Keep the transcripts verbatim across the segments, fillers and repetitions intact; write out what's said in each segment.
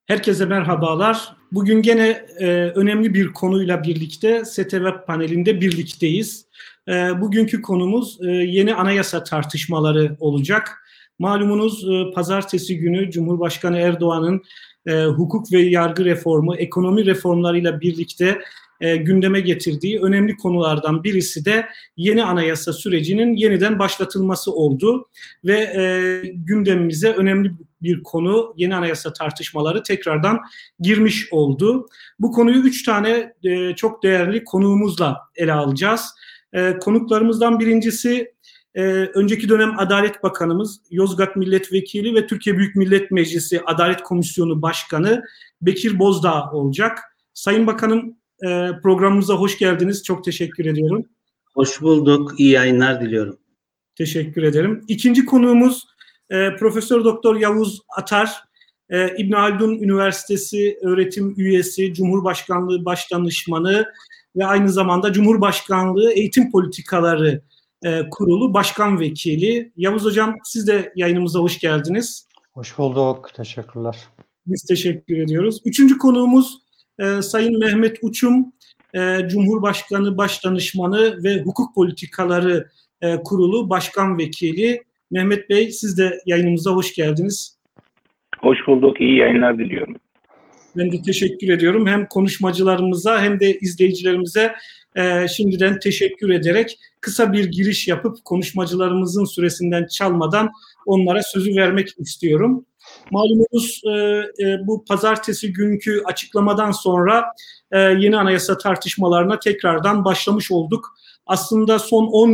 Herkese merhabalar. Bugün gene e, önemli bir konuyla birlikte S T V panelinde birlikteyiz. E, bugünkü konumuz e, yeni anayasa tartışmaları olacak. Malumunuz e, pazartesi günü Cumhurbaşkanı Erdoğan'ın e, hukuk ve yargı reformu, ekonomi reformlarıyla birlikte e, gündeme getirdiği önemli konulardan birisi de yeni anayasa sürecinin yeniden başlatılması oldu. Ve e, gündemimize önemli bir konu, yeni anayasa tartışmaları tekrardan girmiş oldu. Bu konuyu üç tane e, çok değerli konuğumuzla ele alacağız. E, konuklarımızdan birincisi e, önceki dönem Adalet Bakanımız, Yozgat Milletvekili ve Türkiye Büyük Millet Meclisi Adalet Komisyonu Başkanı Bekir Bozdağ olacak. Sayın Bakanım, e, programımıza hoş geldiniz. Çok teşekkür ediyorum. Hoş bulduk. İyi yayınlar diliyorum. Teşekkür ederim. İkinci konuğumuz e, Profesör Doktor Yavuz Atar, e, İbn Haldun Üniversitesi öğretim üyesi, Cumhurbaşkanlığı Başdanışmanı ve aynı zamanda Cumhurbaşkanlığı Eğitim Politikaları e, Kurulu Başkan Vekili. Yavuz Hocam, siz de yayınımıza hoş geldiniz. Hoş bulduk. Teşekkürler. Biz teşekkür ediyoruz. Üçüncü konuğumuz e, Sayın Mehmet Uçum, e, Cumhurbaşkanı Başdanışmanı ve Hukuk Politikaları e, Kurulu Başkan Vekili. Mehmet Bey, siz de yayınımıza hoş geldiniz. Hoş bulduk. İyi yayınlar diliyorum. Ben de teşekkür ediyorum. Hem konuşmacılarımıza hem de izleyicilerimize e, şimdiden teşekkür ederek kısa bir giriş yapıp konuşmacılarımızın süresinden çalmadan onlara sözü vermek istiyorum. Malumunuz e, e, bu pazartesi günkü açıklamadan sonra e, yeni anayasa tartışmalarına tekrardan başlamış olduk. Aslında son on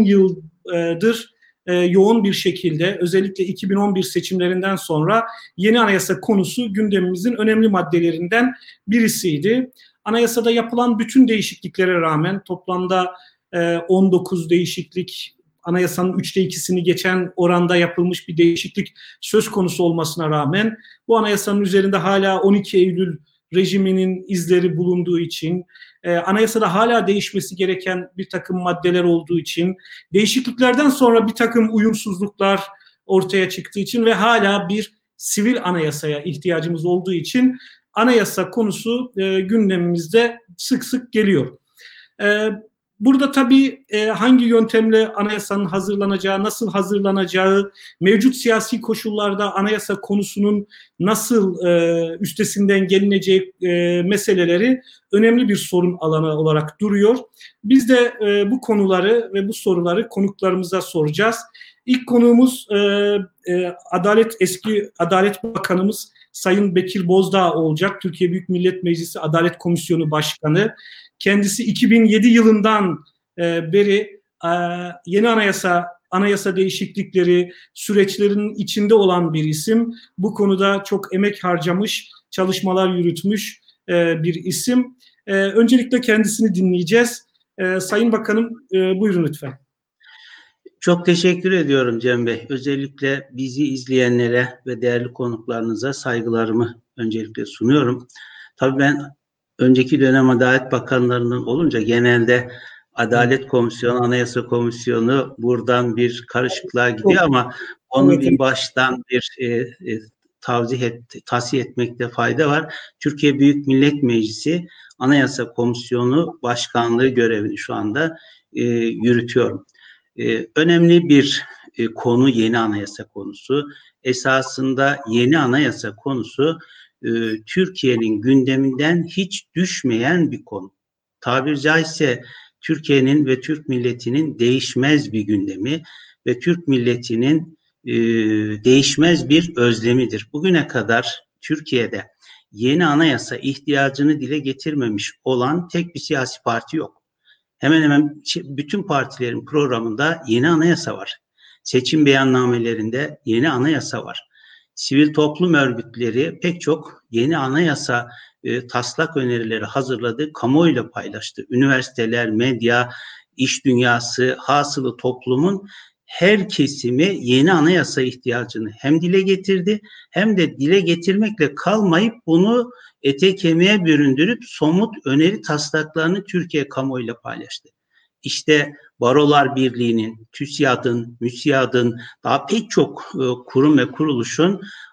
yıldır e, yoğun bir şekilde özellikle iki bin on bir seçimlerinden sonra yeni anayasa konusu gündemimizin önemli maddelerinden birisiydi. Anayasada yapılan bütün değişikliklere rağmen toplamda e, on dokuz değişiklik, anayasanın üçte ikisini geçen oranda yapılmış bir değişiklik söz konusu olmasına rağmen bu anayasanın üzerinde hala on iki Eylül rejiminin izleri bulunduğu için, e, anayasada hala değişmesi gereken bir takım maddeler olduğu için, değişikliklerden sonra bir takım uyumsuzluklar ortaya çıktığı için ve hala bir sivil anayasaya ihtiyacımız olduğu için anayasa konusu e, gündemimizde sık sık geliyor. E, Burada tabii e, hangi yöntemle anayasanın hazırlanacağı, nasıl hazırlanacağı, mevcut siyasi koşullarda anayasa konusunun nasıl e, üstesinden gelineceği e, meseleleri önemli bir sorun alanı olarak duruyor. Biz de e, bu konuları ve bu soruları konuklarımıza soracağız. İlk konuğumuz e, e, Adalet eski Adalet Bakanımız Sayın Bekir Bozdağ olacak. Türkiye Büyük Millet Meclisi Adalet Komisyonu Başkanı. Kendisi iki bin yedi yılından e, beri e, yeni anayasa, anayasa değişiklikleri süreçlerinin içinde olan bir isim. Bu konuda çok emek harcamış, çalışmalar yürütmüş e, bir isim. E, öncelikle kendisini dinleyeceğiz. E, Sayın Bakanım, e, buyurun lütfen. Çok teşekkür ediyorum Cem Bey. Özellikle bizi izleyenlere ve değerli konuklarınıza saygılarımı öncelikle sunuyorum. Tabii ben önceki dönem Adalet Bakanlarından olunca genelde Adalet Komisyonu, Anayasa Komisyonu buradan bir karışıklığa gidiyor ama onu bir baştan bir e, e, tavzih et, tasih etmekte fayda var. Türkiye Büyük Millet Meclisi Anayasa Komisyonu Başkanlığı görevini şu anda e, yürütüyorum. Ee, önemli bir e, konu yeni anayasa konusu. Esasında yeni anayasa konusu e, Türkiye'nin gündeminden hiç düşmeyen bir konu. Tabiri caizse Türkiye'nin ve Türk milletinin değişmez bir gündemi ve Türk milletinin e, değişmez bir özlemidir. Bugüne kadar Türkiye'de yeni anayasa ihtiyacını dile getirmemiş olan tek bir siyasi parti yok. Hemen hemen bütün partilerin programında yeni anayasa var. Seçim beyannamelerinde yeni anayasa var. Sivil toplum örgütleri pek çok yeni anayasa e, taslak önerileri hazırladı, kamuoyuyla paylaştı. Üniversiteler, medya, iş dünyası, hasılı toplumun her kesimi yeni anayasa ihtiyacını hem dile getirdi hem de dile getirmekle kalmayıp bunu ete kemiğe büründürüp somut öneri taslaklarını Türkiye kamuoyuyla paylaştı. İşte Barolar Birliği'nin, TÜSİAD'ın, MÜSİAD'ın daha pek çok e, kurum ve kuruluşun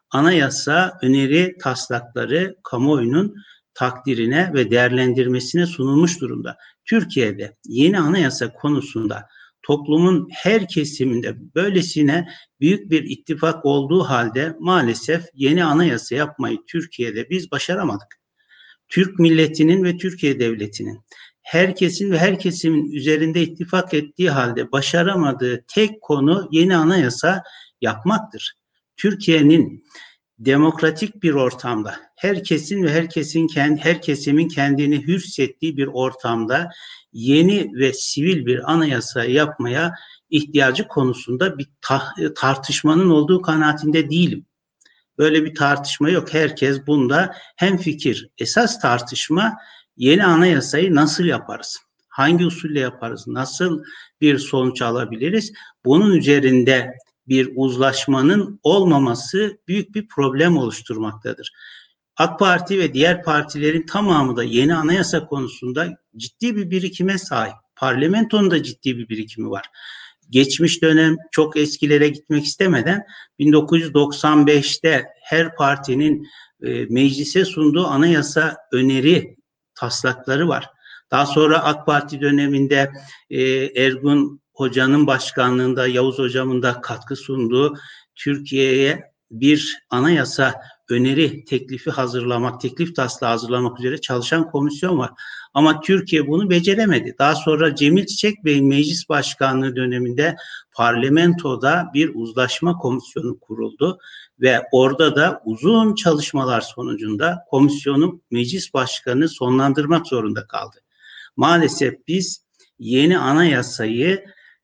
anayasa öneri taslakları kamuoyunun takdirine ve değerlendirmesine sunulmuş durumda. Türkiye'de yeni anayasa konusunda toplumun her kesiminde böylesine büyük bir ittifak olduğu halde maalesef yeni anayasa yapmayı Türkiye'de biz başaramadık. Türk milletinin ve Türkiye devletinin herkesin ve her kesimin üzerinde ittifak ettiği halde başaramadığı tek konu yeni anayasa yapmaktır. Türkiye'nin demokratik bir ortamda, herkesin ve herkesin kendi her kesimin kendini hür hissettiği bir ortamda yeni ve sivil bir anayasa yapmaya ihtiyacı konusunda bir ta- tartışmanın olduğu kanaatinde değilim. Böyle bir tartışma yok. Herkes bunda hemfikir. Esas tartışma yeni anayasayı nasıl yaparız? Hangi usulle yaparız? Nasıl bir sonuç alabiliriz? Bunun üzerinde bir uzlaşmanın olmaması büyük bir problem oluşturmaktadır. AK Parti ve diğer partilerin tamamı da yeni anayasa konusunda ciddi bir birikime sahip. Parlamentonun da ciddi bir birikimi var. Geçmiş dönem çok eskilere gitmek istemeden bin dokuz yüz doksan beşte her partinin e, meclise sunduğu anayasa öneri taslakları var. Daha sonra AK Parti döneminde e, Ergun Hoca'nın başkanlığında, Yavuz Hocam'ın da katkı sunduğu Türkiye'ye bir anayasa öneri teklifi hazırlamak, teklif taslağı hazırlamak üzere çalışan komisyon var. Ama Türkiye bunu beceremedi. Daha sonra Cemil Çiçek Bey'in meclis başkanlığı döneminde parlamentoda bir uzlaşma komisyonu kuruldu ve orada da uzun çalışmalar sonucunda komisyonun meclis başkanı sonlandırmak zorunda kaldı. Maalesef biz yeni anayasayı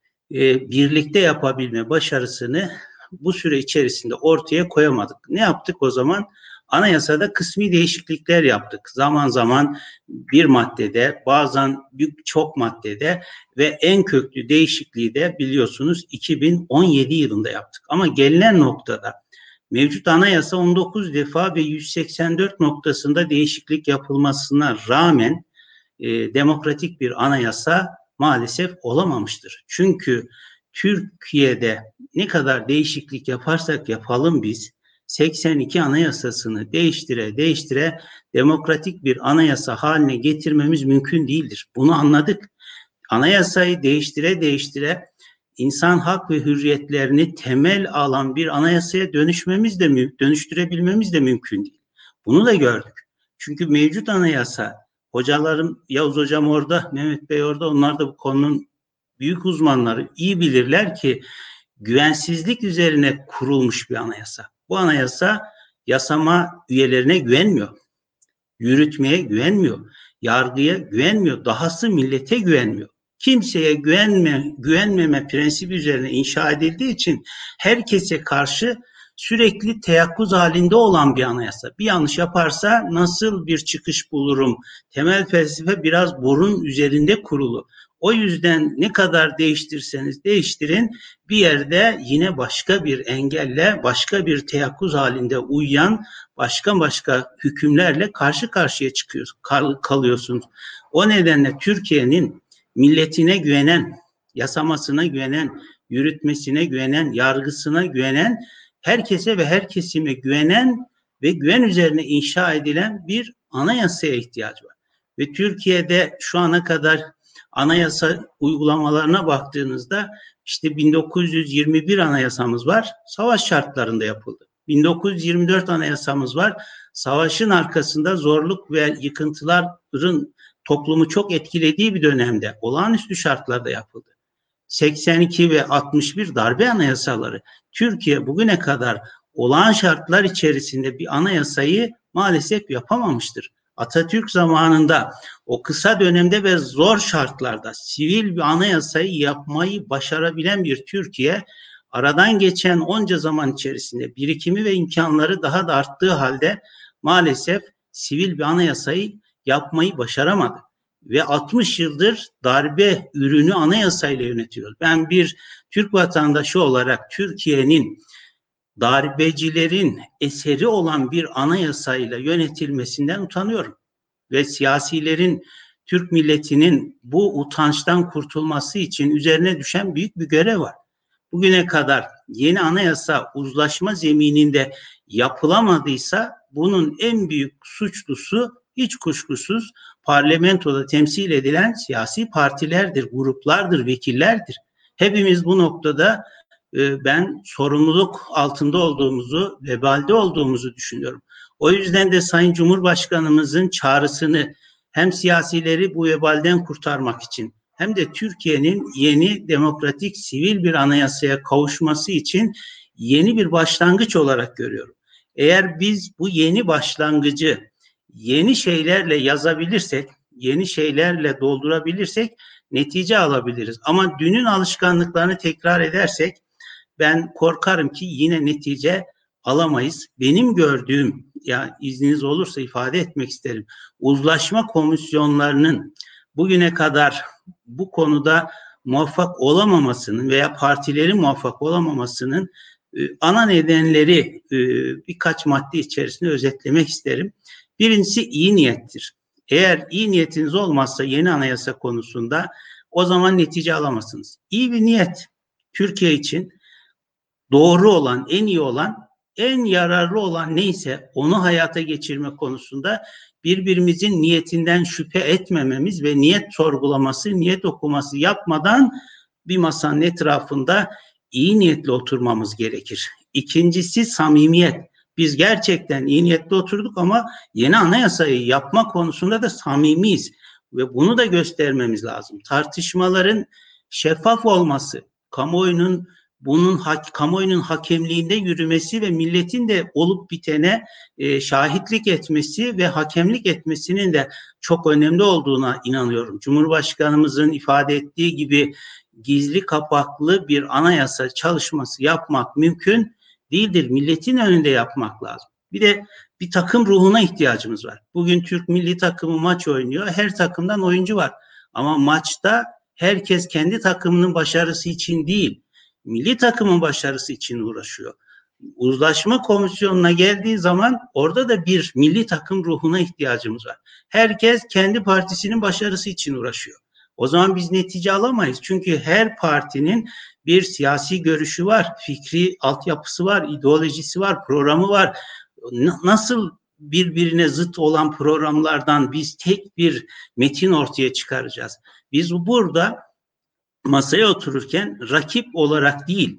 e, birlikte yapabilme başarısını bu süre içerisinde ortaya koyamadık. Ne yaptık o zaman? Anayasada kısmi değişiklikler yaptık. Zaman zaman bir maddede, bazen çok maddede ve en köklü değişikliği de biliyorsunuz iki bin on yedi yılında yaptık. Ama gelinen noktada mevcut anayasa on dokuz defa ve yüz seksen dört noktasında değişiklik yapılmasına rağmen e, demokratik bir anayasa maalesef olamamıştır. Çünkü Türkiye'de ne kadar değişiklik yaparsak yapalım biz seksen iki anayasasını değiştire değiştire demokratik bir anayasa haline getirmemiz mümkün değildir. Bunu anladık. Anayasayı değiştire değiştire insan hak ve hürriyetlerini temel alan bir anayasaya dönüşmemiz de dönüştürebilmemiz de mümkün değil. Bunu da gördük. Çünkü mevcut anayasa, hocalarım, Yavuz Hocam orada, Mehmet Bey orada, onlar da bu konunun büyük uzmanları, iyi bilirler ki güvensizlik üzerine kurulmuş bir anayasa. Bu anayasa yasama üyelerine güvenmiyor, yürütmeye güvenmiyor, yargıya güvenmiyor, dahası millete güvenmiyor. Kimseye güvenme, güvenmeme prensibi üzerine inşa edildiği için herkese karşı sürekli teyakkuz halinde olan bir anayasa. Bir yanlış yaparsa nasıl bir çıkış bulurum? Temel felsefe biraz borun üzerinde kurulu. O yüzden ne kadar değiştirseniz değiştirin bir yerde yine başka bir engelle, başka bir teyakkuz halinde uyuyan başka başka hükümlerle karşı karşıya çıkıyorsunuz, kal, kalıyorsunuz. O nedenle Türkiye'nin milletine güvenen, yasamasına güvenen, yürütmesine güvenen, yargısına güvenen, herkese ve her kesime güvenen ve güven üzerine inşa edilen bir anayasaya ihtiyacı var. Ve Türkiye'de şu ana kadar anayasa uygulamalarına baktığınızda işte bin dokuz yüz yirmi bir anayasamız var, savaş şartlarında yapıldı. bin dokuz yüz yirmi dört anayasamız var, savaşın arkasında zorluk ve yıkıntıların toplumu çok etkilediği bir dönemde, olağanüstü şartlarda yapıldı. seksen iki ve altmış bir darbe anayasaları. Türkiye bugüne kadar olağan şartlar içerisinde bir anayasayı maalesef yapamamıştır. Atatürk zamanında o kısa dönemde ve zor şartlarda sivil bir anayasayı yapmayı başarabilen bir Türkiye, aradan geçen onca zaman içerisinde birikimi ve imkanları daha da arttığı halde maalesef sivil bir anayasayı yapmayı başaramadı. Ve altmış yıldır darbe ürünü anayasayla yönetiyoruz. Ben bir Türk vatandaşı olarak Türkiye'nin darbecilerin eseri olan bir anayasayla yönetilmesinden utanıyorum. Ve siyasilerin, Türk milletinin bu utançtan kurtulması için üzerine düşen büyük bir görev var. Bugüne kadar yeni anayasa uzlaşma zemininde yapılamadıysa bunun en büyük suçlusu hiç kuşkusuz parlamentoda temsil edilen siyasi partilerdir, gruplardır, vekillerdir. Hepimiz bu noktada e, ben sorumluluk altında olduğumuzu, vebalde olduğumuzu düşünüyorum. O yüzden de Sayın Cumhurbaşkanımızın çağrısını hem siyasileri bu vebalden kurtarmak için hem de Türkiye'nin yeni demokratik sivil bir anayasaya kavuşması için yeni bir başlangıç olarak görüyorum. Eğer biz bu yeni başlangıcı yeni şeylerle yazabilirsek, yeni şeylerle doldurabilirsek netice alabiliriz. Ama dünün alışkanlıklarını tekrar edersek ben korkarım ki yine netice alamayız. Benim gördüğüm, ya izniniz olursa ifade etmek isterim. Uzlaşma komisyonlarının bugüne kadar bu konuda muvaffak olamamasının veya partilerin muvaffak olamamasının e, ana nedenleri e, birkaç madde içerisinde özetlemek isterim. Birincisi iyi niyettir. Eğer iyi niyetiniz olmazsa yeni anayasa konusunda o zaman netice alamazsınız. İyi bir niyet Türkiye için doğru olan, en iyi olan, en yararlı olan neyse onu hayata geçirme konusunda birbirimizin niyetinden şüphe etmememiz ve niyet sorgulaması, niyet okuması yapmadan bir masanın etrafında iyi niyetle oturmamız gerekir. İkincisi samimiyet. Biz gerçekten iyi niyetle oturduk ama yeni anayasayı yapma konusunda da samimiyiz ve bunu da göstermemiz lazım. Tartışmaların şeffaf olması, kamuoyunun bunun hak, kamuoyunun hakemliğinde yürümesi ve milletin de olup bitene e, şahitlik etmesi ve hakemlik etmesinin de çok önemli olduğuna inanıyorum. Cumhurbaşkanımızın ifade ettiği gibi gizli kapaklı bir anayasa çalışması yapmak mümkün değildir. Milletin önünde yapmak lazım. Bir de bir takım ruhuna ihtiyacımız var. Bugün Türk milli takımı maç oynuyor. Her takımdan oyuncu var. Ama maçta herkes kendi takımının başarısı için değil, milli takımın başarısı için uğraşıyor. Uzlaşma komisyonuna geldiği zaman orada da bir milli takım ruhuna ihtiyacımız var. Herkes kendi partisinin başarısı için uğraşıyor. O zaman biz netice alamayız. Çünkü her partinin bir siyasi görüşü var, fikri altyapısı var, ideolojisi var, programı var. Nasıl birbirine zıt olan programlardan biz tek bir metin ortaya çıkaracağız? Biz burada masaya otururken rakip olarak değil,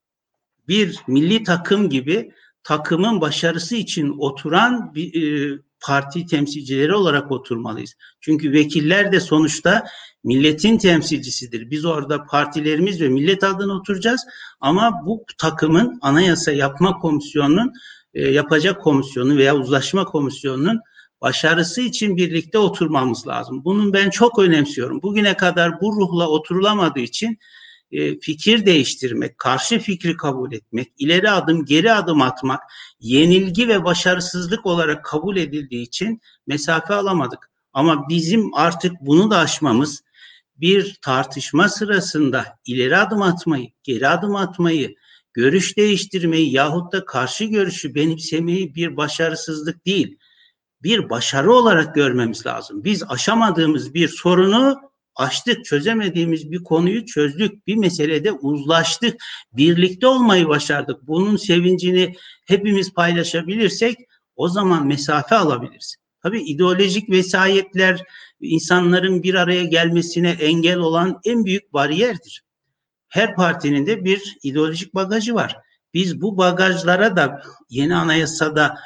bir milli takım gibi takımın başarısı için oturan bir e, parti temsilcileri olarak oturmalıyız. Çünkü vekiller de sonuçta milletin temsilcisidir. Biz orada partilerimiz ve millet adına oturacağız ama bu takımın anayasa yapma komisyonunun e, yapacak komisyonu veya uzlaşma komisyonunun başarısı için birlikte oturmamız lazım. Bunun ben çok önemsiyorum. Bugüne kadar bu ruhla oturulamadığı için e, fikir değiştirmek, karşı fikri kabul etmek, ileri adım geri adım atmak, yenilgi ve başarısızlık olarak kabul edildiği için mesafe alamadık. Ama bizim artık bunu da aşmamız, bir tartışma sırasında ileri adım atmayı, geri adım atmayı, görüş değiştirmeyi yahut da karşı görüşü benimsemeyi bir başarısızlık değil, bir başarı olarak görmemiz lazım. Biz aşamadığımız bir sorunu aştık, çözemediğimiz bir konuyu çözdük, bir meselede uzlaştık, birlikte olmayı başardık. Bunun sevincini hepimiz paylaşabilirsek o zaman mesafe alabiliriz. Tabii ideolojik vesayetler insanların bir araya gelmesine engel olan en büyük bariyerdir. Her partinin de bir ideolojik bagajı var. Biz bu bagajlara da yeni anayasada,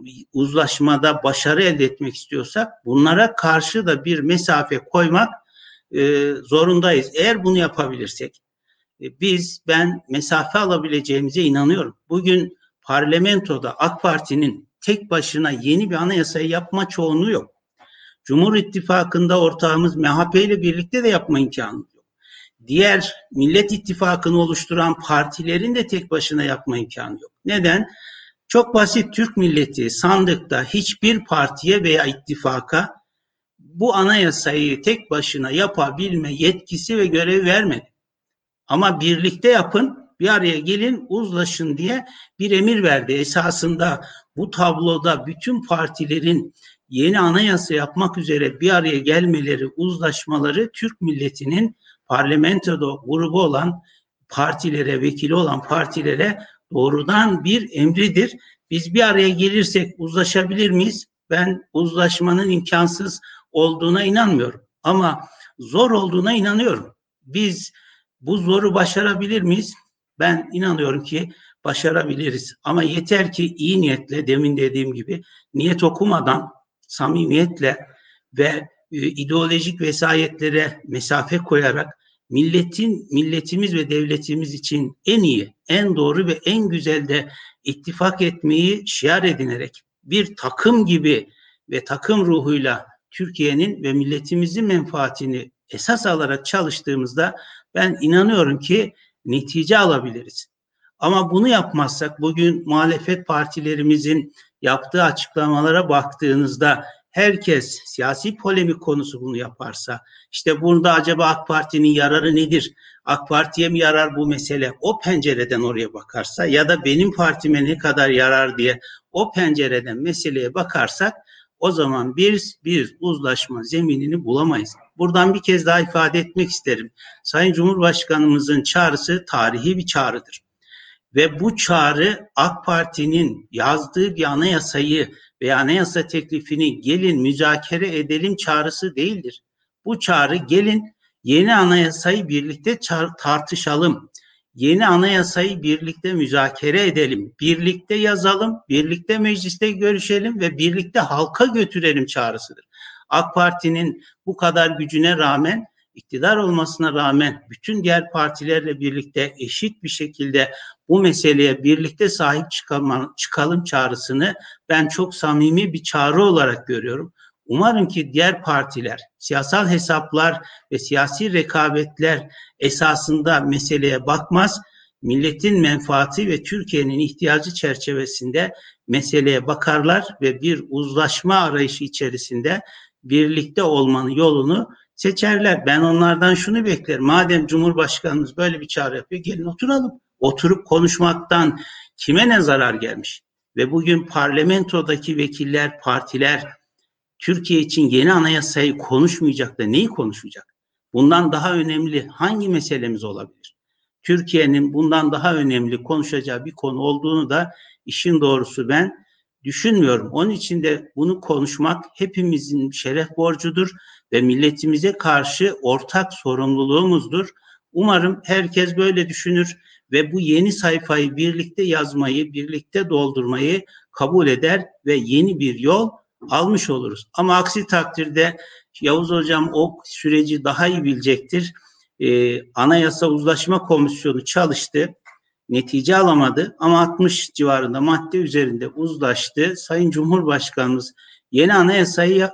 uzlaşmada başarı elde etmek istiyorsak bunlara karşı da bir mesafe koymak e, zorundayız. Eğer bunu yapabilirsek e, biz ben mesafe alabileceğimize inanıyorum. Bugün parlamentoda AK Parti'nin tek başına yeni bir anayasayı yapma çoğunluğu yok. Cumhur İttifakı'nda ortağımız M H P ile birlikte de yapma imkanı yok. Diğer Millet İttifakı'nı oluşturan partilerin de tek başına yapma imkanı yok. Neden? Çok basit, Türk milleti sandıkta hiçbir partiye veya ittifaka bu anayasayı tek başına yapabilme yetkisi ve görevi vermedi. Ama birlikte yapın, bir araya gelin, uzlaşın diye bir emir verdi. Esasında bu tabloda bütün partilerin yeni anayasa yapmak üzere bir araya gelmeleri, uzlaşmaları Türk milletinin parlamentoda grubu olan partilere, vekili olan partilere doğrudan bir emridir. Biz bir araya gelirsek uzlaşabilir miyiz? Ben uzlaşmanın imkansız olduğuna inanmıyorum. Ama zor olduğuna inanıyorum. Biz bu zoru başarabilir miyiz? Ben inanıyorum ki başarabiliriz. Ama yeter ki iyi niyetle, demin dediğim gibi niyet okumadan, samimiyetle ve e, ideolojik vesayetlere mesafe koyarak milletin, milletimiz ve devletimiz için en iyi, en doğru ve en güzel de ittifak etmeyi şiar edinerek bir takım gibi ve takım ruhuyla Türkiye'nin ve milletimizin menfaatini esas alarak çalıştığımızda ben inanıyorum ki netice alabiliriz. Ama bunu yapmazsak bugün muhalefet partilerimizin yaptığı açıklamalara baktığınızda herkes siyasi polemik konusu bunu yaparsa, işte burada acaba AK Parti'nin yararı nedir? AK Parti'ye mi yarar bu mesele? O pencereden oraya bakarsa ya da benim partime ne kadar yarar diye o pencereden meseleye bakarsak o zaman biz bir uzlaşma zeminini bulamayız. Buradan bir kez daha ifade etmek isterim. Sayın Cumhurbaşkanımızın çağrısı tarihi bir çağrıdır. Ve bu çağrı AK Parti'nin yazdığı bir anayasayı ve anayasa teklifini gelin müzakere edelim çağrısı değildir. Bu çağrı gelin yeni anayasayı birlikte tartışalım. Yeni anayasayı birlikte müzakere edelim. Birlikte yazalım, birlikte mecliste görüşelim ve birlikte halka götürelim çağrısıdır. AK Parti'nin bu kadar gücüne rağmen, iktidar olmasına rağmen bütün diğer partilerle birlikte eşit bir şekilde bu meseleye birlikte sahip çıkalım, çıkalım çağrısını ben çok samimi bir çağrı olarak görüyorum. Umarım ki diğer partiler, siyasal hesaplar ve siyasi rekabetler esasında meseleye bakmaz, milletin menfaati ve Türkiye'nin ihtiyacı çerçevesinde meseleye bakarlar ve bir uzlaşma arayışı içerisinde birlikte olmanın yolunu seçerler. Ben onlardan şunu beklerim. Madem Cumhurbaşkanımız böyle bir çağrı yapıyor, gelin oturalım. Oturup konuşmaktan kime ne zarar gelmiş? Ve bugün parlamentodaki vekiller, partiler Türkiye için yeni anayasayı konuşmayacak da neyi konuşacak? Bundan daha önemli hangi meselemiz olabilir? Türkiye'nin bundan daha önemli konuşacağı bir konu olduğunu da işin doğrusu ben düşünmüyorum. Onun için de bunu konuşmak hepimizin şeref borcudur ve milletimize karşı ortak sorumluluğumuzdur. Umarım herkes böyle düşünür ve bu yeni sayfayı birlikte yazmayı, birlikte doldurmayı kabul eder ve yeni bir yol almış oluruz. Ama aksi takdirde Yavuz Hocam o süreci daha iyi bilecektir. Ee, Anayasa Uzlaşma Komisyonu çalıştı. Netice alamadı ama altmış civarında madde üzerinde uzlaştı. Sayın Cumhurbaşkanımız yeni anayasayı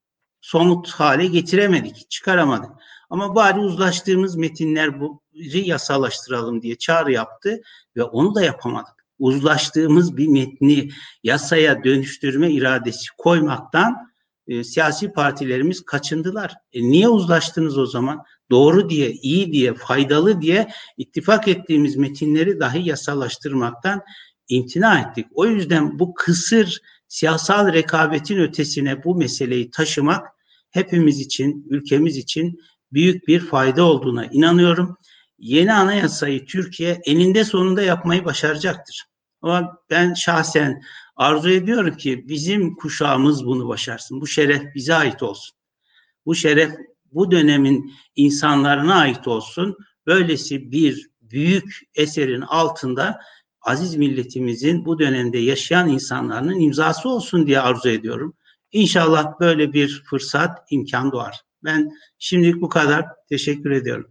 somut hale getiremedik, çıkaramadık. Ama bari uzlaştığımız metinler bu yasalaştıralım diye çağrı yaptı ve onu da yapamadık. Uzlaştığımız bir metni yasaya dönüştürme iradesi koymaktan e, siyasi partilerimiz kaçındılar. E, niye uzlaştınız o zaman? Doğru diye, iyi diye, faydalı diye ittifak ettiğimiz metinleri dahi yasalaştırmaktan imtina ettik. O yüzden bu kısır siyasal rekabetin ötesine bu meseleyi taşımak hepimiz için, ülkemiz için büyük bir fayda olduğuna inanıyorum. Yeni anayasayı Türkiye eninde sonunda yapmayı başaracaktır. Ama ben şahsen arzu ediyorum ki bizim kuşağımız bunu başarsın. Bu şeref bize ait olsun. Bu şeref bu dönemin insanlarına ait olsun. Böylesi bir büyük eserin altında aziz milletimizin bu dönemde yaşayan insanların imzası olsun diye arzu ediyorum. İnşallah böyle bir fırsat, imkan doğar. Ben şimdilik bu kadar. Teşekkür ediyorum.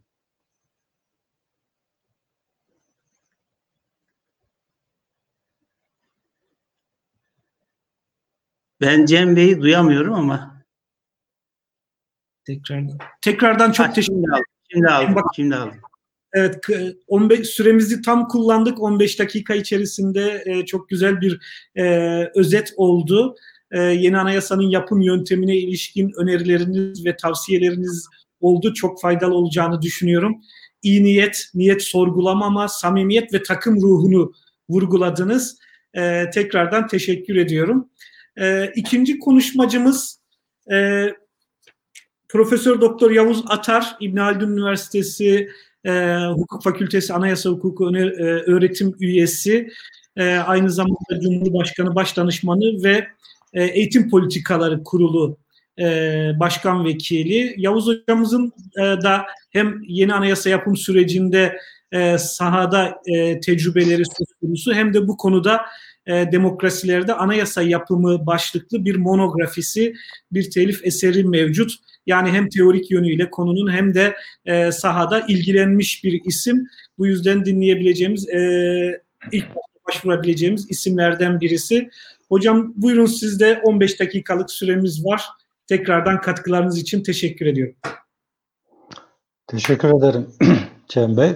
Ben Cem Bey'i duyamıyorum ama. Tekrardan, tekrardan çok ha, teşekkür ederim. Şimdi aldım, şimdi aldım. Evet, on beş süremizi tam kullandık. on beş dakika içerisinde çok güzel bir e, özet oldu. E, yeni anayasanın yapım yöntemine ilişkin önerileriniz ve tavsiyeleriniz oldu. Çok faydalı olacağını düşünüyorum. İyi niyet, niyet sorgulamama, samimiyet ve takım ruhunu vurguladınız. E, tekrardan teşekkür ediyorum. E, ikinci konuşmacımız e, Profesör Doktor Yavuz Atar, İbn Haldun Üniversitesi e, Hukuk Fakültesi Anayasa Hukuku Öğretim Üyesi. e, aynı zamanda Cumhurbaşkanı Başdanışmanı ve e, Eğitim Politikaları Kurulu e, Başkan Vekili. Yavuz Hocamızın e, da hem yeni anayasa yapım sürecinde e, sahada e, tecrübeleri söz konusu hem de bu konuda e, demokrasilerde anayasa yapımı başlıklı bir monografisi, bir telif eseri mevcut. Yani hem teorik yönüyle konunun hem de e, sahada ilgilenmiş bir isim. Bu yüzden dinleyebileceğimiz, e, ilk başvurabileceğimiz isimlerden birisi. Hocam buyurun, sizde on beş dakikalık süremiz var. Tekrardan katkılarınız için teşekkür ediyorum. Teşekkür ederim Cem Bey.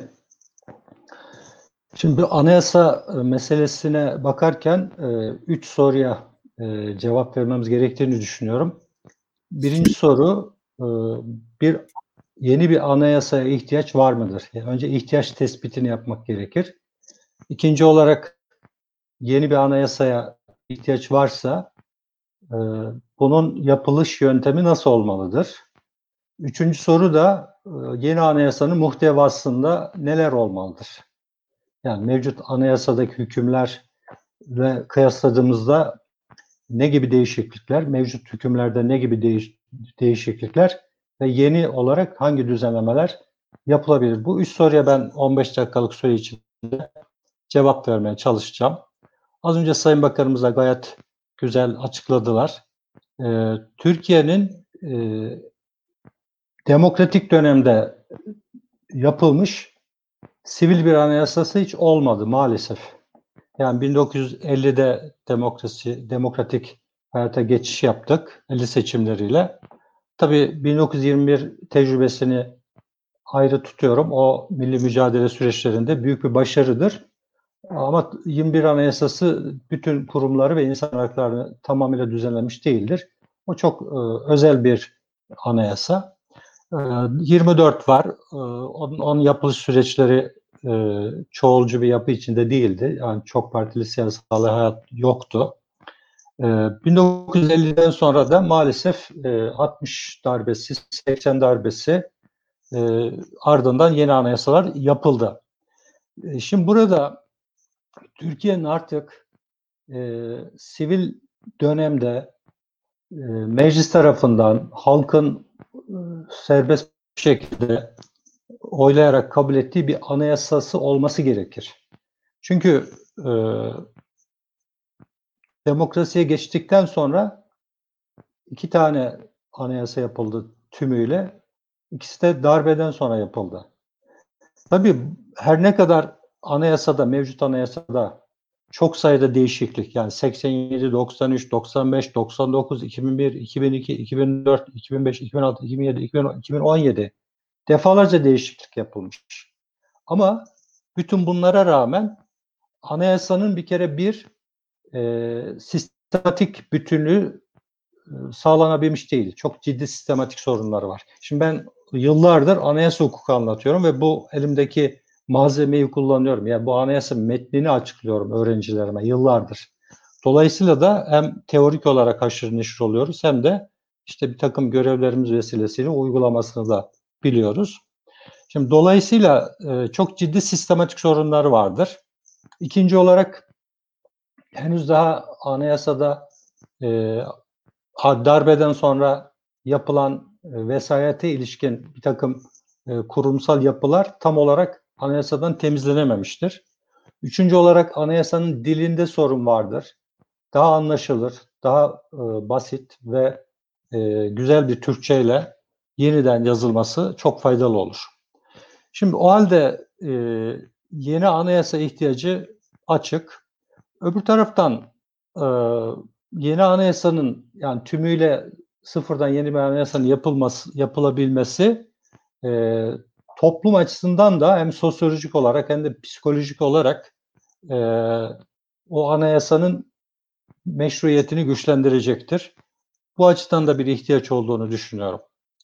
Şimdi anayasa meselesine bakarken e, üç soruya e, cevap vermemiz gerektiğini düşünüyorum. Birinci soru, e, bir yeni bir anayasaya ihtiyaç var mıdır? Yani önce ihtiyaç tespitini yapmak gerekir. İkinci olarak yeni bir anayasaya ihtiyaç varsa e, bunun yapılış yöntemi nasıl olmalıdır? Üçüncü soru da e, yeni anayasanın muhtevasında neler olmalıdır? Yani mevcut anayasadaki hükümlerle kıyasladığımızda ne gibi değişiklikler, mevcut hükümlerde ne gibi değiş, değişiklikler ve yeni olarak hangi düzenlemeler yapılabilir? Bu üç soruya ben on beş dakikalık süre içinde cevap vermeye çalışacağım. Az önce Sayın Bakanımız da gayet güzel açıkladılar. Ee, Türkiye'nin e, demokratik dönemde yapılmış sivil bir anayasası hiç olmadı maalesef. Yani bin dokuz yüz ellide demokrasi, demokratik hayata geçiş yaptık elli seçimleriyle. Tabii bin dokuz yüz yirmi bir tecrübesini ayrı tutuyorum. O milli mücadele süreçlerinde büyük bir başarıdır. Ama yirmi bir Anayasası bütün kurumları ve insan haklarını tamamıyla düzenlemiş değildir. O çok e, özel bir anayasa. E, yirmi dört var. E, onun, onun yapılış süreçleri e, çoğulcu bir yapı içinde değildi. Yani çok partili siyasal hayat yoktu. E, bin dokuz yüz elliden sonra da maalesef e, altmış darbesi, seksen darbesi e, ardından yeni anayasalar yapıldı. E, şimdi burada Türkiye'nin artık e, sivil dönemde e, meclis tarafından halkın e, serbest bir şekilde oylayarak kabul ettiği bir anayasası olması gerekir. Çünkü e, demokrasiye geçtikten sonra iki tane anayasa yapıldı tümüyle. İkisi de darbeden sonra yapıldı. Tabii her ne kadar anayasada, mevcut anayasada çok sayıda değişiklik, yani seksen yedi, doksan üç, doksan beş, doksan dokuz, iki bin bir, iki bin iki, iki bin dört, iki bin beş, iki bin altı, iki bin yedi, iki bin on yedi defalarca değişiklik yapılmış. Ama bütün bunlara rağmen anayasanın bir kere bir e, sistematik bütünlüğü e, sağlanabilmiş değil. Çok ciddi sistematik sorunları var. Şimdi ben yıllardır anayasa hukuku anlatıyorum ve bu elimdeki malzemeyi kullanıyorum. Yani bu anayasa metnini açıklıyorum öğrencilerime yıllardır. Dolayısıyla da hem teorik olarak haşır neşir oluyoruz hem de işte bir takım görevlerimiz vesilesiyle uygulamasını da biliyoruz. Şimdi dolayısıyla e, çok ciddi sistematik sorunlar vardır. İkinci olarak henüz daha anayasada e, darbeden sonra yapılan e, vesayete ilişkin bir takım e, kurumsal yapılar tam olarak anayasadan temizlenememiştir. Üçüncü olarak anayasanın dilinde sorun vardır. Daha anlaşılır, daha e, basit ve e, güzel bir Türkçeyle yeniden yazılması çok faydalı olur. Şimdi o halde e, yeni anayasa ihtiyacı açık. Öbür taraftan e, yeni anayasanın, yani tümüyle sıfırdan yeni bir anayasanın yapılması, yapılabilmesi e, toplum açısından da hem sosyolojik olarak hem de psikolojik olarak e, o anayasanın meşruiyetini güçlendirecektir. Bu açıdan da bir ihtiyaç olduğunu düşünüyorum.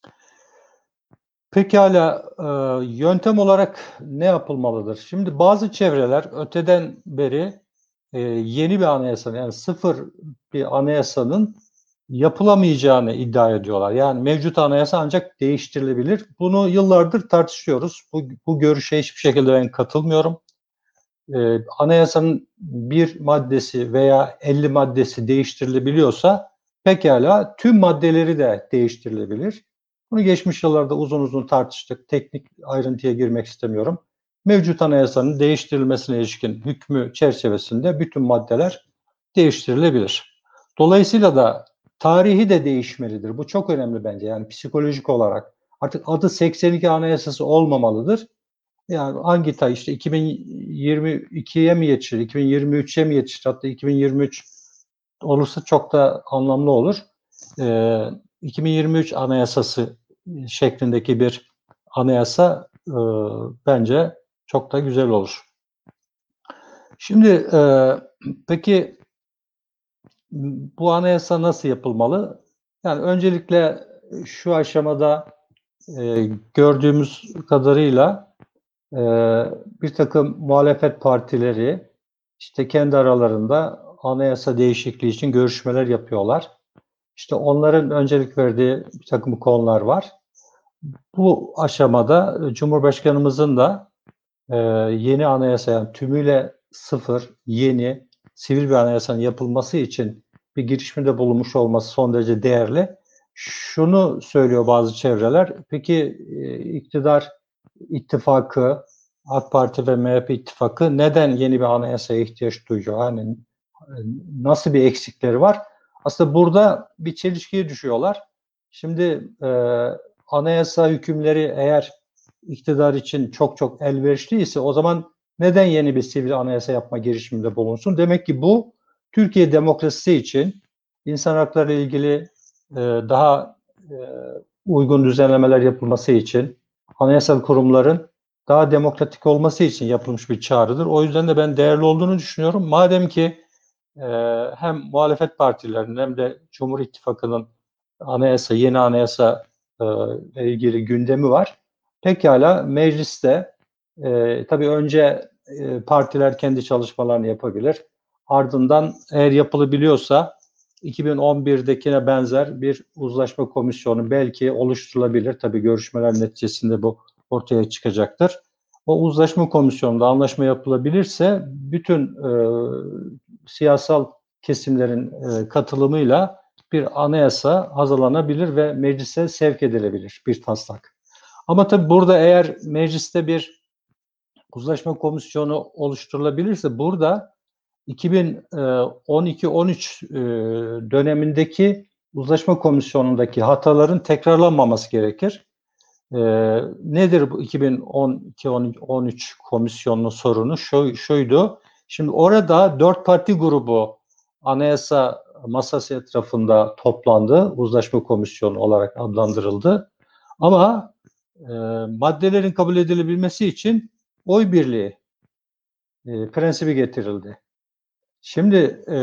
Pekala, e, yöntem olarak ne yapılmalıdır? Şimdi bazı çevreler öteden beri e, yeni bir anayasanın, yani sıfır bir anayasanın yapılamayacağını iddia ediyorlar. Yani mevcut anayasa ancak değiştirilebilir. Bunu yıllardır tartışıyoruz. Bu, bu görüşe hiçbir şekilde ben katılmıyorum. e, anayasanın bir maddesi veya elli maddesi değiştirilebiliyorsa pekala tüm maddeleri de değiştirilebilir. Bunu geçmiş yıllarda uzun uzun tartıştık. Teknik ayrıntıya girmek istemiyorum. Mevcut anayasanın değiştirilmesine ilişkin hükmü çerçevesinde bütün maddeler değiştirilebilir. Dolayısıyla da tarihi de değişmelidir. Bu çok önemli bence. Yani psikolojik olarak. Artık adı seksen iki Anayasası olmamalıdır. Yani hangi tay işte iki bin yirmi ikiye mi yetişir, iki bin yirmi üçe mi yetişir, hatta iki bin yirmi üç olursa çok da anlamlı olur. Ee, iki bin yirmi üç Anayasası şeklindeki bir anayasa e, bence çok da güzel olur. Şimdi e, peki bu anayasa nasıl yapılmalı? Yani öncelikle şu aşamada e, gördüğümüz kadarıyla e, bir takım muhalefet partileri işte kendi aralarında anayasa değişikliği için görüşmeler yapıyorlar. İşte onların öncelik verdiği bir takım konular var. Bu aşamada Cumhurbaşkanımızın da e, yeni anayasa, yani tümüyle sıfır, yeni, sivil bir anayasanın yapılması için bir girişimde bulunmuş olması son derece değerli. Şunu söylüyor bazı çevreler, peki e, iktidar ittifakı, AK Parti ve M H P ittifakı neden yeni bir anayasaya ihtiyaç duyuyor? Hani nasıl bir eksikleri var? Aslında burada bir çelişkiye düşüyorlar. Şimdi e, anayasa hükümleri eğer iktidar için çok çok elverişliyse o zaman neden yeni bir sivil anayasa yapma girişiminde bulunsun? Demek ki bu Türkiye demokrasisi için insan hakları ile ilgili e, daha e, uygun düzenlemeler yapılması için, anayasal kurumların daha demokratik olması için yapılmış bir çağrıdır. O yüzden de ben değerli olduğunu düşünüyorum. Madem ki e, hem muhalefet partilerinin hem de Cumhur İttifakı'nın anayasa, yeni anayasa e, ile ilgili gündemi var. Pekala mecliste e, tabii önce e, partiler kendi çalışmalarını yapabilir. Ardından eğer yapılabiliyorsa iki bin on birdekine benzer bir uzlaşma komisyonu belki oluşturulabilir. Tabii görüşmeler neticesinde bu ortaya çıkacaktır. O uzlaşma komisyonunda anlaşma yapılabilirse bütün e, siyasal kesimlerin e, katılımıyla bir anayasa hazırlanabilir ve meclise sevk edilebilir bir taslak. Ama tabii burada eğer mecliste bir uzlaşma komisyonu oluşturulabilirse burada iki bin on iki on üç e, dönemindeki uzlaşma komisyonundaki hataların tekrarlanmaması gerekir. E, nedir bu iki bin on iki on üç komisyonunun sorunu? Şu, şuydu. Şimdi orada dört parti grubu anayasa masası etrafında toplandı. Uzlaşma komisyonu olarak adlandırıldı. Ama e, maddelerin kabul edilebilmesi için oy birliği e, prensibi getirildi. Şimdi e,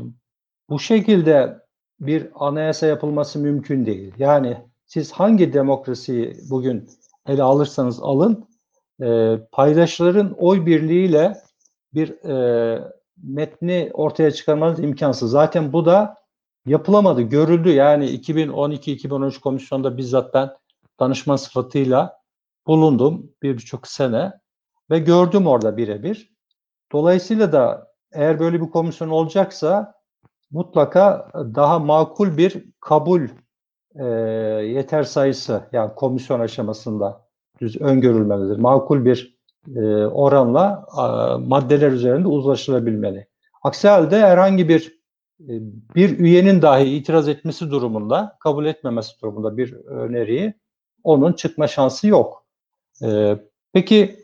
bu şekilde bir anayasa yapılması mümkün değil. Yani siz hangi demokrasiyi bugün ele alırsanız alın, e, paydaşların oy birliğiyle bir e, metni ortaya çıkarmanız imkansız. Zaten bu da yapılamadı, görüldü. Yani iki bin on iki iki bin on üç komisyonda bizzat ben danışman sıfatıyla bulundum bir buçuk sene ve gördüm orada birebir. Dolayısıyla da eğer böyle bir komisyon olacaksa mutlaka daha makul bir kabul e, yeter sayısı, yani komisyon aşamasında düz öngörülmelidir. Makul bir e, oranla e, maddeler üzerinde uzlaşılabilmeli. Aksi halde herhangi bir e, bir üyenin dahi itiraz etmesi durumunda, kabul etmemesi durumunda bir öneriyi, onun çıkma şansı yok. E, peki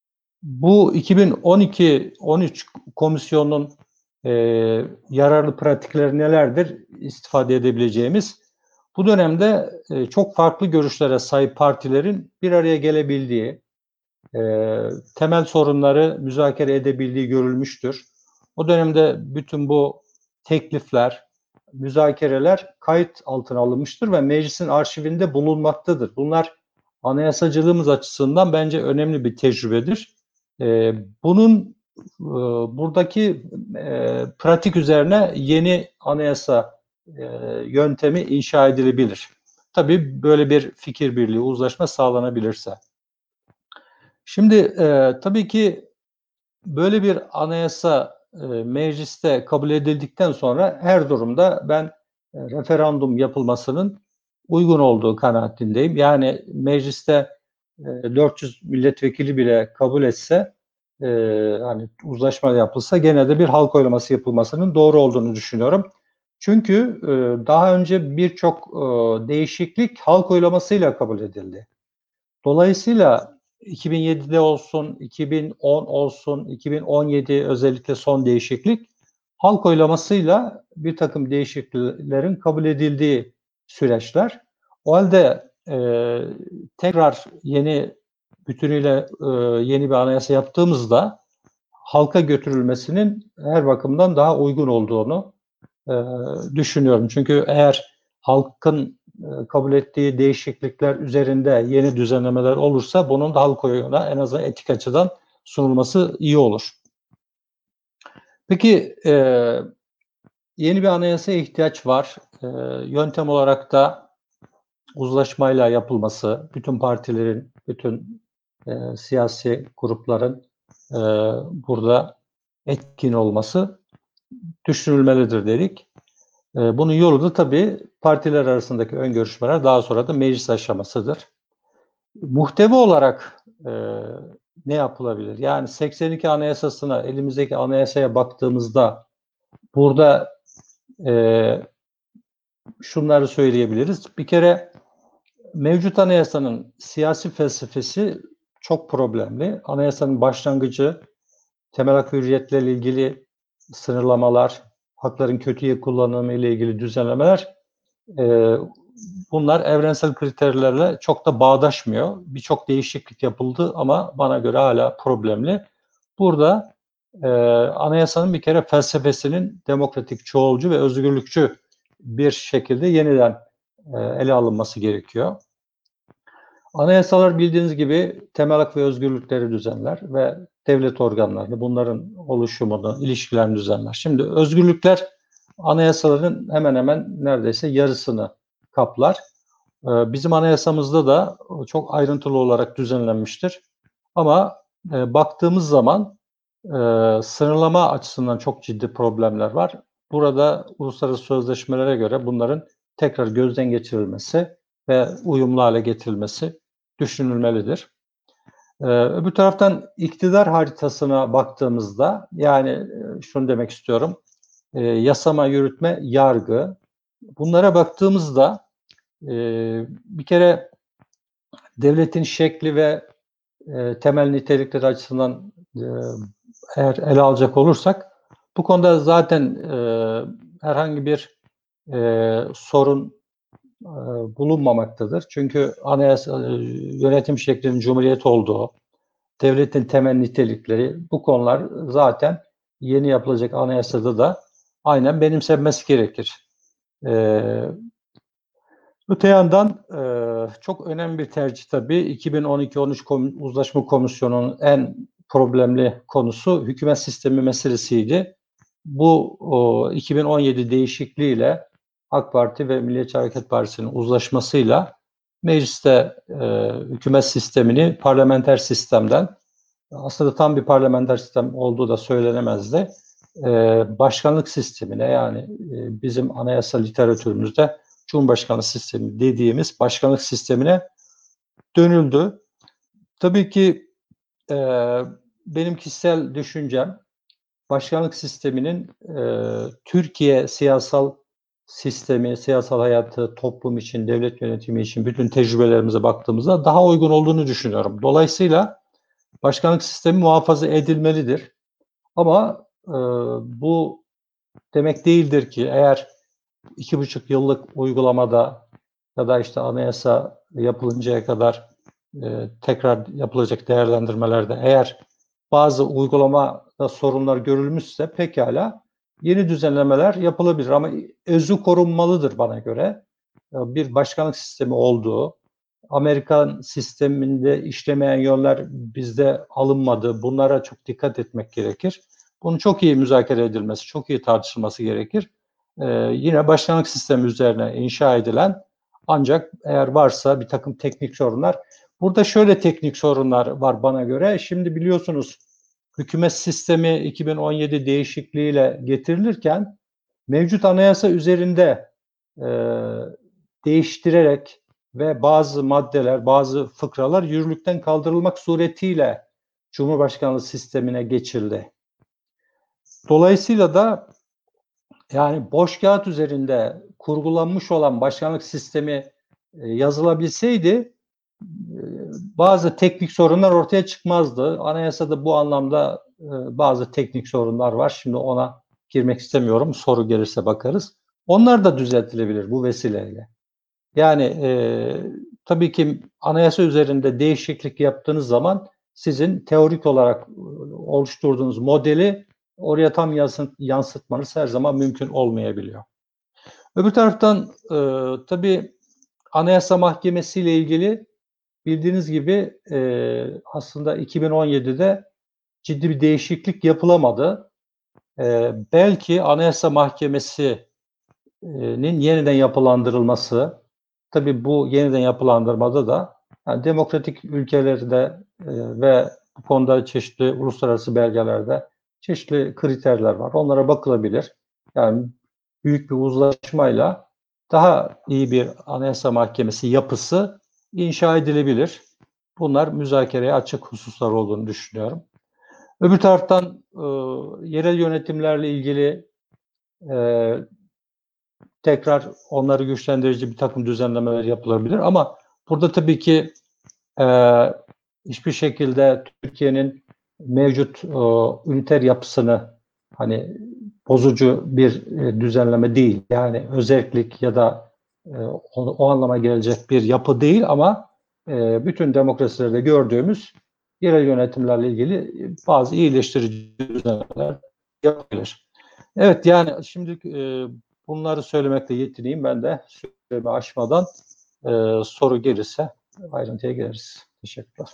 bu iki bin on iki on üç komisyonunun e, yararlı pratikleri nelerdir istifade edebileceğimiz? Bu dönemde e, çok farklı görüşlere sahip partilerin bir araya gelebildiği, e, temel sorunları müzakere edebildiği görülmüştür. O dönemde bütün bu teklifler, müzakereler kayıt altına alınmıştır ve meclisin arşivinde bulunmaktadır. Bunlar anayasacılığımız açısından bence önemli bir tecrübedir. E, bunun e, buradaki e, pratik üzerine yeni anayasa e, yöntemi inşa edilebilir. Tabii böyle bir fikir birliği, uzlaşma sağlanabilirse. Şimdi e, tabii ki böyle bir anayasa e, mecliste kabul edildikten sonra her durumda ben e, referandum yapılmasının uygun olduğu kanaatindeyim. Yani mecliste e, dört yüz milletvekili bile kabul etse, e, hani uzlaşma yapılsa gene de bir halk oylaması yapılmasının doğru olduğunu düşünüyorum. Çünkü e, daha önce birçok e, değişiklik halk oylamasıyla kabul edildi. Dolayısıyla iki bin yedide olsun, iki bin on olsun, iki bin on yedi özellikle son değişiklik halk oylamasıyla bir takım değişikliklerin kabul edildiği süreçler. O halde e, tekrar yeni bütünüyle e, yeni bir anayasa yaptığımızda halka götürülmesinin her bakımdan daha uygun olduğunu e, düşünüyorum. Çünkü eğer halkın e, kabul ettiği değişiklikler üzerinde yeni düzenlemeler olursa bunun da halk oyuna en azından etik açıdan sunulması iyi olur. Peki e, yeni bir anayasaya ihtiyaç var. E, yöntem olarak da uzlaşmayla yapılması, bütün partilerin, bütün e, siyasi grupların e, burada etkin olması düşünülmelidir dedik. E, bunun yolu da tabii partiler arasındaki ön görüşmeler, daha sonra da meclis aşamasıdır. Muhtevi olarak e, ne yapılabilir? Yani seksen iki Anayasası'na, elimizdeki anayasaya baktığımızda burada e, şunları söyleyebiliriz. Bir kere mevcut anayasanın siyasi felsefesi çok problemli. Anayasanın başlangıcı temel hak hürriyetlerle ilgili sınırlamalar, hakların kötüye kullanımı ile ilgili düzenlemeler, e, bunlar evrensel kriterlerle çok da bağdaşmıyor. Birçok değişiklik yapıldı ama bana göre hala problemli. Burada e, anayasanın bir kere felsefesinin demokratik, çoğulcu ve özgürlükçü bir şekilde yeniden e, ele alınması gerekiyor. Anayasalar bildiğiniz gibi temel hak ve özgürlükleri düzenler ve devlet organlarını, bunların oluşumunu, ilişkilerini düzenler. Şimdi özgürlükler anayasaların hemen hemen neredeyse yarısını kaplar. Bizim anayasamızda da çok ayrıntılı olarak düzenlenmiştir. Ama baktığımız zaman sınırlama açısından çok ciddi problemler var. Burada uluslararası sözleşmelere göre bunların tekrar gözden geçirilmesi ve uyumlu hale getirilmesi düşünülmelidir. Ee, öbür taraftan iktidar haritasına baktığımızda, yani şunu demek istiyorum, e, yasama, yürütme, yargı, bunlara baktığımızda e, bir kere devletin şekli ve e, temel nitelikleri açısından e, eğer ele alacak olursak, bu konuda zaten e, herhangi bir e, sorun e, bulunmamaktadır. Çünkü anayasa, e, yönetim şeklinin cumhuriyet olduğu, devletin temel nitelikleri, bu konular zaten yeni yapılacak anayasada da aynen benimsenmesi gerekir. Ee, öte yandan e, çok önemli bir tercih tabii. iki bin on iki on üç Kom- Uzlaşma Komisyonu'nun en problemli konusu hükümet sistemi meselesiydi. Bu o, iki bin on yedi değişikliğiyle AK Parti ve Milliyetçi Hareket Partisi'nin uzlaşmasıyla mecliste e, hükümet sistemini parlamenter sistemden, aslında tam bir parlamenter sistem olduğu da söylenemezdi, e, başkanlık sistemine, yani e, bizim anayasa literatürümüzde Cumhurbaşkanlığı sistemi dediğimiz başkanlık sistemine dönüldü. Tabii ki e, benim kişisel düşüncem, başkanlık sisteminin e, Türkiye siyasal sistemi, siyasal hayatı, toplum için, devlet yönetimi için bütün tecrübelerimize baktığımızda daha uygun olduğunu düşünüyorum. Dolayısıyla başkanlık sistemi muhafaza edilmelidir. Ama e, bu demek değildir ki eğer iki buçuk yıllık uygulamada ya da işte anayasa yapılıncaya kadar e, tekrar yapılacak değerlendirmelerde eğer bazı uygulamada sorunlar görülmüşse pekala yeni düzenlemeler yapılabilir ama özü korunmalıdır bana göre. Bir başkanlık sistemi olduğu, Amerikan sisteminde işlemeyen yönler bizde alınmadı. Bunlara çok dikkat etmek gerekir. Bunun çok iyi müzakere edilmesi, çok iyi tartışılması gerekir. Ee, yine başkanlık sistemi üzerine inşa edilen, ancak eğer varsa bir takım teknik sorunlar. Burada şöyle teknik sorunlar var bana göre. Şimdi biliyorsunuz hükümet sistemi iki bin on yedi değişikliğiyle getirilirken mevcut anayasa üzerinde e, değiştirerek ve bazı maddeler, bazı fıkralar yürürlükten kaldırılmak suretiyle Cumhurbaşkanlığı sistemine geçildi. Dolayısıyla da yani boş kağıt üzerinde kurgulanmış olan başkanlık sistemi e, yazılabilseydi e, bazı teknik sorunlar ortaya çıkmazdı. Anayasada bu anlamda e, bazı teknik sorunlar var. Şimdi ona girmek istemiyorum. Soru gelirse bakarız. Onlar da düzeltilebilir bu vesileyle. Yani e, tabii ki anayasa üzerinde değişiklik yaptığınız zaman sizin teorik olarak oluşturduğunuz modeli oraya tam yansıtmanız her zaman mümkün olmayabiliyor. Öbür taraftan e, tabii Anayasa Mahkemesi ile ilgili bildiğiniz gibi e, aslında iki bin on yedide ciddi bir değişiklik yapılamadı. E, belki Anayasa Mahkemesi'nin yeniden yapılandırılması, tabii bu yeniden yapılandırmada da yani demokratik ülkelerde e, ve bu konuda çeşitli uluslararası belgelerde çeşitli kriterler var. Onlara bakılabilir. Yani büyük bir uzlaşmayla daha iyi bir Anayasa Mahkemesi yapısı inşa edilebilir. Bunlar müzakereye açık hususlar olduğunu düşünüyorum. Öbür taraftan e, yerel yönetimlerle ilgili e, tekrar onları güçlendirici bir takım düzenlemeler yapılabilir. Ama burada tabii ki e, hiçbir şekilde Türkiye'nin mevcut e, üniter yapısını hani bozucu bir e, düzenleme değil. Yani özellik ya da e, o, o anlama gelecek bir yapı değil ama e, bütün demokrasilerde gördüğümüz yerel yönetimlerle ilgili bazı iyileştirici düzenlemeler yapılır. Evet, yani şimdi e, bunları söylemekle yetineyim. Ben de süremi aşmadan e, soru gelirse ayrıntıya gireriz. Teşekkürler.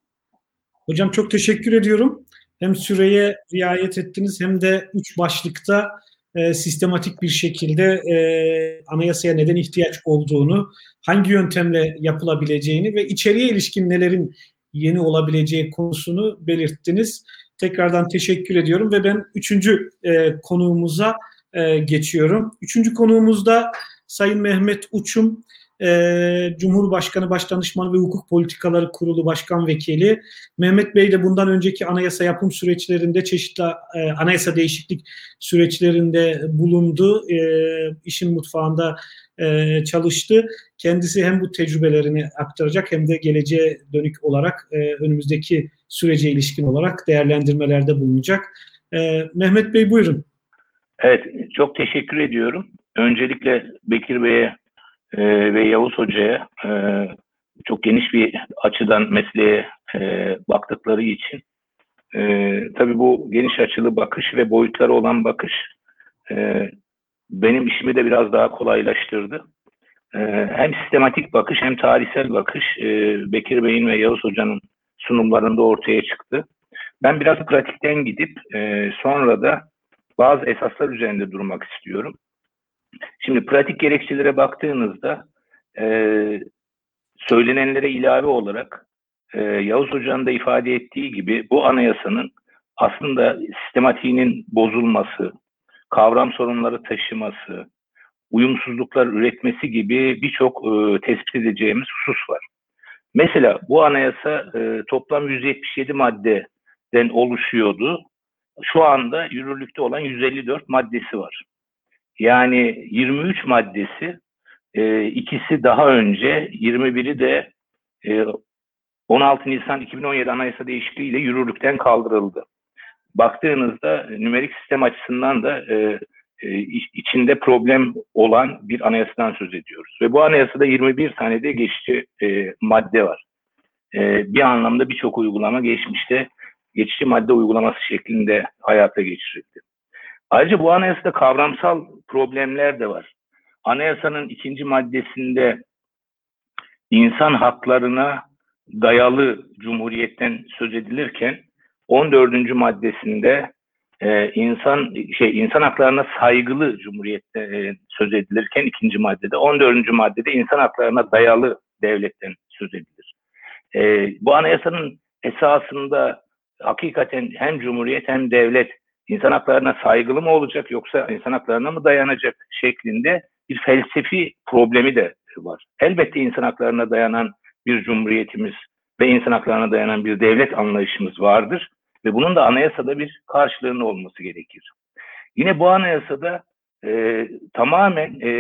Hocam çok teşekkür ediyorum. Hem süreye riayet ettiniz hem de üç başlıkta e, sistematik bir şekilde e, anayasaya neden ihtiyaç olduğunu, hangi yöntemle yapılabileceğini ve içeriye ilişkin nelerin yeni olabileceği konusunu belirttiniz. Tekrardan teşekkür ediyorum ve ben üçüncü e, konuğumuza e, geçiyorum. Üçüncü konuğumuzda Sayın Mehmet Uçum, e, Cumhurbaşkanı Başdanışmanı ve Hukuk Politikaları Kurulu Başkan Vekili. Mehmet Bey de bundan önceki anayasa yapım süreçlerinde çeşitli e, anayasa değişiklik süreçlerinde bulundu. E, işin mutfağında e, çalıştı. Kendisi hem bu tecrübelerini aktaracak hem de geleceğe dönük olarak e, önümüzdeki sürece ilişkin olarak değerlendirmelerde bulunacak. E, Mehmet Bey buyurun. Evet, çok teşekkür ediyorum. Öncelikle Bekir Bey'e e, ve Yavuz Hoca'ya e, çok geniş bir açıdan mesleğe e, baktıkları için. E, tabii bu geniş açılı bakış ve boyutları olan bakış e, benim işimi de biraz daha kolaylaştırdı. E, hem sistematik bakış hem tarihsel bakış e, Bekir Bey'in ve Yavuz Hoca'nın sunumlarında ortaya çıktı. Ben biraz pratikten gidip e, sonra da bazı esaslar üzerinde durmak istiyorum. Şimdi pratik gerekçelere baktığınızda e, söylenenlere ilave olarak e, Yavuz Hoca'nın da ifade ettiği gibi bu anayasanın aslında sistematiğinin bozulması, kavram sorunları taşıması, uyumsuzluklar üretmesi gibi birçok e, tespit edeceğimiz husus var. Mesela bu anayasa e, toplam yüz yetmiş yedi maddeden oluşuyordu. Şu anda yürürlükte olan yüz elli dört maddesi var. Yani yirmi üç maddesi, e, ikisi daha önce, yirmi biri de e, on altı Nisan iki bin on yedi Anayasa Değişikliği ile yürürlükten kaldırıldı. Baktığınızda nümerik sistem açısından da e, e, içinde problem olan bir anayasadan söz ediyoruz. Ve bu anayasada yirmi bir tane de geçici e, madde var. E, bir anlamda birçok uygulama geçmişte geçici madde uygulaması şeklinde hayata geçirildi. Ayrıca bu anayasada kavramsal problemler de var. Anayasanın ikinci maddesinde insan haklarına dayalı cumhuriyetten söz edilirken on dördüncü maddesinde e, insan şey insan haklarına saygılı cumhuriyette e, söz edilirken ikinci maddede on dördüncü maddede insan haklarına dayalı devletten söz edilir. E, bu anayasanın esasında hakikaten hem cumhuriyet hem devlet insan haklarına saygılı mı olacak yoksa insan haklarına mı dayanacak şeklinde bir felsefi problemi de var. Elbette insan haklarına dayanan bir cumhuriyetimiz ve insan haklarına dayanan bir devlet anlayışımız vardır ve bunun da anayasada bir karşılığının olması gerekir. Yine bu anayasada e, tamamen e,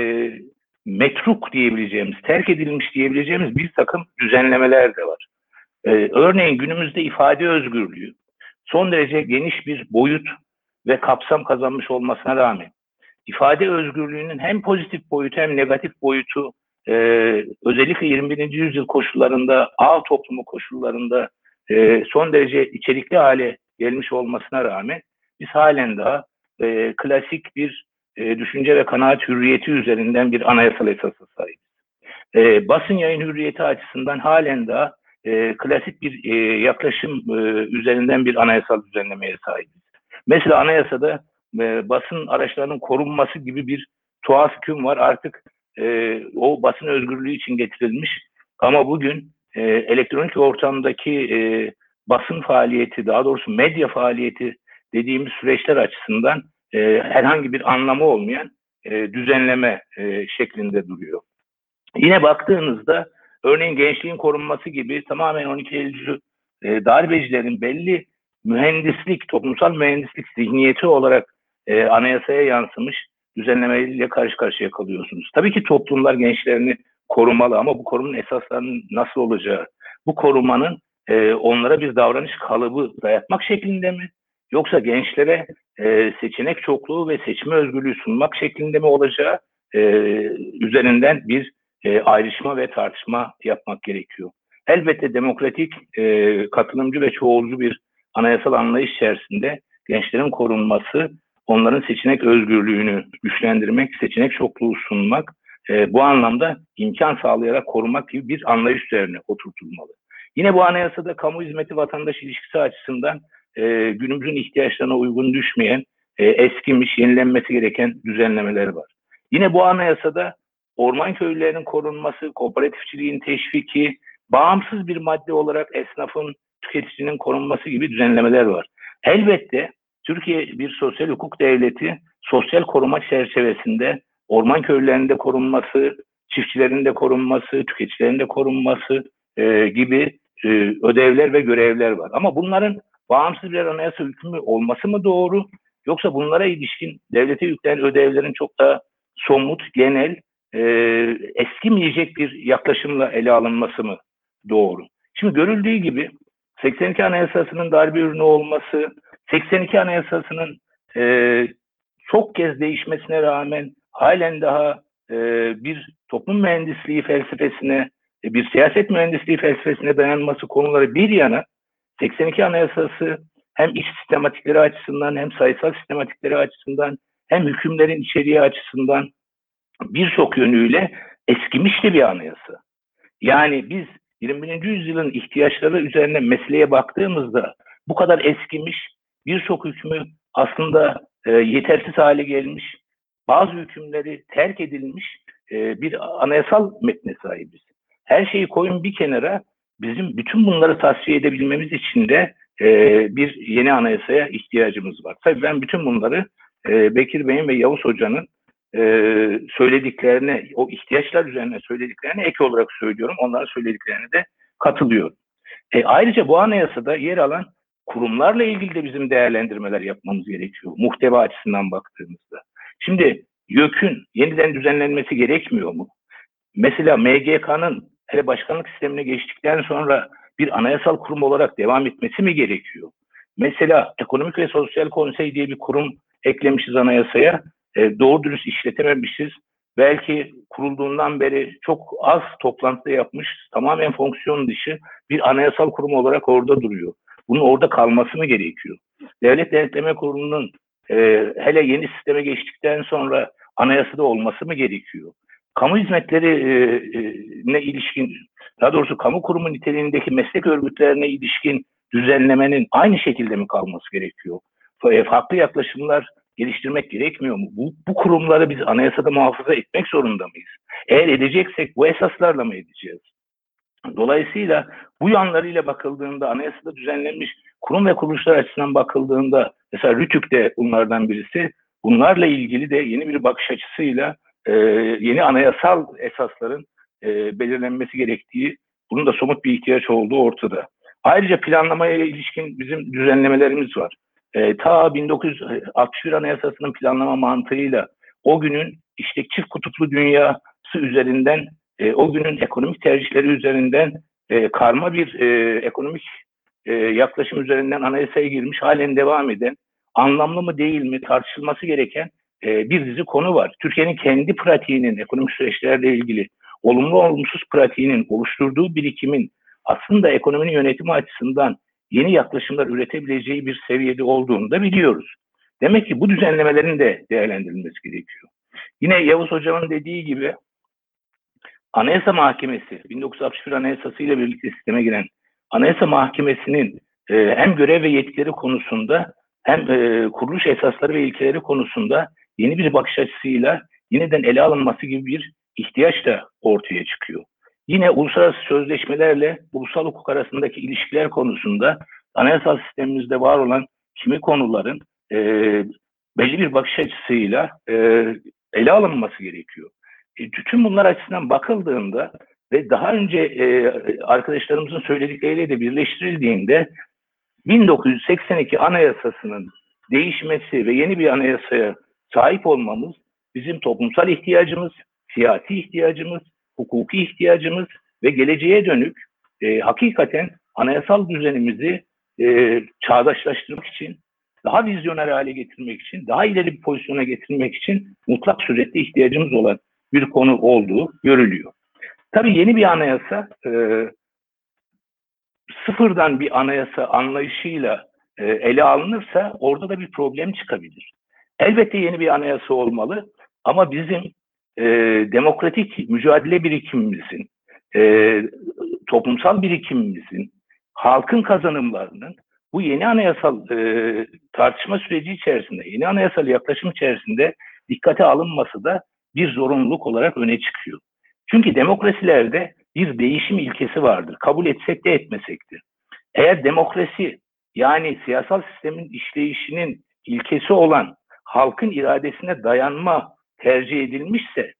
metruk diyebileceğimiz, terk edilmiş diyebileceğimiz bir takım düzenlemeler de var. E, örneğin günümüzde ifade özgürlüğü son derece geniş bir boyut ve kapsam kazanmış olmasına rağmen ifade özgürlüğünün hem pozitif boyutu hem negatif boyutu e, özellikle yirmi birinci yüzyıl koşullarında, ağ toplumu koşullarında e, son derece içerikli hale gelmiş olmasına rağmen biz halen daha e, klasik bir e, düşünce ve kanaat hürriyeti üzerinden bir anayasal esasa sahibiz. E, basın yayın hürriyeti açısından halen daha e, klasik bir e, yaklaşım e, üzerinden bir anayasal düzenlemeye sahibiz. Mesela anayasada e, basın araçlarının korunması gibi bir tuhaf hüküm var. Artık e, o basın özgürlüğü için getirilmiş. Ama bugün e, elektronik ortamdaki e, basın faaliyeti, daha doğrusu medya faaliyeti dediğimiz süreçler açısından e, herhangi bir anlamı olmayan e, düzenleme e, şeklinde duruyor. Yine baktığınızda örneğin gençliğin korunması gibi tamamen on iki Eylülcü e, darbecilerin belli mühendislik, toplumsal mühendislik zihniyeti olarak e, anayasaya yansımış düzenlemeyle karşı karşıya kalıyorsunuz. Tabii ki toplumlar gençlerini korumalı ama bu korumanın esaslarının nasıl olacağı, bu korumanın e, onlara bir davranış kalıbı dayatmak şeklinde mi? Yoksa gençlere e, seçenek çokluğu ve seçme özgürlüğü sunmak şeklinde mi olacağı e, üzerinden bir e, ayrışma ve tartışma yapmak gerekiyor. Elbette demokratik, e, katılımcı ve çoğulcu bir anayasal anlayış içerisinde gençlerin korunması, onların seçenek özgürlüğünü güçlendirmek, seçenek çokluğu sunmak, e, bu anlamda imkan sağlayarak korumak gibi bir anlayış üzerine oturtulmalı. Yine bu anayasada kamu hizmeti vatandaş ilişkisi açısından e, günümüzün ihtiyaçlarına uygun düşmeyen, e, eskimiş, yenilenmesi gereken düzenlemeler var. Yine bu anayasada orman köylülerinin korunması, kooperatifçiliğin teşviki, bağımsız bir madde olarak esnafın, tüketicinin korunması gibi düzenlemeler var. Elbette Türkiye bir sosyal hukuk devleti, sosyal koruma çerçevesinde orman köylülerinin de korunması, çiftçilerin de korunması, tüketicilerin de korunması e, gibi e, ödevler ve görevler var. Ama bunların bağımsız bir anayasa hükmü olması mı doğru? Yoksa bunlara ilişkin devlete yüklenen ödevlerin çok daha somut, genel, e, eskimeyecek bir yaklaşımla ele alınması mı doğru? Şimdi görüldüğü gibi seksen iki Anayasası'nın darbe ürünü olması, seksen iki Anayasası'nın e, çok kez değişmesine rağmen halen daha e, bir toplum mühendisliği felsefesine, e, bir siyaset mühendisliği felsefesine dayanması konuları bir yana, seksen iki Anayasası hem iç sistematikleri açısından hem sayısal sistematikleri açısından hem hükümlerin içeriği açısından birçok yönüyle eskimiş de bir anayasa. Yani biz yirmi birinci yüzyılın ihtiyaçları üzerine meseleye baktığımızda bu kadar eskimiş, birçok hükmü aslında e, yetersiz hale gelmiş, bazı hükümleri terk edilmiş e, bir anayasal metne sahibiz. Her şeyi koyun bir kenara, bizim bütün bunları tasfiye edebilmemiz için de e, bir yeni anayasaya ihtiyacımız var. Tabii ben bütün bunları e, Bekir Bey'in ve Yavuz Hoca'nın e, söylediklerine, o ihtiyaçlar üzerine söylediklerine ek olarak söylüyorum. Onların söylediklerine de katılıyorum. E, ayrıca bu anayasada yer alan kurumlarla ilgili de bizim değerlendirmeler yapmamız gerekiyor. Muhteva açısından baktığımızda. Şimdi YÖK'ün yeniden düzenlenmesi gerekmiyor mu? Mesela M G K'nın hele başkanlık sistemine geçtikten sonra bir anayasal kurum olarak devam etmesi mi gerekiyor? Mesela Ekonomik ve Sosyal Konsey diye bir kurum eklemişiz anayasaya. E, doğru dürüst işletememişiz. Belki kurulduğundan beri çok az toplantı yapmış, tamamen fonksiyon dışı bir anayasal kurum olarak orada duruyor. Bunun orada kalması mı gerekiyor? Devlet Denetleme Kurulu'nun e, hele yeni sisteme geçtikten sonra anayasada olması mı gerekiyor? Kamu hizmetlerine ilişkin, daha doğrusu kamu kurumu niteliğindeki meslek örgütlerine ilişkin düzenlemenin aynı şekilde mi kalması gerekiyor? Farklı yaklaşımlar geliştirmek gerekmiyor mu? Bu, bu kurumları biz anayasada muhafaza etmek zorunda mıyız? Eğer edeceksek bu esaslarla mı edeceğiz? Dolayısıyla bu yanlarıyla bakıldığında, anayasada düzenlenmiş kurum ve kuruluşlar açısından bakıldığında, mesela RÜTÜK de bunlardan birisi, bunlarla ilgili de yeni bir bakış açısıyla e, yeni anayasal esasların e, belirlenmesi gerektiği, bunun da somut bir ihtiyaç olduğu ortada. Ayrıca planlamaya ilişkin bizim düzenlemelerimiz var. E, ta bin dokuz yüz altmış bir Anayasası'nın planlama mantığıyla o günün işte çift kutuplu dünyası üzerinden, e, o günün ekonomik tercihleri üzerinden e, karma bir e, ekonomik e, yaklaşım üzerinden anayasaya girmiş, halen devam eden, anlamlı mı değil mi tartışılması gereken e, bir dizi konu var. Türkiye'nin kendi pratiğinin, ekonomik süreçlerle ilgili olumlu olumsuz pratiğinin oluşturduğu birikimin aslında ekonominin yönetimi açısından yeni yaklaşımlar üretebileceği bir seviyede olduğunu da biliyoruz. Demek ki bu düzenlemelerin de değerlendirilmesi gerekiyor. Yine Yavuz Hocam'ın dediği gibi Anayasa Mahkemesi, bin dokuz yüz altmış bir Anayasası ile birlikte sisteme giren Anayasa Mahkemesi'nin e, hem görev ve yetkileri konusunda hem e, kuruluş esasları ve ilkeleri konusunda yeni bir bakış açısıyla yeniden ele alınması gibi bir ihtiyaç da ortaya çıkıyor. Yine uluslararası sözleşmelerle ulusal hukuk arasındaki ilişkiler konusunda anayasal sistemimizde var olan kimi konuların e, belli bir bakış açısıyla e, ele alınması gerekiyor. E, tüm bunlar açısından bakıldığında ve daha önce e, arkadaşlarımızın söyledikleriyle de birleştirildiğinde bin dokuz yüz seksen iki Anayasası'nın değişmesi ve yeni bir anayasaya sahip olmamız bizim toplumsal ihtiyacımız, siyasi ihtiyacımız, hukuki ihtiyacımız ve geleceğe dönük e, hakikaten anayasal düzenimizi e, çağdaşlaştırmak için, daha vizyoner hale getirmek için, daha ileri bir pozisyona getirmek için mutlak surette ihtiyacımız olan bir konu olduğu görülüyor. Tabii yeni bir anayasa e, sıfırdan bir anayasa anlayışıyla e, ele alınırsa orada da bir problem çıkabilir. Elbette yeni bir anayasa olmalı ama bizim e, demokratik mücadele birikimimizin, e, toplumsal birikimimizin, halkın kazanımlarının bu yeni anayasal e, tartışma süreci içerisinde, yeni anayasal yaklaşım içerisinde dikkate alınması da bir zorunluluk olarak öne çıkıyor. Çünkü demokrasilerde bir değişim ilkesi vardır. Kabul etsek de etmesek de. Eğer demokrasi, yani siyasal sistemin işleyişinin ilkesi olan halkın iradesine dayanma tercih edilmişse,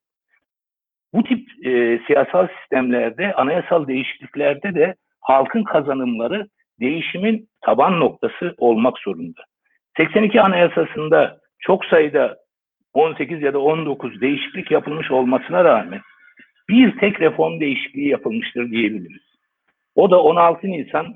bu tip e, siyasal sistemlerde, anayasal değişikliklerde de halkın kazanımları değişimin taban noktası olmak zorunda. seksen iki Anayasası'nda çok sayıda on sekiz ya da on dokuz değişiklik yapılmış olmasına rağmen bir tek reform değişikliği yapılmıştır diyebiliriz. O da on altı Nisan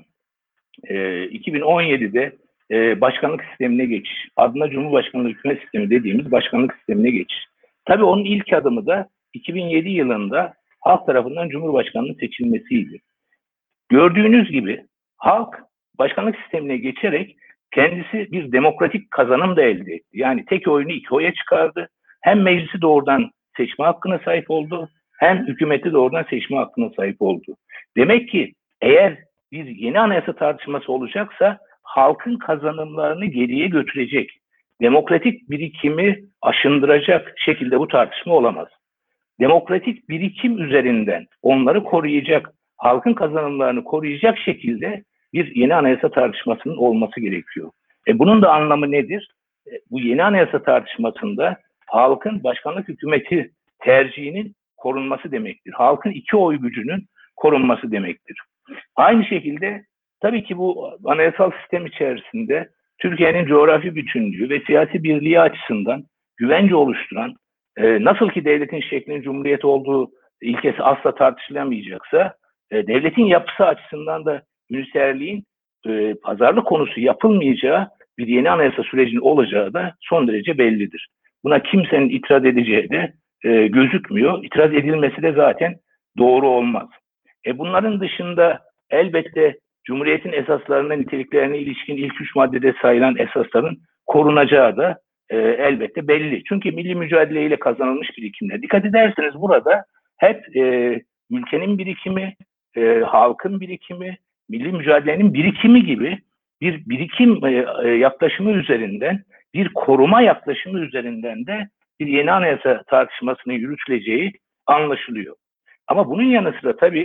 e, iki bin on yedi'de e, başkanlık sistemine geçiş, adına Cumhurbaşkanlığı hükümet sistemi dediğimiz başkanlık sistemine geçiş. Tabii onun ilk adımı da iki bin yedi yılında halk tarafından Cumhurbaşkanlığı seçilmesiydi. Gördüğünüz gibi halk başkanlık sistemine geçerek kendisi bir demokratik kazanım da elde etti. Yani tek oyunu iki oya çıkardı. Hem meclisi doğrudan seçme hakkına sahip oldu, hem hükümeti doğrudan seçme hakkına sahip oldu. Demek ki eğer bir yeni anayasa tartışması olacaksa halkın kazanımlarını geriye götürecek, demokratik birikimi aşındıracak şekilde bu tartışma olamaz. Demokratik birikim üzerinden onları koruyacak, halkın kazanımlarını koruyacak şekilde bir yeni anayasa tartışmasının olması gerekiyor. E bunun da anlamı nedir? E, bu yeni anayasa tartışmasında halkın başkanlık hükümeti tercihinin korunması demektir. Halkın iki oy gücünün korunması demektir. Aynı şekilde tabii ki bu anayasal sistem içerisinde Türkiye'nin coğrafi bütünlüğü ve siyasi birliği açısından güvence oluşturan, e, nasıl ki devletin şeklinin cumhuriyet olduğu ilkesi asla tartışılamayacaksa, e, devletin yapısı açısından da üniterliğin e, pazarlık konusu yapılmayacağı bir yeni anayasa sürecinin olacağı da son derece bellidir. Buna kimsenin itiraz edeceği de e, gözükmüyor. İtiraz edilmesi de zaten doğru olmaz. E bunların dışında elbette Cumhuriyet'in esaslarına, niteliklerine ilişkin ilk üç maddede sayılan esasların korunacağı da e, elbette belli. Çünkü milli mücadeleyle kazanılmış birikimler. Dikkat ederseniz burada hep e, ülkenin birikimi, e, halkın birikimi, milli mücadelenin birikimi gibi bir birikim e, e, yaklaşımı üzerinden, bir koruma yaklaşımı üzerinden de bir yeni anayasa tartışmasının yürütüleceği anlaşılıyor. Ama bunun yanı sıra tabii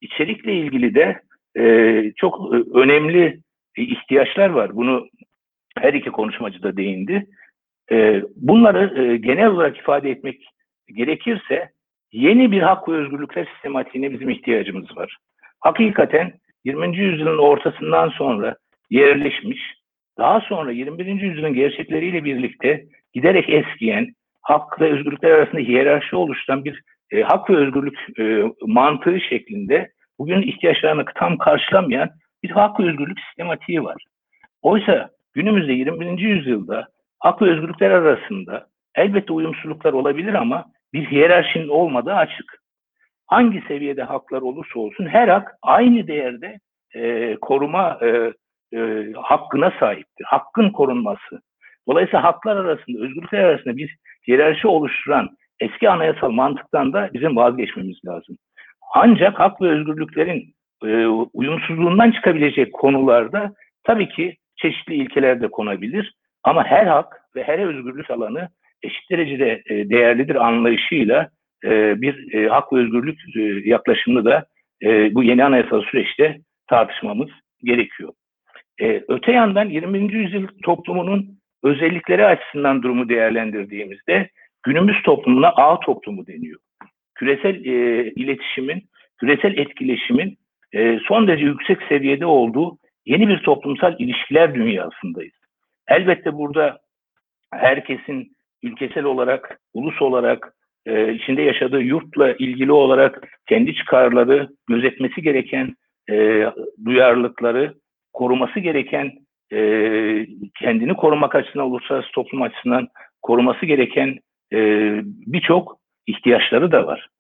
içerikle ilgili de e, çok önemli ihtiyaçlar var. Bunu her iki konuşmacı da değindi. E, bunları e, genel olarak ifade etmek gerekirse yeni bir hak ve özgürlükler sistematiğine bizim ihtiyacımız var. Hakikaten yirminci yüzyılın ortasından sonra yerleşmiş, daha sonra yirmi birinci yüzyılın gerçekleriyle birlikte giderek eskiyen, hak ve özgürlükler arasında hiyerarşi oluşturan bir e, hak ve özgürlük e, mantığı şeklinde bugün ihtiyaçlarını tam karşılamayan bir hak ve özgürlük sistematiği var. Oysa günümüzde yirmi birinci yüzyılda hak ve özgürlükler arasında elbette uyumsuzluklar olabilir ama bir hiyerarşinin olmadığı açık. Hangi seviyede haklar olursa olsun her hak aynı değerde e, koruma e, e, hakkına sahiptir. Hakkın korunması. Dolayısıyla haklar arasında, özgürlükler arasında bir hiyerarşi oluşturan eski anayasal mantıktan da bizim vazgeçmemiz lazım. Ancak hak ve özgürlüklerin e, uyumsuzluğundan çıkabilecek konularda tabii ki çeşitli ilkeler de konabilir. Ama her hak ve her özgürlük alanı eşit derecede e, değerlidir anlayışıyla e, bir e, hak ve özgürlük e, yaklaşımını da e, bu yeni anayasal süreçte tartışmamız gerekiyor. E, öte yandan yirmi birinci yüzyıl toplumunun özellikleri açısından durumu değerlendirdiğimizde günümüz toplumuna ağ toplumu deniyor. Küresel e, iletişimin, küresel etkileşimin e, son derece yüksek seviyede olduğu yeni bir toplumsal ilişkiler dünyasındayız. Elbette burada herkesin ülkesel olarak, ulus olarak, e, içinde yaşadığı yurtla ilgili olarak kendi çıkarları, gözetmesi gereken e, duyarlılıkları, koruması gereken, e, kendini korumak açısından, uluslararası toplum açısından koruması gereken e, birçok ihtiyaçları da var.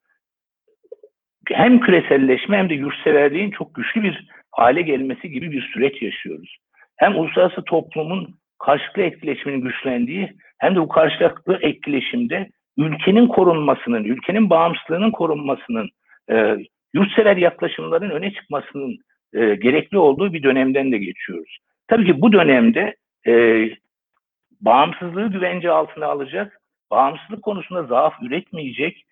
Hem küreselleşme hem de yurtseverliğin çok güçlü bir hale gelmesi gibi bir süreç yaşıyoruz. Hem uluslararası toplumun karşılıklı etkileşiminin güçlendiği hem de bu karşılıklı etkileşimde ülkenin korunmasının, ülkenin bağımsızlığının korunmasının, e, yurtsever yaklaşımların öne çıkmasının e, gerekli olduğu bir dönemden de geçiyoruz. Tabii ki bu dönemde e, bağımsızlığı güvence altına alacak, bağımsızlık konusunda zaaf üretmeyecek,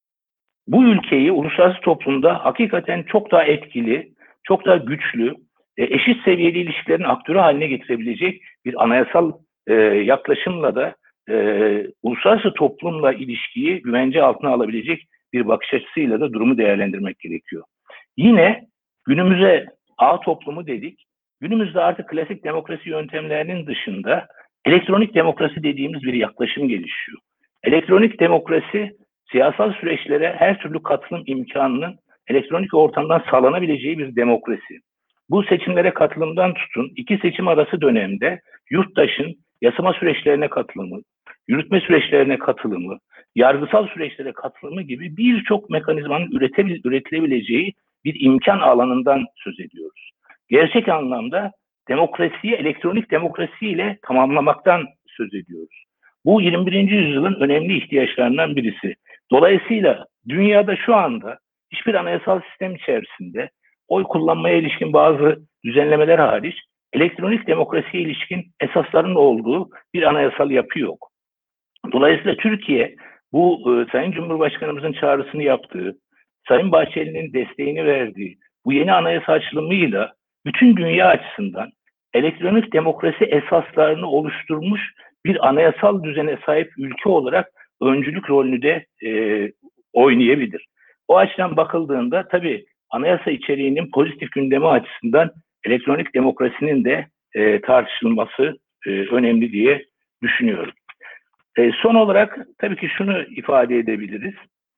bu ülkeyi uluslararası toplumda hakikaten çok daha etkili, çok daha güçlü, eşit seviyeli ilişkilerin aktörü haline getirebilecek bir anayasal e, yaklaşımla da e, uluslararası toplumla ilişkiyi güvence altına alabilecek bir bakış açısıyla da durumu değerlendirmek gerekiyor. Yine günümüze ağ toplumu dedik. Günümüzde artık klasik demokrasi yöntemlerinin dışında elektronik demokrasi dediğimiz bir yaklaşım gelişiyor. Elektronik demokrasi siyasal süreçlere her türlü katılım imkanının elektronik ortamdan sağlanabileceği bir demokrasi. Bu seçimlere katılımdan tutun, iki seçim arası dönemde yurttaşın yasama süreçlerine katılımı, yürütme süreçlerine katılımı, yargısal süreçlere katılımı gibi birçok mekanizmanın üretilebileceği bir imkan alanından söz ediyoruz. Gerçek anlamda demokrasiyi elektronik demokrasiyle tamamlamaktan söz ediyoruz. Bu yirmi birinci yüzyılın önemli ihtiyaçlarından birisi. Dolayısıyla dünyada şu anda hiçbir anayasal sistem içerisinde oy kullanmaya ilişkin bazı düzenlemeler hariç elektronik demokrasiye ilişkin esasların olduğu bir anayasal yapı yok. Dolayısıyla Türkiye bu e, Sayın Cumhurbaşkanımızın çağrısını yaptığı, Sayın Bahçeli'nin desteğini verdiği bu yeni anayasa açılımıyla bütün dünya açısından elektronik demokrasi esaslarını oluşturmuş bir anayasal düzene sahip ülke olarak öncülük rolünü de e, oynayabilir. O açıdan bakıldığında tabii anayasa içeriğinin pozitif gündemi açısından elektronik demokrasinin de e, tartışılması e, önemli diye düşünüyorum. E, son olarak tabii ki şunu ifade edebiliriz.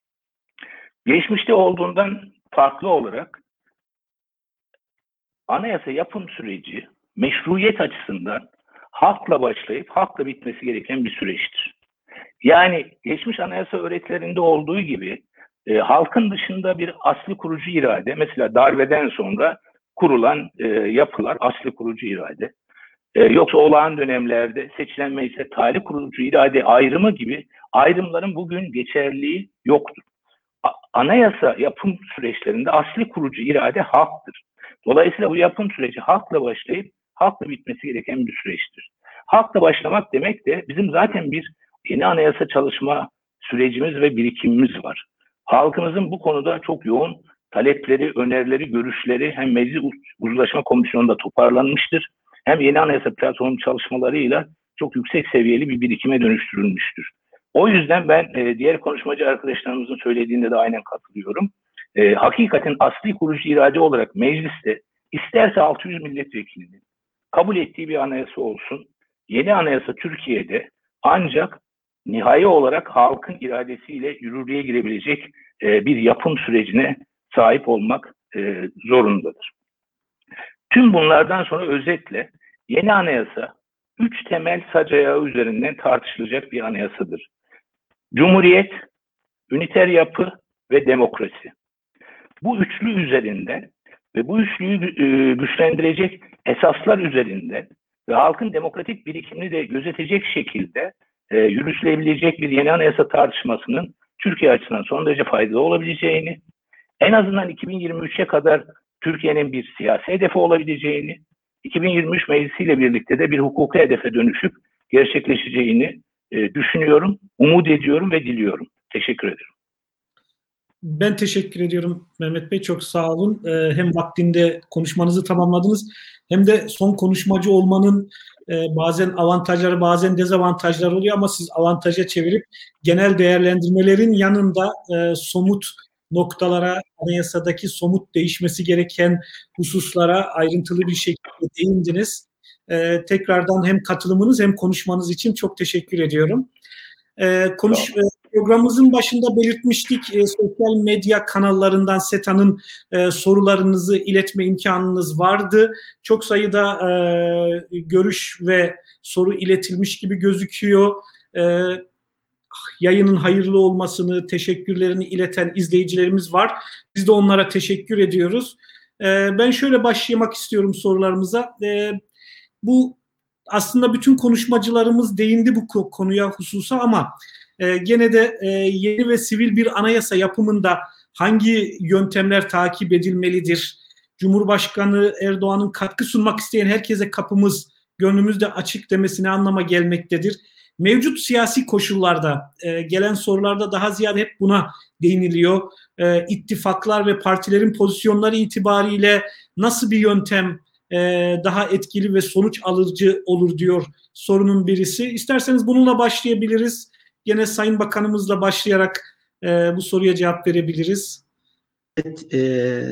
Geçmişte olduğundan farklı olarak anayasa yapım süreci meşruiyet açısından halkla başlayıp halkla bitmesi gereken bir süreçtir. Yani geçmiş anayasa öğretilerinde olduğu gibi e, halkın dışında bir asli kurucu irade, mesela darbeden sonra kurulan e, yapılar asli kurucu irade, e, yoksa olağan dönemlerde seçilen meclise talih kurucu irade ayrımı gibi ayrımların bugün geçerliliği yoktur. A- anayasa yapım süreçlerinde asli kurucu irade halktır. Dolayısıyla bu yapım süreci halkla başlayıp halkla bitmesi gereken bir süreçtir. Halkla başlamak demek de bizim zaten bir yeni anayasa çalışma sürecimiz ve birikimimiz var. Halkımızın bu konuda çok yoğun talepleri, önerileri, görüşleri hem Meclis Uzlaşma Komisyonu'nda toparlanmıştır, hem yeni anayasa platformu çalışmalarıyla çok yüksek seviyeli bir birikime dönüştürülmüştür. O yüzden ben e, diğer konuşmacı arkadaşlarımızın söylediğinde de aynen katılıyorum. E, hakikaten asli kurucu irade olarak mecliste isterse altı yüz milletvekilinin kabul ettiği bir anayasa olsun. Yeni anayasa Türkiye'de ancak nihai olarak halkın iradesiyle yürürlüğe girebilecek e, bir yapım sürecine sahip olmak e, zorundadır. Tüm bunlardan sonra özetle yeni anayasa üç temel sac ayağı üzerinden tartışılacak bir anayasadır. Cumhuriyet, üniter yapı ve demokrasi. Bu üçlü üzerinden ve bu üçlüyü e, güçlendirecek esaslar üzerinden ve halkın demokratik birikimini de gözetecek şekilde e, yürütülebilecek bir yeni anayasa tartışmasının Türkiye açısından son derece faydalı olabileceğini, en azından iki bin yirmi üçe kadar Türkiye'nin bir siyasi hedefi olabileceğini, iki bin yirmi üç meclisiyle birlikte de bir hukuki hedefe dönüşüp gerçekleşeceğini e, düşünüyorum, umut ediyorum ve diliyorum. Teşekkür ederim. Ben teşekkür ediyorum Mehmet Bey. Çok sağ olun. Ee, hem vaktinde konuşmanızı tamamladınız hem de son konuşmacı olmanın e, bazen avantajları bazen dezavantajları oluyor ama siz avantaja çevirip genel değerlendirmelerin yanında e, somut noktalara, anayasadaki somut değişmesi gereken hususlara ayrıntılı bir şekilde değindiniz. E, tekrardan hem katılımınız hem konuşmanız için çok teşekkür ediyorum. E, konuş Programımızın başında belirtmiştik, e, sosyal medya kanallarından SETA'nın e, sorularınızı iletme imkanınız vardı. Çok sayıda e, görüş ve soru iletilmiş gibi gözüküyor. E, yayının hayırlı olmasını, teşekkürlerini ileten izleyicilerimiz var. Biz de onlara teşekkür ediyoruz. E, ben şöyle başlamak istiyorum sorularımıza. E, bu aslında bütün konuşmacılarımız değindi bu konuya, hususa ama Ee, gene de e, yeni ve sivil bir anayasa yapımında hangi yöntemler takip edilmelidir? Cumhurbaşkanı Erdoğan'ın katkı sunmak isteyen herkese kapımız, gönlümüzde açık demesi ne anlama gelmektedir? Mevcut siyasi koşullarda e, gelen sorularda daha ziyade hep buna değiniliyor. E, ittifaklar ve partilerin pozisyonları itibariyle nasıl bir yöntem e, daha etkili ve sonuç alıcı olur diyor sorunun birisi. İsterseniz bununla başlayabiliriz. Yine Sayın Bakanımızla başlayarak e, bu soruya cevap verebiliriz. Evet, e,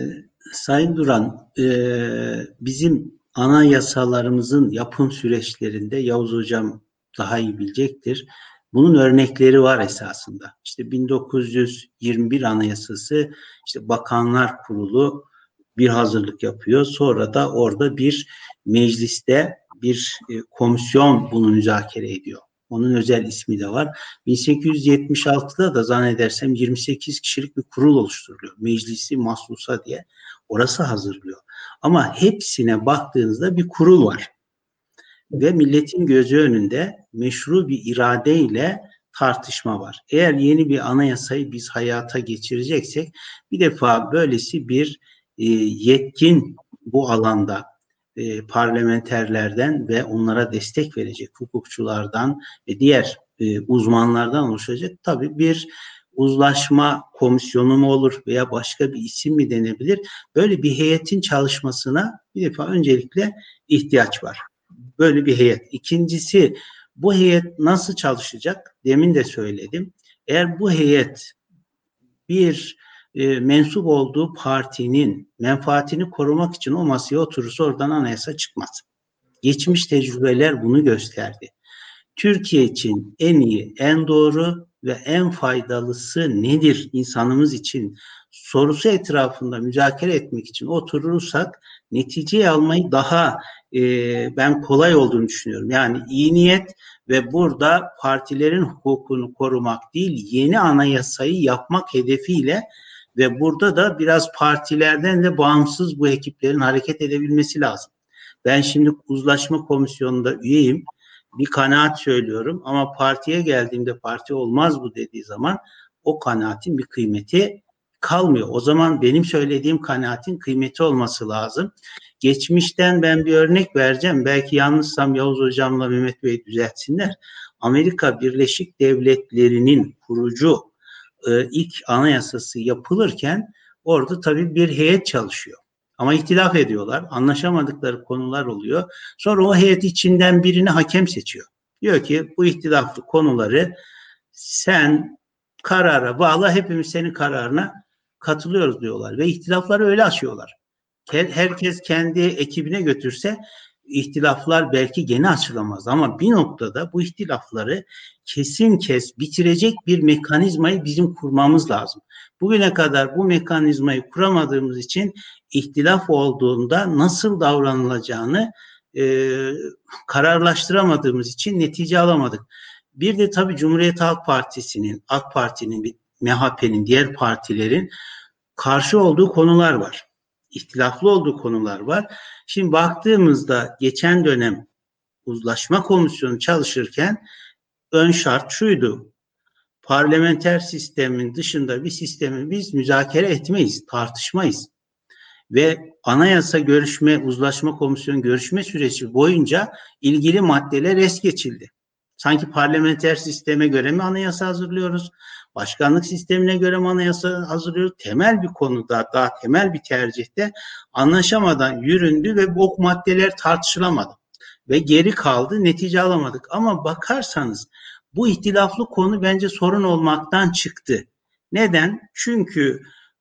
Sayın Duran, e, bizim anayasalarımızın yapım süreçlerinde Yavuz Hocam daha iyi bilecektir. Bunun örnekleri var esasında. İşte bin dokuz yüz yirmi bir Anayasası, işte Bakanlar Kurulu bir hazırlık yapıyor. Sonra da orada bir mecliste bir e, komisyon bunu müzakere ediyor. Onun özel ismi de var. bin sekiz yüz yetmiş altıda da zannedersem yirmi sekiz kişilik bir kurul oluşturuluyor. Meclisi Mahsusa diye. Orası hazırlıyor. Ama hepsine baktığınızda bir kurul var. Ve milletin gözü önünde meşru bir iradeyle tartışma var. Eğer yeni bir anayasayı biz hayata geçireceksek bir defa böylesi bir e, yetkin bu alanda E, parlamenterlerden ve onlara destek verecek hukukçulardan ve diğer e, uzmanlardan oluşacak tabii bir uzlaşma komisyonu mu olur veya başka bir isim mi denebilir? Böyle bir heyetin çalışmasına bir defa öncelikle ihtiyaç var. Böyle bir heyet. İkincisi, bu heyet nasıl çalışacak? Demin de söyledim. Eğer bu heyet bir e, mensup olduğu partinin menfaatini korumak için o masaya oturursa oradan anayasa çıkmaz. Geçmiş tecrübeler bunu gösterdi. Türkiye için en iyi, en doğru ve en faydalısı nedir insanımız için sorusu etrafında müzakere etmek için oturursak neticeyi almayı daha e, ben kolay olduğunu düşünüyorum. Yani iyi niyet ve burada partilerin hukukunu korumak değil, yeni anayasayı yapmak hedefiyle ve burada da biraz partilerden de bağımsız bu ekiplerin hareket edebilmesi lazım. Ben şimdi uzlaşma komisyonunda üyeyim. Bir kanaat söylüyorum ama partiye geldiğimde parti olmaz bu dediği zaman o kanaatin bir kıymeti kalmıyor. O zaman benim söylediğim kanaatin kıymeti olması lazım. Geçmişten ben bir örnek vereceğim. Belki yanlışsam Yavuz Hocam'la Mehmet Bey düzeltsinler. Amerika Birleşik Devletleri'nin kurucu e, ilk anayasası yapılırken Orada tabii bir heyet çalışıyor. Ama ihtilaf ediyorlar. Anlaşamadıkları konular oluyor. Sonra o heyet içinden birini hakem seçiyor. Diyor ki bu ihtilaflı konuları sen karara bağla, hepimiz senin kararına katılıyoruz diyorlar. Ve ihtilafları öyle açıyorlar. Herkes kendi ekibine götürse ihtilaflar belki gene açılamaz. Ama bir noktada bu ihtilafları kesin kes bitirecek bir mekanizmayı bizim kurmamız lazım. Bugüne kadar bu mekanizmayı kuramadığımız için ihtilaf olduğunda nasıl davranılacağını e, kararlaştıramadığımız için netice alamadık. Bir de tabii Cumhuriyet Halk Partisi'nin, AK Parti'nin, M H P'nin, diğer partilerin karşı olduğu konular var. İhtilaflı olduğu konular var. Şimdi baktığımızda geçen dönem uzlaşma komisyonu çalışırken ön şart şuydu: parlamenter sistemin dışında bir sistemi biz müzakere etmeyiz, tartışmayız. Ve anayasa görüşme, uzlaşma komisyonu görüşme süreci boyunca ilgili maddeler es geçildi. Sanki parlamenter sisteme göre mi anayasa hazırlıyoruz? Başkanlık sistemine göre mi anayasa hazırlıyoruz? Temel bir konuda, daha temel bir tercihte anlaşamadan yüründü ve bu maddeler tartışılamadı. Ve geri kaldı, netice alamadık. Ama bakarsanız bu ihtilaflı konu bence sorun olmaktan çıktı. Neden? Çünkü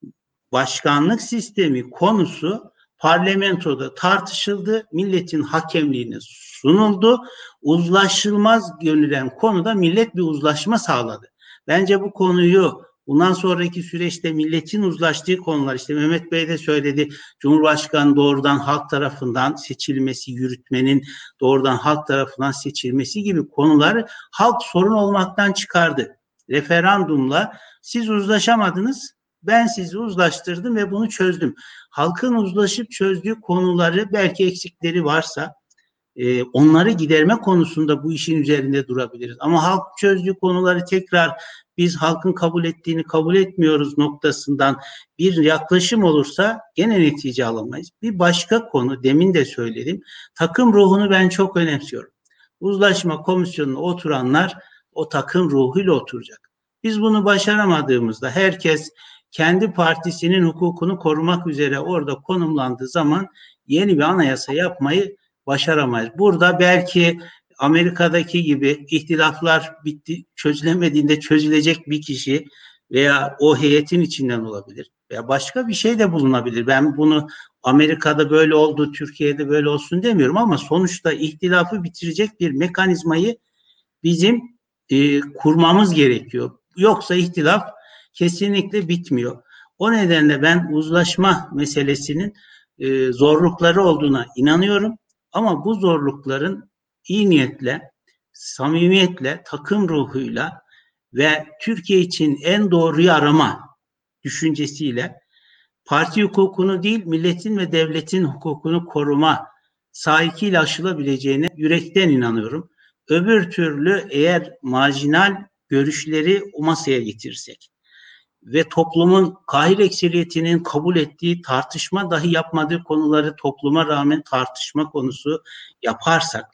başkanlık sistemi konusu parlamentoda tartışıldı, milletin hakemliğine sunuldu. Uzlaşılmaz görülen konuda millet bir uzlaşma sağladı. Bence bu konuyu bundan sonraki süreçte milletin uzlaştığı konular, işte Mehmet Bey de söyledi, Cumhurbaşkanı doğrudan halk tarafından seçilmesi, yürütmenin doğrudan halk tarafından seçilmesi gibi konuları halk sorun olmaktan çıkardı. Referandumla siz uzlaşamadınız, ben sizi uzlaştırdım ve bunu çözdüm. Halkın uzlaşıp çözdüğü konuları, belki eksikleri varsa e, onları giderme konusunda bu işin üzerinde durabiliriz. Ama halk çözdüğü konuları tekrar biz halkın kabul ettiğini kabul etmiyoruz noktasından bir yaklaşım olursa gene netice alamayız. Bir başka konu, demin de söyledim, takım ruhunu ben çok önemsiyorum. Uzlaşma komisyonuna oturanlar o takım ruhuyla oturacak. Biz bunu başaramadığımızda, herkes kendi partisinin hukukunu korumak üzere orada konumlandığı zaman yeni bir anayasa yapmayı başaramayız. Burada belki Amerika'daki gibi ihtilaflar bitti, çözülemediğinde çözülecek bir kişi veya o heyetin içinden olabilir. Veya başka bir şey de bulunabilir. Ben bunu Amerika'da böyle oldu, Türkiye'de böyle olsun demiyorum ama sonuçta ihtilafı bitirecek bir mekanizmayı bizim e, kurmamız gerekiyor. Yoksa ihtilaf kesinlikle bitmiyor. O nedenle ben uzlaşma meselesinin e, zorlukları olduğuna inanıyorum. Ama bu zorlukların iyi niyetle, samimiyetle, takım ruhuyla ve Türkiye için en doğruyu arama düşüncesiyle parti hukukunu değil, milletin ve devletin hukukunu koruma sahikiyle aşılabileceğine yürekten inanıyorum. Öbür türlü eğer marjinal görüşleri o masaya getirirsek ve toplumun kahir ekseriyetinin kabul ettiği, tartışma dahi yapmadığı konuları topluma rağmen tartışma konusu yaparsak,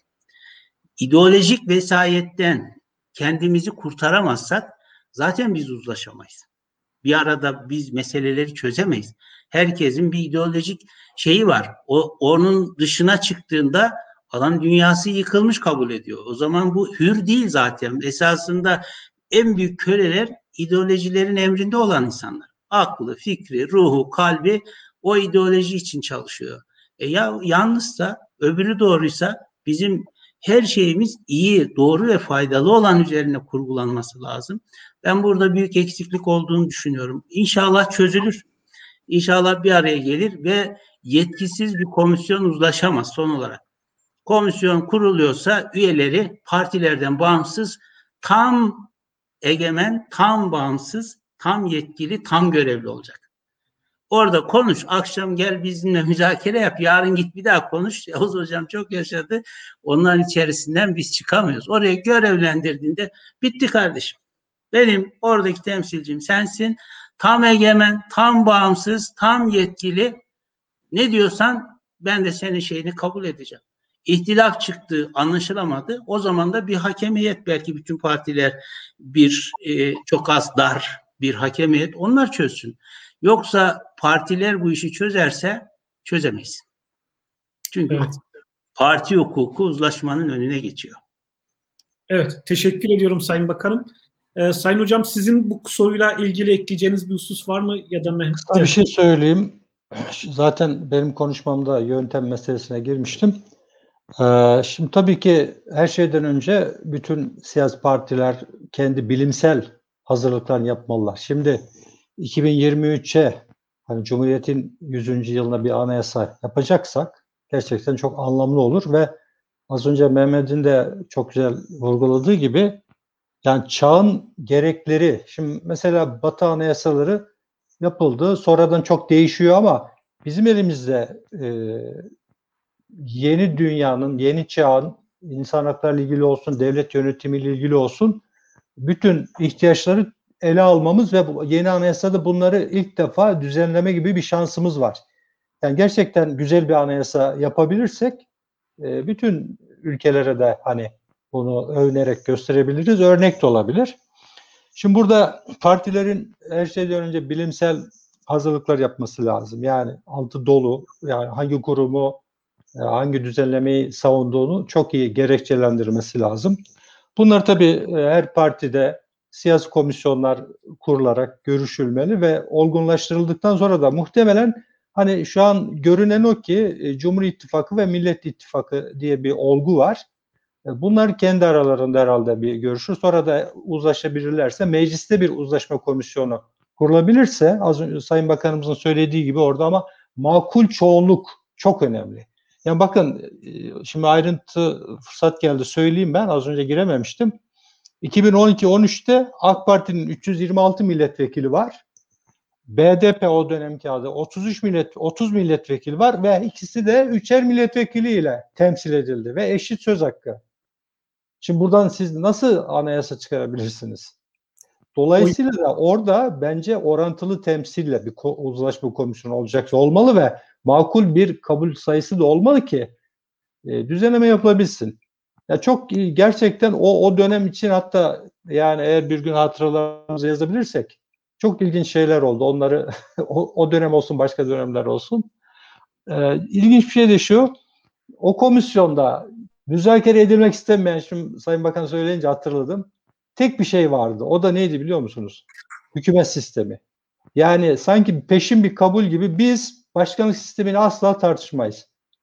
ideolojik vesayetten kendimizi kurtaramazsak zaten biz uzlaşamayız. Bir arada biz meseleleri çözemeyiz. Herkesin bir ideolojik şeyi var. O onun dışına çıktığında adam dünyası yıkılmış kabul ediyor. O zaman bu hür değil zaten. Esasında en büyük köleler ideolojilerin emrinde olan insanlar. Aklı, fikri, ruhu, kalbi o ideoloji için çalışıyor. E ya yalnızsa, öbürü doğruysa bizim her şeyimiz iyi, doğru ve faydalı olan üzerine kurgulanması lazım. Ben burada büyük eksiklik olduğunu düşünüyorum. İnşallah çözülür. İnşallah bir araya gelir ve yetkisiz bir komisyon uzlaşamaz son olarak. Komisyon kuruluyorsa üyeleri partilerden bağımsız, tam egemen, tam bağımsız, tam yetkili, tam görevli olacak. Orada konuş, akşam gel bizimle müzakere yap, yarın git bir daha konuş. Yavuz Hocam çok yaşadı, onların içerisinden biz çıkamıyoruz. Oraya görevlendirdiğinde bitti kardeşim. Benim oradaki temsilcim sensin, tam egemen, tam bağımsız, tam yetkili. Ne diyorsan ben de senin şeyini kabul edeceğim. İhtilaf çıktı, anlaşılamadı. O zaman da bir hakemiyet, belki bütün partiler bir e, çok az dar bir hakemiyet, onlar çözsün. Yoksa partiler bu işi çözerse çözemeyiz. Çünkü Evet. parti hukuku uzlaşmanın önüne geçiyor. Evet, teşekkür ediyorum Sayın Bakanım. Ee, Sayın Hocam, sizin bu soruyla ilgili ekleyeceğiniz bir husus var mı? Ya da Mehmet? Bir şey söyleyeyim. Zaten benim konuşmamda yöntem meselesine girmiştim. Ee, şimdi tabii ki her şeyden önce bütün siyasi partiler kendi bilimsel hazırlıklarını yapmalılar. Şimdi iki bin yirmi üçe hani Cumhuriyet'in yüzüncü yılına bir anayasa yapacaksak gerçekten çok anlamlı olur ve az önce Mehmet'in de çok güzel vurguladığı gibi yani çağın gerekleri, şimdi mesela Batı anayasaları yapıldı, sonradan çok değişiyor ama bizim elimizde e, yeni dünyanın, yeni çağın insan haklarıyla ilgili olsun, devlet yönetimiyle ilgili olsun bütün ihtiyaçları ele almamız ve bu yeni anayasada bunları ilk defa düzenleme gibi bir şansımız var. Yani gerçekten güzel bir anayasa yapabilirsek e, bütün ülkelere de hani bunu övünerek gösterebiliriz, örnek de olabilir. Şimdi burada partilerin her şeyden önce bilimsel hazırlıklar yapması lazım. Yani altı dolu, yani hangi kurumu, hangi düzenlemeyi savunduğunu çok iyi gerekçelendirmesi lazım. Bunlar tabii her partide siyasi komisyonlar kurularak görüşülmeli ve olgunlaştırıldıktan sonra da muhtemelen hani şu an görünen o ki Cumhur İttifakı ve Millet İttifakı diye bir olgu var. Bunlar kendi aralarında herhalde bir görüşür. Sonra da uzlaşabilirlerse mecliste bir uzlaşma komisyonu kurulabilirse az önce Sayın Bakanımızın söylediği gibi orada ama makul çoğunluk çok önemli. Yani bakın şimdi ayrıntı fırsat geldi söyleyeyim ben az önce girememiştim. iki bin on iki on üçte AK Parti'nin üç yüz yirmi altı milletvekili var. B D P o dönemki adı otuz üç millet otuz milletvekili var ve ikisi de üçer milletvekiliyle temsil edildi ve eşit söz hakkı. Şimdi buradan siz nasıl anayasa çıkarabilirsiniz? Dolayısıyla da orada bence orantılı temsille bir uzlaşma komisyonu olacak olmalı ve makul bir kabul sayısı da olmalı ki e, düzenleme yapılabilsin. Ya çok gerçekten o o dönem için hatta yani eğer bir gün hatıralarımızı yazabilirsek çok ilginç şeyler oldu. Onları o, o dönem olsun başka dönemler olsun. Ee, ilginç bir şey de şu. O komisyonda müzakere edilmek istenmeyen, şimdi Sayın Bakan söyleyince hatırladım. Tek bir şey vardı. O da neydi biliyor musunuz? Hükümet sistemi. Yani sanki peşin bir kabul gibi biz başkanlık sistemini asla tartışmayız.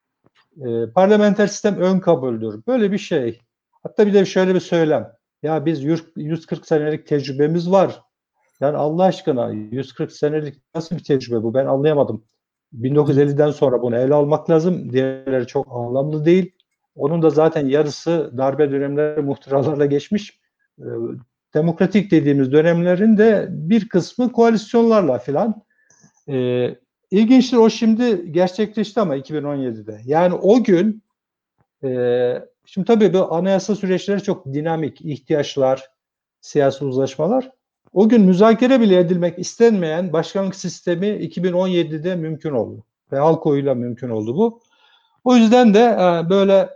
E, parlamenter sistem ön kabuldür. Böyle bir şey. Hatta bir de şöyle bir söylem. Ya biz yüz kırk senelik tecrübemiz var. Yani Allah aşkına yüz kırk senelik nasıl bir tecrübe bu? Ben anlayamadım. bin dokuz yüz elliden sonra bunu ele almak lazım. Diğerleri çok anlamlı değil. Onun da zaten yarısı darbe dönemleri muhtıralarla geçmiş. E, demokratik dediğimiz dönemlerin de bir kısmı koalisyonlarla filan. E, ilginçtir o şimdi gerçekleşti ama iki bin on yedide. Yani o gün e, şimdi tabii bu anayasa süreçleri çok dinamik. İhtiyaçlar, siyasi uzlaşmalar. O gün müzakere bile edilmek istenmeyen başkanlık sistemi iki bin on yedide mümkün oldu. Ve halk oyuyla mümkün oldu bu. O yüzden de e, böyle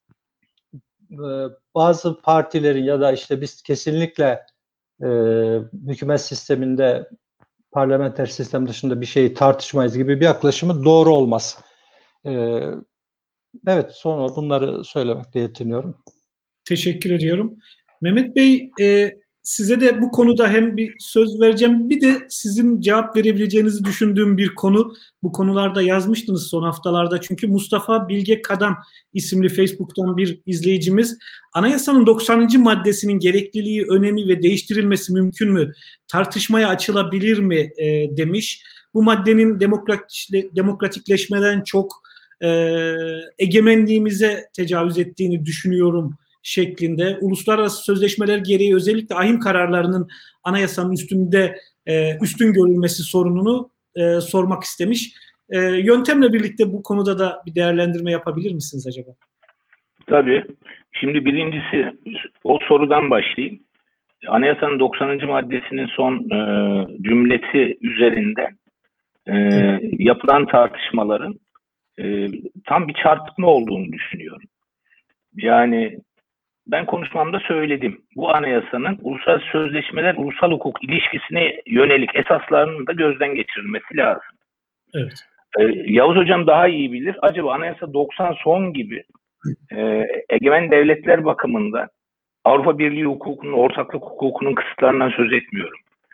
e, bazı partilerin ya da işte biz kesinlikle e, hükümet sisteminde parlamenter sistem dışında bir şeyi tartışmayız gibi bir yaklaşımı doğru olmaz. E, evet sonra bunları söylemekle yetiniyorum. Teşekkür ediyorum. Mehmet Bey, e, size de bu konuda hem bir söz vereceğim, bir de sizin cevap verebileceğinizi düşündüğüm bir konu. Bu konularda yazmıştınız son haftalarda. Çünkü Mustafa Bilge Kadam isimli Facebook'tan bir izleyicimiz, anayasanın doksanıncı maddesinin gerekliliği, önemi ve değiştirilmesi mümkün mü? Tartışmaya açılabilir mi? E, demiş. Bu maddenin demokratikleşmeden çok e, egemenliğimize tecavüz ettiğini düşünüyorum şeklinde, uluslararası sözleşmeler gereği özellikle ahim kararlarının anayasanın üstünde e, üstün görülmesi sorununu e, sormak istemiş. E, yöntemle birlikte bu konuda da bir değerlendirme yapabilir misiniz acaba? Tabii. Şimdi birincisi o sorudan başlayayım. Anayasanın doksanıncı maddesinin son e, cümlesi üzerinden e, yapılan tartışmaların e, tam bir çarpıtma olduğunu düşünüyorum. Yani ben konuşmamda söyledim. Bu anayasanın uluslararası sözleşmeler, ulusal hukuk ilişkisine yönelik esaslarının da gözden geçirilmesi lazım. Evet. Ee, Yavuz Hocam daha iyi bilir. Acaba Anayasa doksan son gibi e, egemen devletler bakımında Avrupa Birliği hukukunun, ortaklık hukukunun kısıtlarından söz etmiyorum.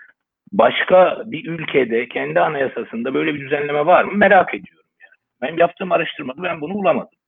Başka bir ülkede kendi anayasasında böyle bir düzenleme var mı merak ediyorum. Yani. Ben yaptığım araştırmada ben bunu bulamadım.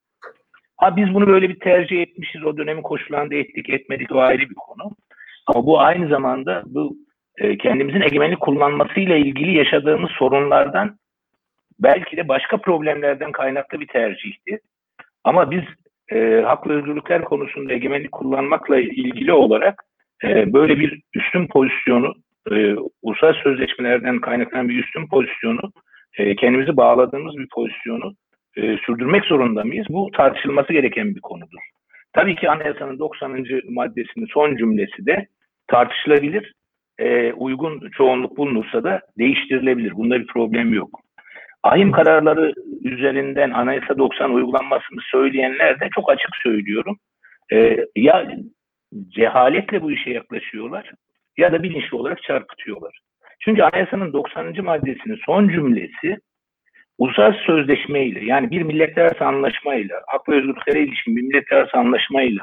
Ha biz bunu böyle bir tercih etmişiz, o dönemin koşullarında ettik etmedik, o ayrı bir konu. Ama bu aynı zamanda bu e, kendimizin egemenlik kullanmasıyla ilgili yaşadığımız sorunlardan, belki de başka problemlerden kaynaklı bir tercihti. Ama biz e, hak ve özgürlükler konusunda egemenlik kullanmakla ilgili olarak e, böyle bir üstün pozisyonu, e, uluslararası sözleşmelerden kaynaklanan bir üstün pozisyonu, e, kendimizi bağladığımız bir pozisyonu e, sürdürmek zorunda mıyız? Bu tartışılması gereken bir konudur. Tabii ki anayasanın doksanıncı maddesinin son cümlesi de tartışılabilir. E, uygun çoğunluk bulunursa da değiştirilebilir. Bunda bir problem yok. Ahim kararları üzerinden Anayasa doksan uygulanmasını söyleyenler de çok açık söylüyorum. Ee, ya cehaletle bu işe yaklaşıyorlar ya da bilinçli olarak çarpıtıyorlar. Çünkü Anayasanın doksanıncı maddesinin son cümlesi uluslararası sözleşmeyle, yani bir milletler arası anlaşmayla, hak ve özgürlüklere ilişkin bir milletler arası anlaşmayla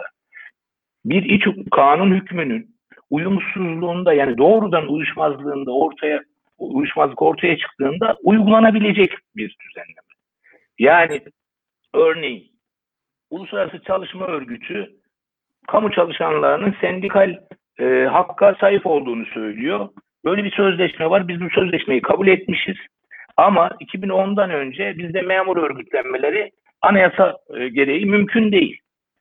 bir iç kanun hükmünün uyumsuzluğunda, yani doğrudan uyuşmazlığında ortaya uyuşmazlık ortaya çıktığında uygulanabilecek bir düzenleme. Yani örneğin Uluslararası Çalışma Örgütü kamu çalışanlarının sendikal e, hakka sahip olduğunu söylüyor. Böyle bir sözleşme var. Biz bu sözleşmeyi kabul etmişiz. Ama iki bin ondan önce bizde memur örgütlenmeleri anayasa e, gereği mümkün değil.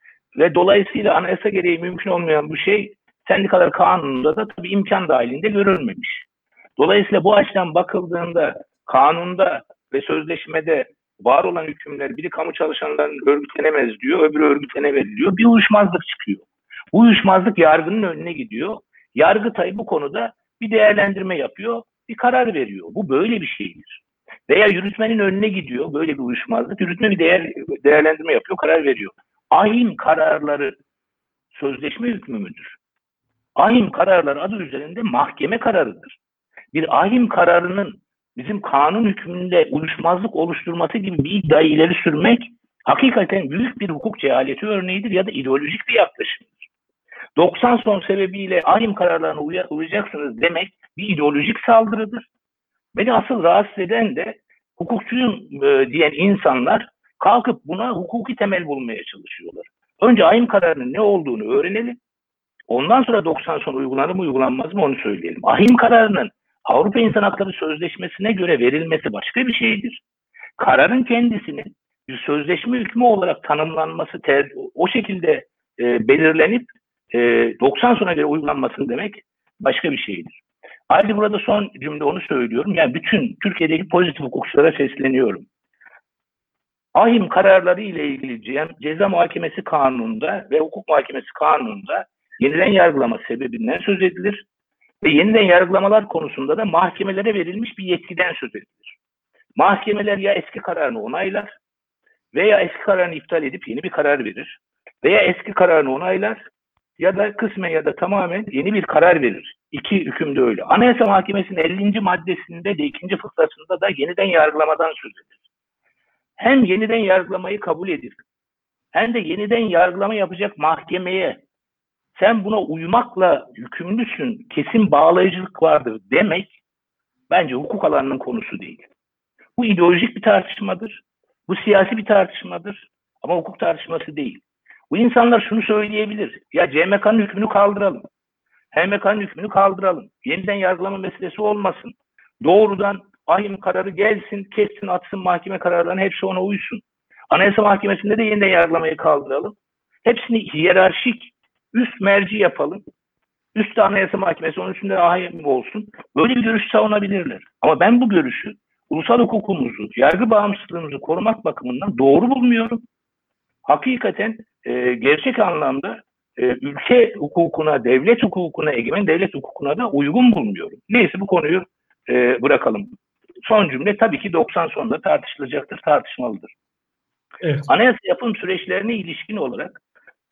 Ve dolayısıyla anayasa gereği mümkün olmayan bu şey sendikalar kanununda da tabii imkan dahilinde görülmemiş. Dolayısıyla bu açıdan bakıldığında kanunda ve sözleşmede var olan hükümler, biri kamu çalışanlarının örgütlenemez diyor, öbürü örgütlenemez diyor. Bir uyuşmazlık çıkıyor. Bu uyuşmazlık yargının önüne gidiyor. Yargıtay bu konuda bir değerlendirme yapıyor, bir karar veriyor. Bu böyle bir şeydir. Veya yürütmenin önüne gidiyor böyle bir uyuşmazlık. Yürütme bir değer, değerlendirme yapıyor, karar veriyor. Ahim kararları sözleşme hükmü müdür? Ahim kararları adı üzerinde mahkeme kararıdır. Bir ahim kararının bizim kanun hükmünde uyuşmazlık oluşturması gibi bir iddiayı ileri sürmek hakikaten büyük bir hukuk cehaleti örneğidir ya da ideolojik bir yaklaşımdır. doksan son sebebiyle ahim kararlarına uy- uyacaksınız demek bir ideolojik saldırıdır. Beni asıl rahatsız eden de hukukçuyum e, diyen insanlar kalkıp buna hukuki temel bulmaya çalışıyorlar. Önce ahim kararının ne olduğunu öğrenelim. Ondan sonra doksan son uygulanır mı uygulanmaz mı onu söyleyelim. Ahim kararının Avrupa İnsan Hakları Sözleşmesi'ne göre verilmesi başka bir şeydir. Kararın kendisinin bir sözleşme hükmü olarak tanımlanması, ter, o şekilde e, belirlenip e, doksan sona göre uygulanması demek başka bir şeydir. Ayrıca burada son cümle onu söylüyorum. Yani bütün Türkiye'deki pozitif hukukçulara sesleniyorum. Ahim kararları ile ilgili ceza muhakemesi kanununda ve hukuk muhakemesi kanununda yeniden yargılama sebebinden söz edilir. Ve yeniden yargılamalar konusunda da mahkemelere verilmiş bir yetkiden söz edilir. Mahkemeler ya eski kararını onaylar veya eski kararını iptal edip yeni bir karar verir. Veya eski kararını onaylar ya da kısmen ya da tamamen yeni bir karar verir. İki hüküm de öyle. Anayasa Mahkemesi'nin ellinci maddesinde de ikinci fıkrasında da yeniden yargılamadan söz edilir. Hem yeniden yargılamayı kabul edip hem de yeniden yargılama yapacak mahkemeye sen buna uymakla yükümlüsün, kesin bağlayıcılık vardır demek bence hukuk alanının konusu değil. Bu ideolojik bir tartışmadır. Bu siyasi bir tartışmadır. Ama hukuk tartışması değil. Bu insanlar şunu söyleyebilir. Ya C M K'nın hükmünü kaldıralım. H M K'nın hükmünü kaldıralım. Yeniden yargılama meselesi olmasın. Doğrudan ahim kararı gelsin, kessin, atsın mahkeme kararlarının hepsi ona uysun. Anayasa Mahkemesi'nde de yeniden yargılamayı kaldıralım. Hepsini hiyerarşik üst merci yapalım. Üstte Anayasa Mahkemesi, onun üstünde ahim olsun. Böyle bir görüş savunabilirler. Ama ben bu görüşü ulusal hukukumuzu, yargı bağımsızlığımızı korumak bakımından doğru bulmuyorum. Hakikaten e, gerçek anlamda e, ülke hukukuna, devlet hukukuna, egemen devlet hukukuna da uygun bulmuyorum. Neyse bu konuyu e, bırakalım. Son cümle tabii ki doksan sonunda tartışılacaktır, tartışmalıdır. Evet. Anayasa yapım süreçlerine ilişkin olarak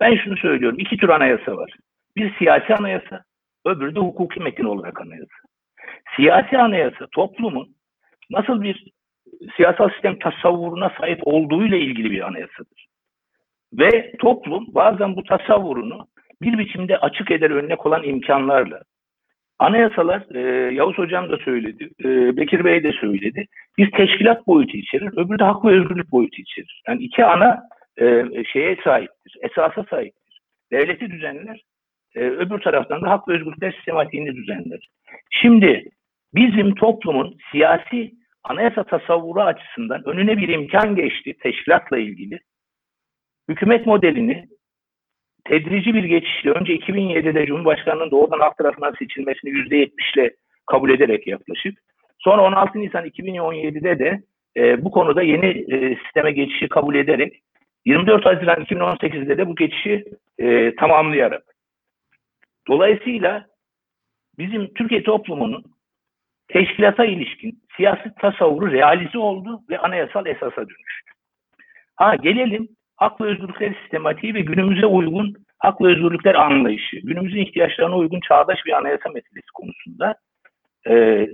Ben şunu söylüyorum. İki tür anayasa var. Bir siyasi anayasa, öbürü de hukuki metin olarak anayasa. Siyasi anayasa toplumun nasıl bir siyasal sistem tasavvuruna sahip olduğuyla ilgili bir anayasadır. Ve toplum bazen bu tasavvurunu bir biçimde açık eder örnek olan imkanlarla. Anayasalar, e, Yavuz Hocam da söyledi, e, Bekir Bey de söyledi, bir teşkilat boyutu içerir, öbürü de hak ve özgürlük boyutu içerir. Yani iki ana e, şeye sahiptir, esasa sahiptir. Devleti düzenler, e, öbür taraftan da hak ve özgürlükler sistematiğini düzenler. Şimdi bizim toplumun siyasi anayasa tasavvuru açısından önüne bir imkan geçti teşkilatla ilgili. Hükümet modelini tedrici bir geçişle önce iki bin yedide Cumhurbaşkanı'nın doğrudan halk tarafından seçilmesini yüzde yetmişle kabul ederek yaklaşık. Sonra on altı Nisan iki bin on yedide de e, bu konuda yeni e, sisteme geçişi kabul ederek yirmi dört Haziran iki bin on sekizde de bu geçişi e, tamamlayarak. Dolayısıyla bizim Türkiye toplumunun teşkilata ilişkin siyasi tasavvuru realize oldu ve anayasal esasa dönüştü. Ha gelelim hak ve özgürlükler sistematiği ve günümüze uygun hak ve özgürlükler anlayışı, günümüzün ihtiyaçlarına uygun çağdaş bir anayasa meselesi konusunda e,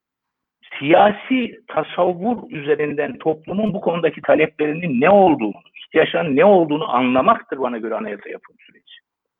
siyasi tasavvur üzerinden toplumun bu konudaki taleplerinin ne olduğunu, ihtiyaçlarının ne olduğunu anlamaktır bana göre anayasa yapım süreci.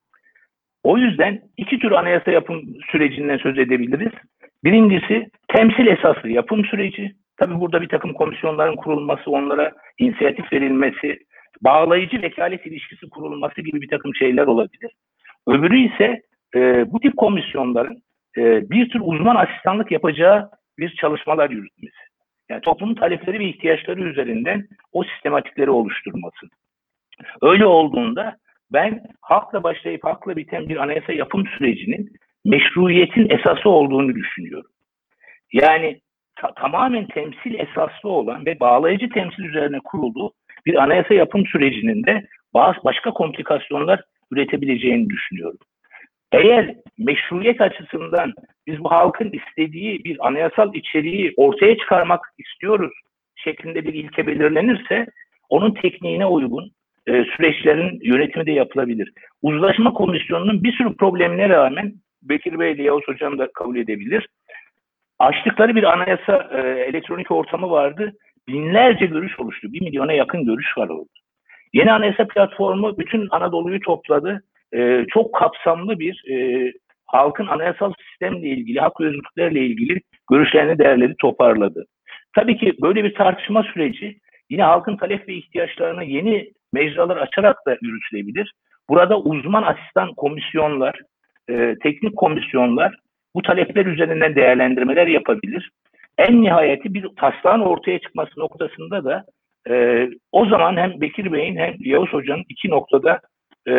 O yüzden iki tür anayasa yapım sürecinden söz edebiliriz. Birincisi temsil esaslı yapım süreci. Tabii burada bir takım komisyonların kurulması, onlara inisiyatif verilmesi, bağlayıcı vekalet ilişkisi kurulması gibi bir takım şeyler olabilir. Öbürü ise e, bu tip komisyonların e, bir tür uzman asistanlık yapacağı bir çalışmalar yürütmesi. Yani toplumun talepleri ve ihtiyaçları üzerinden o sistematikleri oluşturması. Öyle olduğunda ben hakla başlayıp hakla biten bir anayasa yapım sürecinin meşruiyetin esası olduğunu düşünüyorum. Yani ta- tamamen temsil esaslı olan ve bağlayıcı temsil üzerine kurulduğu bir anayasa yapım sürecinin de bazı başka komplikasyonlar üretebileceğini düşünüyorum. Eğer meşruiyet açısından biz bu halkın istediği bir anayasal içeriği ortaya çıkarmak istiyoruz şeklinde bir ilke belirlenirse onun tekniğine uygun e, süreçlerin yönetimi de yapılabilir. Uzlaşma Komisyonu'nun bir sürü problemine rağmen Bekir Bey ile Yavuz Hocam da kabul edebilir. Açtıkları bir anayasa e, elektronik ortamı vardı. Binlerce görüş oluştu. Bir milyona yakın görüş var orada. Yeni Anayasa Platformu bütün Anadolu'yu topladı. Ee, çok kapsamlı bir e, halkın anayasal sistemle ilgili, hak ve özgürlüklerle ilgili görüşlerini değerleri toparladı. Tabii ki böyle bir tartışma süreci yine halkın talep ve ihtiyaçlarına yeni mecralar açarak da yürütülebilir. Burada uzman asistan komisyonlar, e, teknik komisyonlar bu talepler üzerinden değerlendirmeler yapabilir. En nihayeti bir taslağın ortaya çıkması noktasında da e, o zaman hem Bekir Bey'in hem Yavuz Hoca'nın iki noktada e,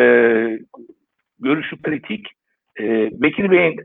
görüşü kritik. E, Bekir Bey'in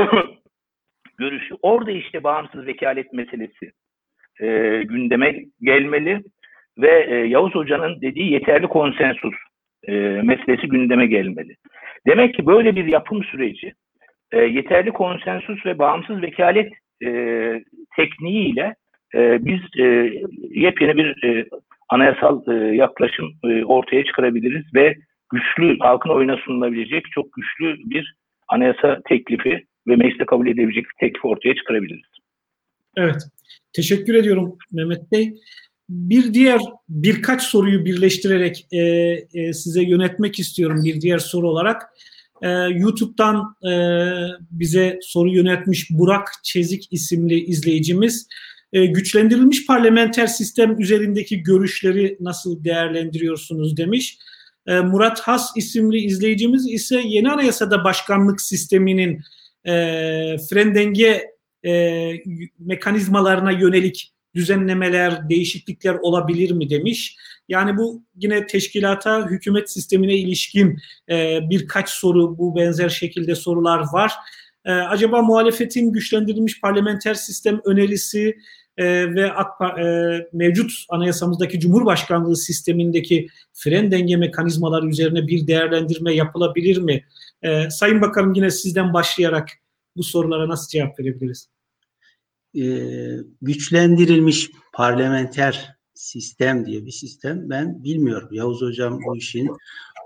görüşü orada işte bağımsız vekalet meselesi e, gündeme gelmeli ve e, Yavuz Hoca'nın dediği yeterli konsensus e, meselesi gündeme gelmeli. Demek ki böyle bir yapım süreci e, yeterli konsensus ve bağımsız vekalet e, tekniğiyle e, biz e, yepyeni bir e, anayasal e, yaklaşım e, ortaya çıkarabiliriz ve güçlü, halkın oyuna sunulabilecek çok güçlü bir anayasa teklifi ve mecliste kabul edebilecek bir teklif ortaya çıkarabiliriz. Evet, teşekkür ediyorum Mehmet Bey. Bir diğer birkaç soruyu birleştirerek e, e, size yönetmek istiyorum bir diğer soru olarak. E, YouTube'dan e, bize soru yönetmiş Burak Çezik isimli izleyicimiz. E, güçlendirilmiş parlamenter sistem üzerindeki görüşleri nasıl değerlendiriyorsunuz demiş. E, Murat Has isimli izleyicimiz ise yeni anayasada başkanlık sisteminin e, fren denge e, mekanizmalarına yönelik düzenlemeler, değişiklikler olabilir mi demiş. Yani bu yine teşkilata, hükümet sistemine ilişkin e, birkaç soru, bu benzer şekilde sorular var. E, acaba muhalefetin güçlendirilmiş parlamenter sistem önerisi e, ve e, mevcut anayasamızdaki Cumhurbaşkanlığı sistemindeki fren denge mekanizmaları üzerine bir değerlendirme yapılabilir mi? E, Sayın Bakanım, yine sizden başlayarak bu sorulara nasıl cevap verebiliriz? Ee, güçlendirilmiş parlamenter sistem diye bir sistem ben bilmiyorum. Yavuz Hocam bu işin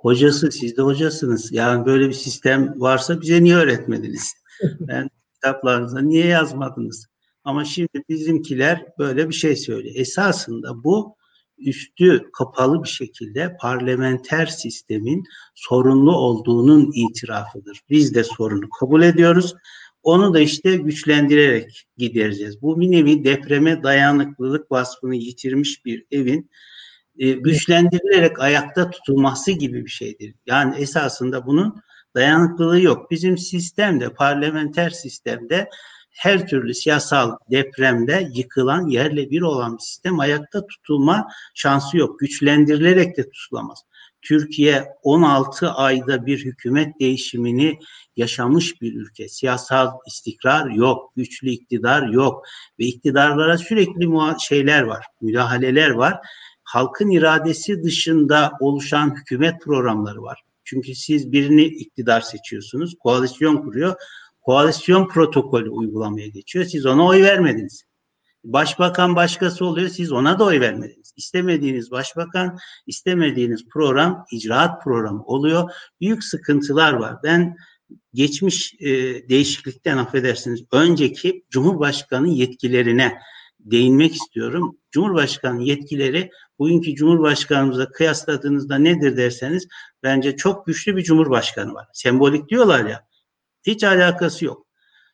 hocası, siz de hocasınız. Yani böyle bir sistem varsa bize niye öğretmediniz? Ben kitaplarınızda niye yazmadınız? Ama şimdi bizimkiler böyle bir şey söylüyor. Esasında bu üstü kapalı bir şekilde parlamenter sistemin sorunlu olduğunun itirafıdır. Biz de sorunu kabul ediyoruz. Onu da işte güçlendirerek gidereceğiz. Bu bir nevi depreme dayanıklılık vasfını yitirmiş bir evin e, güçlendirilerek ayakta tutulması gibi bir şeydir. Yani esasında bunun dayanıklılığı yok. Bizim sistemde, parlamenter sistemde her türlü siyasal depremde yıkılan, yerle bir olan bir sistem ayakta tutulma şansı yok. Güçlendirilerek de tutulamaz. Türkiye on altı ayda bir hükümet değişimini yaşamış bir ülke. Siyasal istikrar yok, güçlü iktidar yok ve iktidarlara sürekli şeyler var, müdahaleler var. Halkın iradesi dışında oluşan hükümet programları var. Çünkü siz birini iktidar seçiyorsunuz, koalisyon kuruyor. Koalisyon protokolü uygulamaya geçiyor. Siz ona oy vermediniz. Başbakan başkası oluyor, siz ona da oy vermediniz. İstemediğiniz başbakan, istemediğiniz program, icraat programı oluyor. Büyük sıkıntılar var. Ben geçmiş e, değişiklikten affedersiniz, önceki Cumhurbaşkanı yetkilerine değinmek istiyorum. Cumhurbaşkanı yetkileri bugünkü Cumhurbaşkanımızla kıyasladığınızda nedir derseniz bence çok güçlü bir Cumhurbaşkanı var. Sembolik diyorlar ya, hiç alakası yok.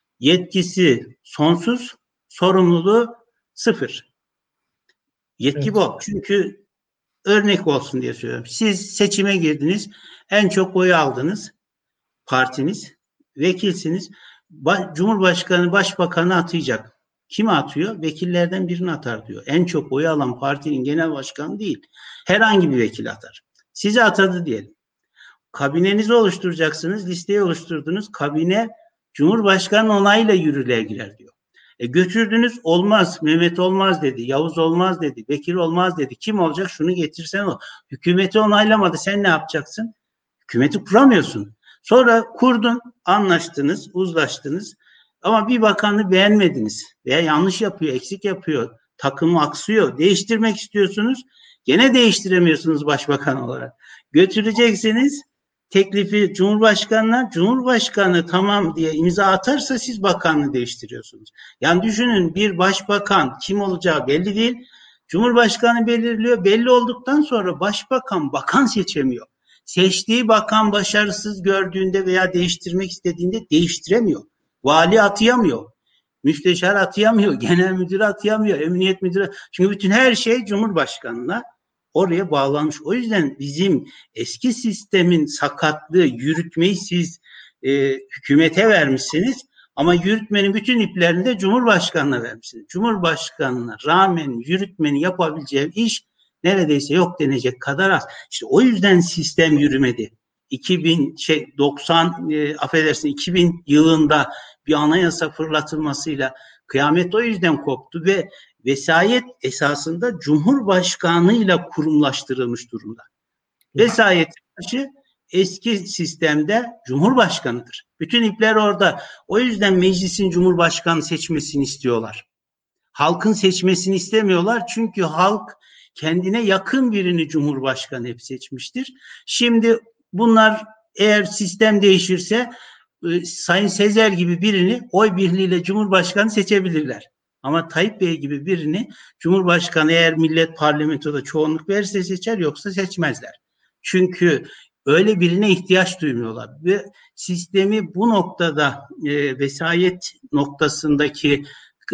Yetkisi sonsuz, sorumluluğu sıfır. Yetki evet. Bu. Çünkü örnek olsun diye söylüyorum. Siz seçime girdiniz, en çok oyu aldınız, partiniz, vekilsiniz. Cumhurbaşkanı başbakanı atayacak. Kimi atıyor? Vekillerden birini atar diyor. En çok oyu alan partinin genel başkanı değil. Herhangi bir vekil atar. Sizi atadı diyelim. Kabinenizi oluşturacaksınız. Listeyi oluşturdunuz. Kabine Cumhurbaşkanı onayla yürürlüğe girer diyor. E götürdünüz, olmaz. Mehmet olmaz dedi. Yavuz olmaz dedi. Bekir olmaz dedi. Kim olacak? Şunu getirsen o. Hükümeti onaylamadı. Sen ne yapacaksın? Hükümeti kuramıyorsun. Sonra kurdun, anlaştınız, uzlaştınız. Ama bir bakanı beğenmediniz veya yanlış yapıyor, eksik yapıyor, takımı aksıyor, değiştirmek istiyorsunuz. Gene değiştiremiyorsunuz başbakan olarak. Götüreceksiniz teklifi Cumhurbaşkanı'na, Cumhurbaşkanı tamam diye imza atarsa siz bakanlığı değiştiriyorsunuz. Yani düşünün, bir başbakan kim olacağı belli değil. Cumhurbaşkanı belirliyor. Belli olduktan sonra başbakan bakan seçemiyor. Seçtiği bakan başarısız gördüğünde veya değiştirmek istediğinde değiştiremiyor. Vali atayamıyor. Müsteşar atayamıyor. Genel müdür atayamıyor. Emniyet müdürü. Çünkü bütün her şey Cumhurbaşkanı'na oraya bağlanmış. O yüzden bizim eski sistemin sakatlığı, yürütmeyi siz e, hükümete vermişsiniz. Ama yürütmenin bütün iplerini de Cumhurbaşkanı'na vermişsiniz. Cumhurbaşkanı'na rağmen yürütmenin yapabileceği iş neredeyse yok denecek kadar az. İşte o yüzden sistem yürümedi. iki bin şey doksan e, affedersin iki bin yılında bir anayasa fırlatılmasıyla kıyamet o yüzden koptu ve vesayet esasında Cumhurbaşkanı'yla kurumlaştırılmış durumda. Vesayet başı eski sistemde Cumhurbaşkanı'dır. Bütün ipler orada. O yüzden meclisin Cumhurbaşkanı seçmesini istiyorlar. Halkın seçmesini istemiyorlar çünkü halk kendine yakın birini Cumhurbaşkanı hep seçmiştir. Şimdi bunlar eğer sistem değişirse e, Sayın Sezer gibi birini oy birliğiyle Cumhurbaşkanı seçebilirler. Ama Tayyip Bey gibi birini Cumhurbaşkanı eğer millet parlamentoda çoğunluk verirse seçer, yoksa seçmezler. Çünkü öyle birine ihtiyaç duymuyorlar. Ve sistemi bu noktada e, vesayet noktasındaki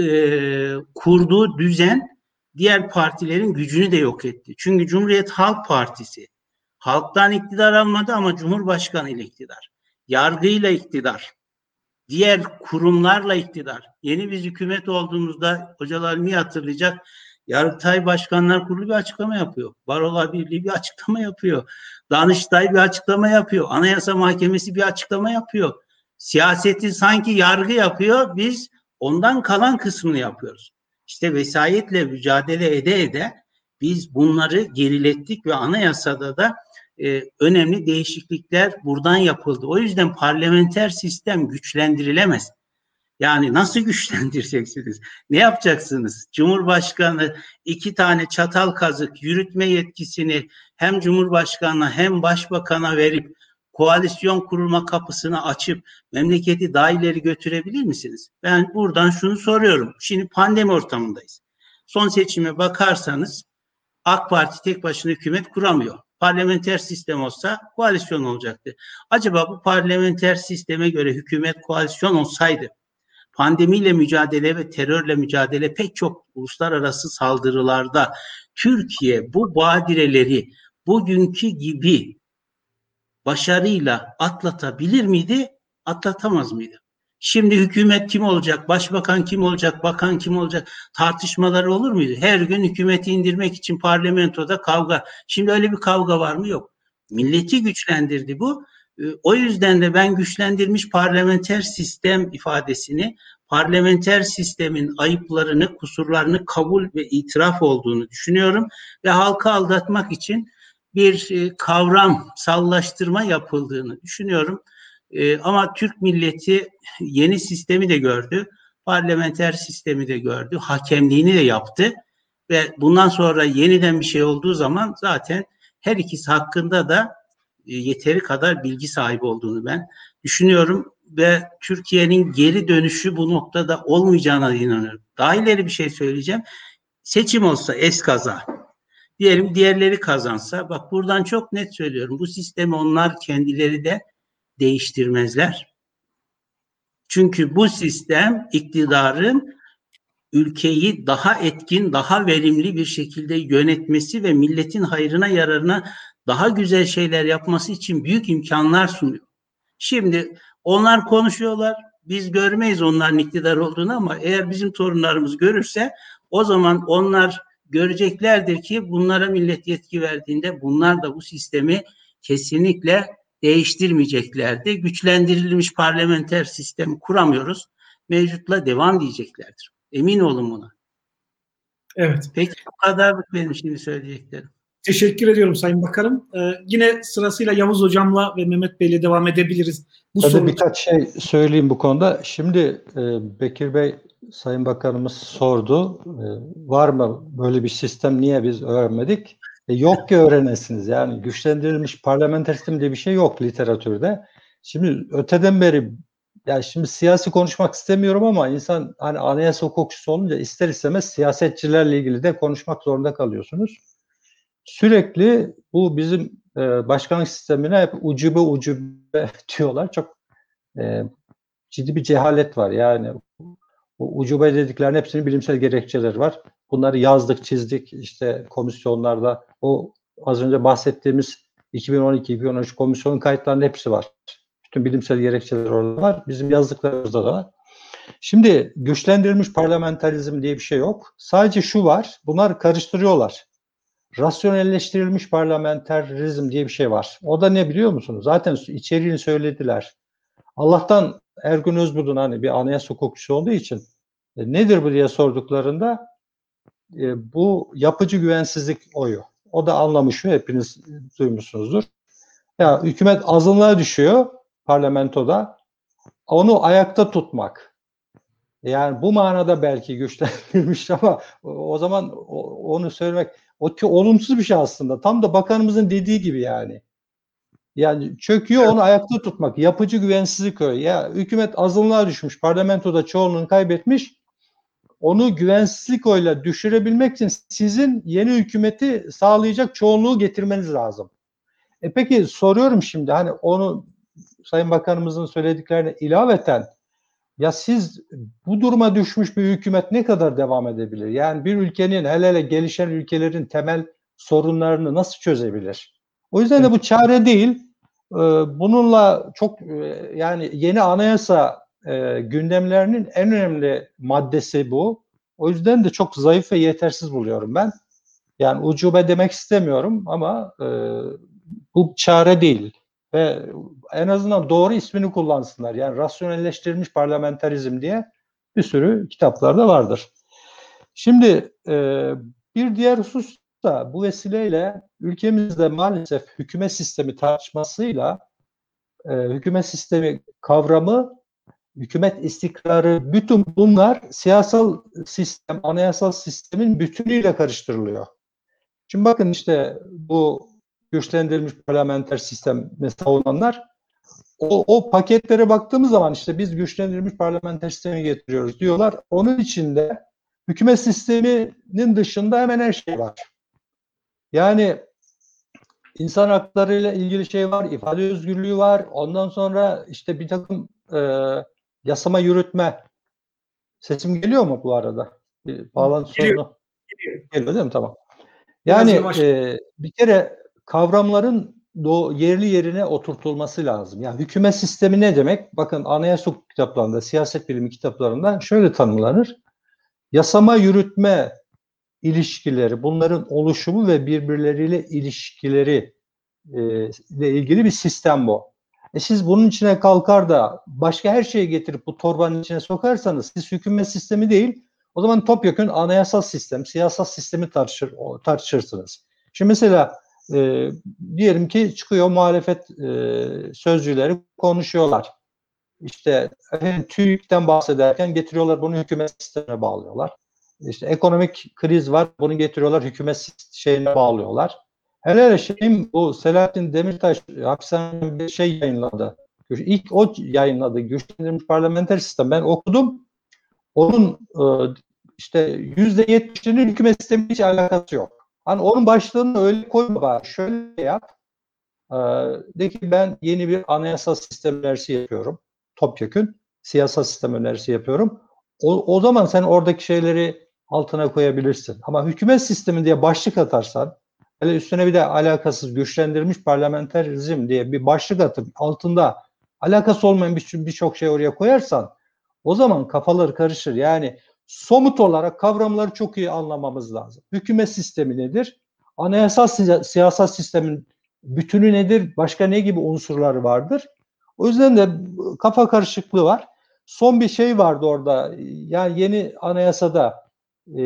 e, kurduğu düzen diğer partilerin gücünü de yok etti. Çünkü Cumhuriyet Halk Partisi halktan iktidar almadı ama Cumhurbaşkanı ile iktidar, yargıyla iktidar, diğer kurumlarla iktidar. Yeni bir hükümet olduğumuzda hocalar niye hatırlayacak? Yargıtay Başkanlar Kurulu bir açıklama yapıyor. Barolar Birliği bir açıklama yapıyor. Danıştay bir açıklama yapıyor. Anayasa Mahkemesi bir açıklama yapıyor. Siyaseti sanki yargı yapıyor. Biz ondan kalan kısmını yapıyoruz. İşte vesayetle mücadele ede ede biz bunları gerilettik ve anayasada da e, önemli değişiklikler buradan yapıldı. O yüzden parlamenter sistem güçlendirilemez. Yani nasıl güçlendireceksiniz? Ne yapacaksınız? Cumhurbaşkanı iki tane çatal kazık yürütme yetkisini hem Cumhurbaşkanı'na hem Başbakan'a verip koalisyon kurulma kapısını açıp memleketi daha ileri götürebilir misiniz? Ben buradan şunu soruyorum. Şimdi pandemi ortamındayız. Son seçime bakarsanız AK Parti tek başına hükümet kuramıyor. Parlamenter sistem olsa koalisyon olacaktı. Acaba bu parlamenter sisteme göre hükümet koalisyon olsaydı pandemiyle mücadele ve terörle mücadele pek çok uluslararası saldırılarda Türkiye bu badireleri bugünkü gibi başarıyla atlatabilir miydi? Atlatamaz mıydı? Şimdi hükümet kim olacak, başbakan kim olacak, bakan kim olacak tartışmaları olur muydu? Her gün hükümeti indirmek için parlamentoda kavga. Şimdi öyle bir kavga var mı? Yok. Milleti güçlendirdi bu. O yüzden de ben güçlendirilmiş parlamenter sistem ifadesini, parlamenter sistemin ayıplarını, kusurlarını kabul ve itiraf olduğunu düşünüyorum ve halkı aldatmak için bir kavram sallaştırma yapıldığını düşünüyorum. Ee, ama Türk milleti yeni sistemi de gördü, parlamenter sistemi de gördü, hakemliğini de yaptı ve bundan sonra yeniden bir şey olduğu zaman zaten her ikisi hakkında da e, yeteri kadar bilgi sahibi olduğunu ben düşünüyorum ve Türkiye'nin geri dönüşü bu noktada olmayacağına inanıyorum. Daha ileri bir şey söyleyeceğim. Seçim olsa eskaza, diyelim diğerleri kazansa, bak buradan çok net söylüyorum, bu sistemi onlar kendileri de değiştirmezler. Çünkü bu sistem iktidarın ülkeyi daha etkin, daha verimli bir şekilde yönetmesi ve milletin hayrına, yararına daha güzel şeyler yapması için büyük imkanlar sunuyor. Şimdi onlar konuşuyorlar, biz görmeyiz onların iktidar olduğunu ama eğer bizim torunlarımız görürse o zaman onlar göreceklerdir ki bunlara millet yetki verdiğinde bunlar da bu sistemi kesinlikle değiştirmeyeceklerdi. Güçlendirilmiş parlamenter sistemi kuramıyoruz. Mevcutla devam diyeceklerdir. Emin olun buna. Evet. Peki bu kadar benim şimdi söyleyeceklerim. Teşekkür ediyorum Sayın Bakanım. Ee, yine sırasıyla Yavuz Hocam'la ve Mehmet Bey'le devam edebiliriz. Bu Tabii soru... birkaç şey söyleyeyim bu konuda. Şimdi e, Bekir Bey, Sayın Bakanımız sordu. E, var mı böyle bir sistem, niye biz öğrenmedik? E, yok ki öğrenesiniz. Yani güçlendirilmiş parlamenter sistem diye bir şey yok literatürde. Şimdi öteden beri, yani şimdi siyasi konuşmak istemiyorum ama insan hani anayasa hukukçusu olunca ister istemez siyasetçilerle ilgili de konuşmak zorunda kalıyorsunuz. Sürekli bu bizim e, başkanlık sistemine hep ucube ucube diyorlar. Çok e, ciddi bir cehalet var. Yani bu ucube dediklerin hepsinin bilimsel gerekçeleri var. Bunları yazdık, çizdik işte komisyonlarda. O az önce bahsettiğimiz iki bin on iki iki bin on üç komisyonun kayıtlarının hepsi var. Bütün bilimsel gerekçeler orada var. Bizim yazdıklarımızda da var. Şimdi güçlendirilmiş parlamenterizm diye bir şey yok. Sadece şu var. Bunlar karıştırıyorlar. Rasyonelleştirilmiş parlamenterizm diye bir şey var. O da ne biliyor musunuz? Zaten içeriğini söylediler. Allah'tan Ergun Özbudu'nun hani bir anayasa hukukçusu olduğu için e, nedir bu diye sorduklarında e, bu yapıcı güvensizlik oyu. O da anlamış, hepiniz duymuşsunuzdur. Ya hükümet azınlığa düşüyor parlamentoda. Onu ayakta tutmak. Yani bu manada belki güçlendirilmiş ama o zaman onu söylemek o ki olumsuz bir şey aslında. Tam da bakanımızın dediği gibi yani. Yani çöküyor, onu ayakta tutmak. Yapıcı güvensizlik öyle. Ya hükümet azınlığa düşmüş, parlamentoda çoğunluğunu kaybetmiş. Onu güvensizlik oyla düşürebilmek için sizin yeni hükümeti sağlayacak çoğunluğu getirmeniz lazım. E peki soruyorum şimdi, hani onu Sayın Bakanımızın söylediklerine ilaveten, ya siz bu duruma düşmüş bir hükümet ne kadar devam edebilir? Yani bir ülkenin, hele hele gelişen ülkelerin temel sorunlarını nasıl çözebilir? O yüzden de bu çare değil. Bununla çok yani yeni anayasa gündemlerinin en önemli maddesi bu. O yüzden de çok zayıf ve yetersiz buluyorum ben. Yani ucube demek istemiyorum ama bu çare değil. Ve en azından doğru ismini kullansınlar. Yani rasyonelleştirilmiş parlamenterizm diye bir sürü kitaplarda vardır. Şimdi e, bir diğer husus da bu vesileyle ülkemizde maalesef hükümet sistemi tartışmasıyla e, hükümet sistemi kavramı hükümet istikrarı, bütün bunlar siyasal sistem, anayasal sistemin bütünüyle karıştırılıyor. Şimdi bakın işte bu güçlendirilmiş parlamenter sistem savunanlar, o, o paketlere baktığımız zaman işte biz güçlendirilmiş parlamenter sistemi getiriyoruz diyorlar. Onun içinde hükümet sisteminin dışında hemen her şey var. Yani insan haklarıyla ilgili şey var, ifade özgürlüğü var. Ondan sonra işte bir takım e, yasama yürütme. Sesim geliyor mu bu arada? Bir bağlantı sorunu. Geliyor değil mi? Tamam. Yani e, bir kere kavramların do yerli yerine oturtulması lazım. Yani hükümet sistemi ne demek? Bakın anayasa hukuk kitaplarında, siyaset bilimi kitaplarında şöyle tanımlanır. Yasama yürütme ilişkileri, bunların oluşumu ve birbirleriyle ilişkileri e, ile ilgili bir sistem bu. E siz bunun içine kalkar da başka her şeyi getirip bu torbanın içine sokarsanız siz hükümet sistemi değil, o zaman topyekun anayasal sistem, siyasal sistemi tartışır, tartışırsınız. Şimdi mesela e, diyelim ki çıkıyor muhalefet e, sözcüleri konuşuyorlar. İşte efendim, TÜİK'ten bahsederken getiriyorlar bunu hükümet sistemine bağlıyorlar. İşte ekonomik kriz var, bunu getiriyorlar hükümet şeyine bağlıyorlar. Hele hele şeyim bu Selahattin Demirtaş hapishanede bir şey yayınladı. İlk o yayınladı. Güçlendirilmiş parlamenter sistem. Ben okudum. Onun işte yüzde yetmişinin hükümet sistemiyle hiç alakası yok. Hani onun başlığını öyle koyma bari. Şöyle yap. De ki ben yeni bir anayasal sistem önerisi yapıyorum. Topyekün siyasal sistem önerisi yapıyorum. O, o zaman sen oradaki şeyleri altına koyabilirsin. Ama hükümet sistemi diye başlık atarsan, hele üstüne bir de alakasız güçlendirilmiş parlamenterizm diye bir başlık atıp altında alakası olmayan birçok bir şey oraya koyarsan, o zaman kafaları karışır. Yani somut olarak kavramları çok iyi anlamamız lazım. Hükümet sistemi nedir? Anayasal si- siyasal sistemin bütünü nedir? Başka ne gibi unsurları vardır? O yüzden de kafa karışıklığı var. Son bir şey vardı orada. Yani yeni anayasada e,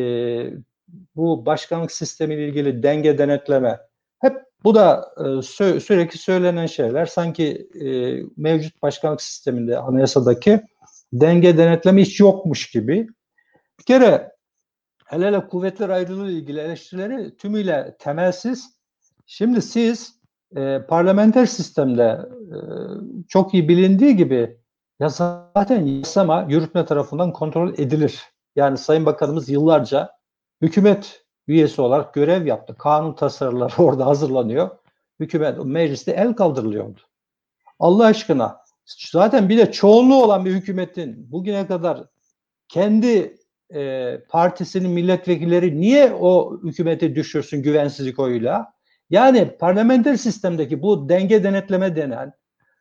bu başkanlık sistemiyle ilgili denge denetleme. Hep bu da e, sü- sürekli söylenen şeyler. Sanki e, mevcut başkanlık sisteminde anayasadaki denge denetleme hiç yokmuş gibi. Bir kere hele hele kuvvetler ayrılığı ile ilgili eleştirileri tümüyle temelsiz. Şimdi siz e, parlamenter sistemde e, çok iyi bilindiği gibi ya zaten yasama yürütme tarafından kontrol edilir. Yani Sayın Bakanımız yıllarca hükümet üyesi olarak görev yaptı. Kanun tasarıları orada hazırlanıyor. Hükümet mecliste el kaldırılıyordu. Allah aşkına zaten bir de çoğunluğu olan bir hükümetin bugüne kadar kendi e, partisinin milletvekilleri niye o hükümeti düşürsün güvensizlik oyuyla? Yani parlamenter sistemdeki bu denge denetleme denen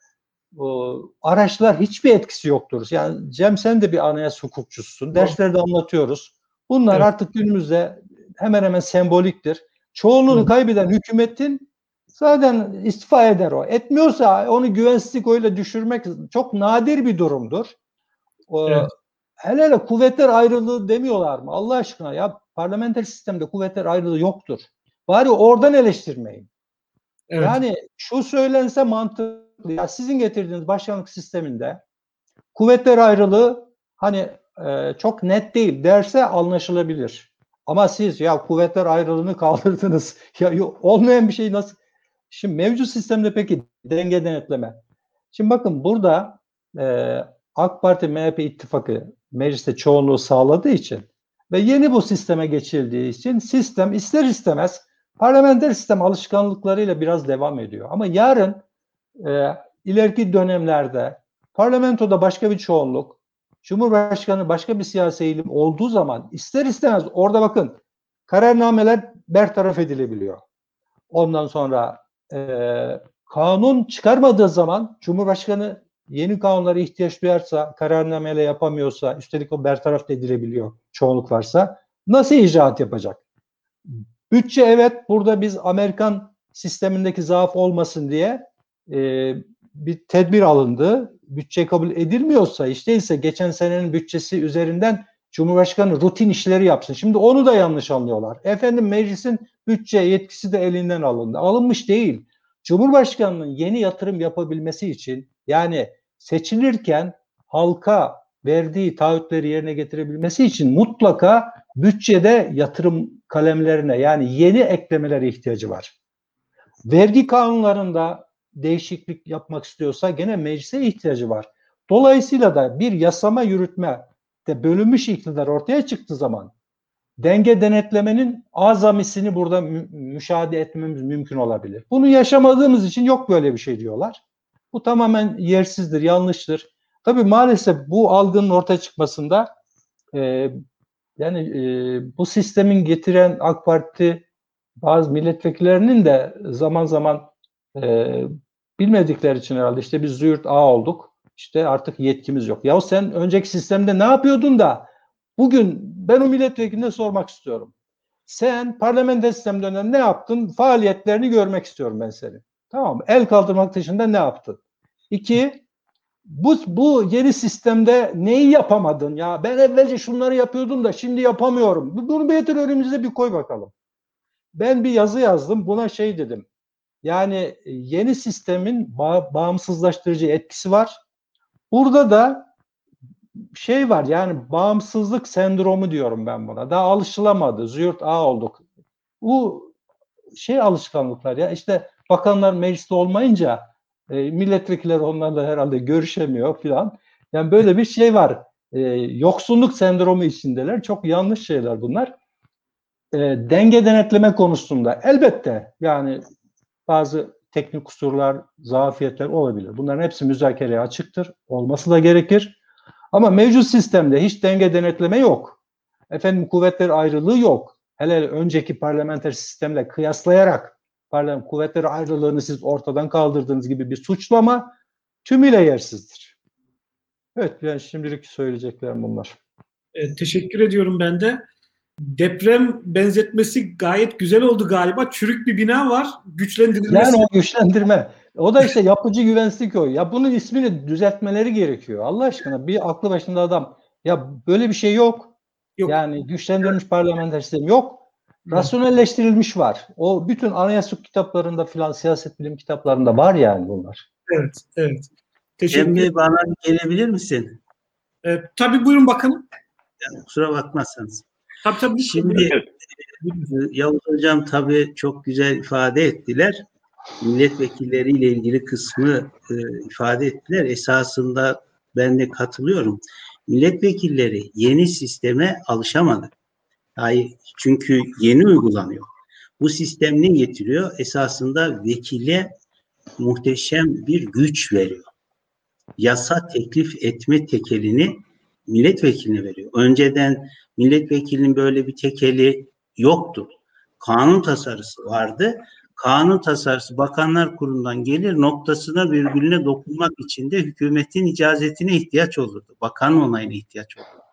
o, araçlar hiçbir etkisi yoktur. Yani Cem sen de bir anayasa hukukçususun. Derslerde anlatıyoruz. Bunlar evet. Artık günümüzde hemen hemen semboliktir. Çoğunluğunu kaybeden hükümetin zaten istifa eder o. Etmiyorsa onu güvensizlik oyuyla düşürmek çok nadir bir durumdur. O, evet. Hele hele kuvvetler ayrılığı demiyorlar mı? Allah aşkına ya parlamenter sistemde kuvvetler ayrılığı yoktur. Bari oradan eleştirmeyin. Evet. Yani şu söylense mantıklı. Ya sizin getirdiğiniz başkanlık sisteminde kuvvetler ayrılığı hani e, çok net değil derse anlaşılabilir. Ama siz ya kuvvetler ayrılığını kaldırdınız. Ya olmayan bir şey nasıl? Şimdi mevcut sistemde peki denge denetleme. Şimdi bakın burada e, AK Parti M H P ittifakı mecliste çoğunluğu sağladığı için ve yeni bu sisteme geçildiği için sistem ister istemez parlamenter sistem alışkanlıklarıyla biraz devam ediyor. Ama yarın e, ileriki dönemlerde parlamentoda başka bir çoğunluk, Cumhurbaşkanı başka bir siyasi eğilim olduğu zaman ister istemez orada bakın kararnameler bertaraf edilebiliyor. Ondan sonra e, kanun çıkarmadığı zaman Cumhurbaşkanı yeni kanunlara ihtiyaç duyarsa, kararnameyle yapamıyorsa, üstelik o bertaraf edilebiliyor çoğunluk varsa, nasıl icraat yapacak? Bütçe evet, burada biz Amerikan sistemindeki zaaf olmasın diye e, bir tedbir alındı. Bütçe kabul edilmiyorsa, hiç değilse geçen senenin bütçesi üzerinden Cumhurbaşkanı rutin işleri yapsın. Şimdi onu da yanlış anlıyorlar. Efendim meclisin bütçe yetkisi de elinden alındı. Alınmış değil. Cumhurbaşkanının yeni yatırım yapabilmesi için yani seçilirken halka verdiği taahhütleri yerine getirebilmesi için mutlaka bütçede yatırım kalemlerine, yani yeni eklemelere ihtiyacı var. Vergi kanunlarında değişiklik yapmak istiyorsa gene meclise ihtiyacı var. Dolayısıyla da bir yasama yürütme de bölünmüş iktidar ortaya çıktığı zaman denge denetlemenin azamisini burada mü- müşahede etmemiz mümkün olabilir. Bunu yaşamadığımız için yok böyle bir şey diyorlar. Bu tamamen yersizdir, yanlıştır. Tabii maalesef bu algının ortaya çıkmasında e, yani e, bu sistemin getiren AK Parti bazı milletvekillerinin de zaman zaman e, bilmedikleri için herhalde işte biz züğürt ağa olduk. İşte artık yetkimiz yok. Ya sen önceki sistemde ne yapıyordun da bugün ben o milletvekiline sormak istiyorum. Sen parlamenter sistem döneminde ne yaptın? Faaliyetlerini görmek istiyorum ben seni. Tamam mı? El kaldırmak dışında ne yaptın? İki, bu, bu yeni sistemde neyi yapamadın? Ya ben evvelce şunları yapıyordum da şimdi yapamıyorum. Bunu bir getir önümüze bir koy bakalım. Ben bir yazı yazdım. Buna şey dedim. Yani yeni sistemin ba- bağımsızlaştırıcı etkisi var. Burada da şey var, yani bağımsızlık sendromu diyorum ben buna. Daha alışılamadı. Züğürt ağa olduk. Bu şey alışkanlıklar ya, işte bakanlar mecliste olmayınca e, milletvekilleri onlarla herhalde görüşemiyor filan. Yani böyle bir şey var. E, yoksunluk sendromu içindeler. Çok yanlış şeyler bunlar. E, denge denetleme konusunda elbette yani bazı teknik kusurlar, zafiyetler olabilir. Bunların hepsi müzakereye açıktır. Olması da gerekir. Ama mevcut sistemde hiç denge denetleme yok. Efendim kuvvetler ayrılığı yok. Hele hele önceki parlamenter sistemle kıyaslayarak parlament kuvvetler ayrılığını siz ortadan kaldırdığınız gibi bir suçlama tümüyle yersizdir. Evet, yani şimdilik söyleyeceklerim bunlar. E, teşekkür ediyorum ben de. Deprem benzetmesi gayet güzel oldu galiba. Çürük bir bina var. Güçlendirilmesi. Yani o güçlendirme. O da işte yapıcı güvensizlik o. Ya bunun ismini düzeltmeleri gerekiyor. Allah aşkına bir aklı başında adam. Ya böyle bir şey yok. Yok. Yani güçlendirilmiş parlamenter sistem yok. Rasyonelleştirilmiş var. O bütün anayasa kitaplarında filan, siyaset bilim kitaplarında var yani bunlar. Evet, evet. Teşekkür Cem Bey, ederim. bana gelebilir misin? E, tabii buyurun bakalım. Yani kusura bakmazsanız. Tabii tabii. Şimdi Yavuz Hocam tabii çok güzel ifade ettiler. Milletvekilleriyle ilgili kısmı e, ifade ettiler. Esasında ben de katılıyorum. Milletvekilleri yeni sisteme alışamadı. Yani çünkü yeni uygulanıyor. Bu sistem ne getiriyor? Esasında vekile muhteşem bir güç veriyor. Yasa teklif etme tekelini milletvekiline veriyor. Önceden milletvekilinin böyle bir tekeli yoktu. Kanun tasarısı vardı. Kanun tasarısı Bakanlar Kurulu'ndan gelir, noktasına virgülüne dokunmak için de hükümetin icazetine ihtiyaç olurdu. Bakan onayına ihtiyaç olurdu.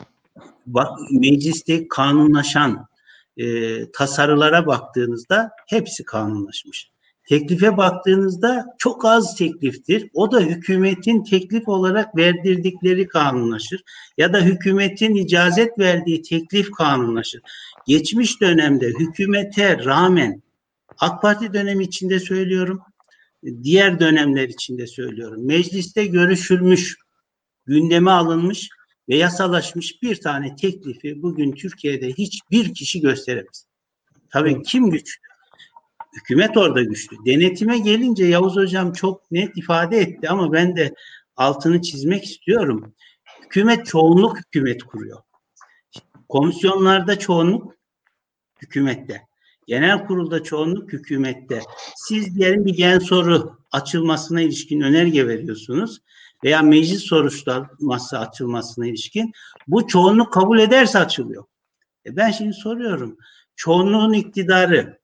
Bak, mecliste kanunlaşan e, tasarılara baktığınızda hepsi kanunlaşmış. Teklife baktığınızda çok az tekliftir. O da hükümetin teklif olarak verdirdikleri kanunlaşır. Ya da hükümetin icazet verdiği teklif kanunlaşır. Geçmiş dönemde hükümete rağmen, AK Parti dönemi içinde söylüyorum, diğer dönemler içinde söylüyorum, mecliste görüşülmüş, gündeme alınmış ve yasalaşmış bir tane teklifi bugün Türkiye'de hiçbir kişi gösteremez. Tabii kim güçlü? Hükümet orada güçlü. Denetime gelince Yavuz Hocam çok net ifade etti ama ben de altını çizmek istiyorum. Hükümet çoğunluk hükümet kuruyor. Komisyonlarda çoğunluk hükümette. Genel kurulda çoğunluk hükümette. Siz diyelim bir gen soru açılmasına ilişkin önerge veriyorsunuz veya meclis soruşturması açılmasına ilişkin. Bu çoğunluk kabul ederse açılıyor. E ben şimdi soruyorum. Çoğunluğun iktidarı,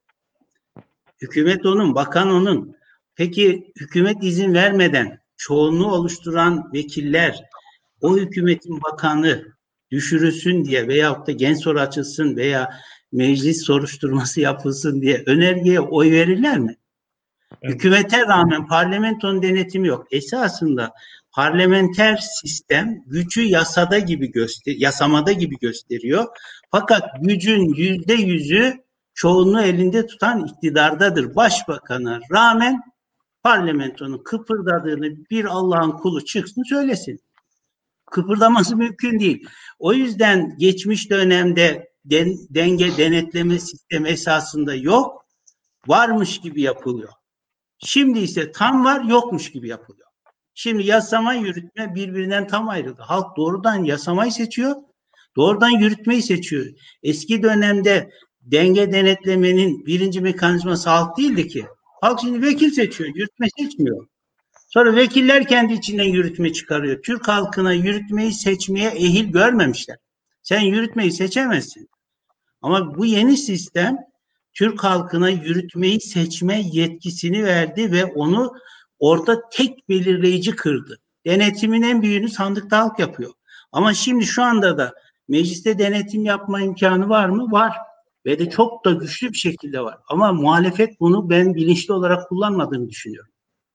hükümet onun, bakan onun. Peki hükümet izin vermeden çoğunluğu oluşturan vekiller o hükümetin bakanı düşürülsün diye veyahut da gen soru açılsın veya meclis soruşturması yapılsın diye önergeye oy verirler mi? Evet. Hükümete rağmen parlamentonun denetimi yok. Esasında parlamenter sistem gücü yasada gibi göster, yasamada gibi gösteriyor. Fakat gücün yüzde yüzü çoğunluğu elinde tutan iktidardadır. Başbakana rağmen parlamentonun kıpırdadığını bir Allah'ın kulu çıksın söylesin. kıpırdaması mümkün değil. O yüzden geçmiş dönemde den, denge denetleme sistemi esasında yok, varmış gibi yapılıyor. Şimdi ise tam var, yokmuş gibi yapılıyor. Şimdi yasama, yürütme birbirinden tam ayrıldı. Halk doğrudan yasamayı seçiyor, doğrudan yürütmeyi seçiyor. Eski dönemde denge denetlemenin birinci mekanizması halk değildi ki. Halk şimdi vekil seçiyor, yürütme seçmiyor. Sonra vekiller kendi içinden yürütme çıkarıyor. Türk halkına yürütmeyi seçmeye ehil görmemişler. Sen yürütmeyi seçemezsin. Ama bu yeni sistem Türk halkına yürütmeyi seçme yetkisini verdi ve onu orada tek belirleyici kırdı. Denetimin en büyüğünü sandıkta halk yapıyor. Ama şimdi şu anda da mecliste denetim yapma imkanı var mı? Var. Ve de çok da güçlü bir şekilde var. Ama muhalefet bunu ben bilinçli olarak kullanmadığını düşünüyorum.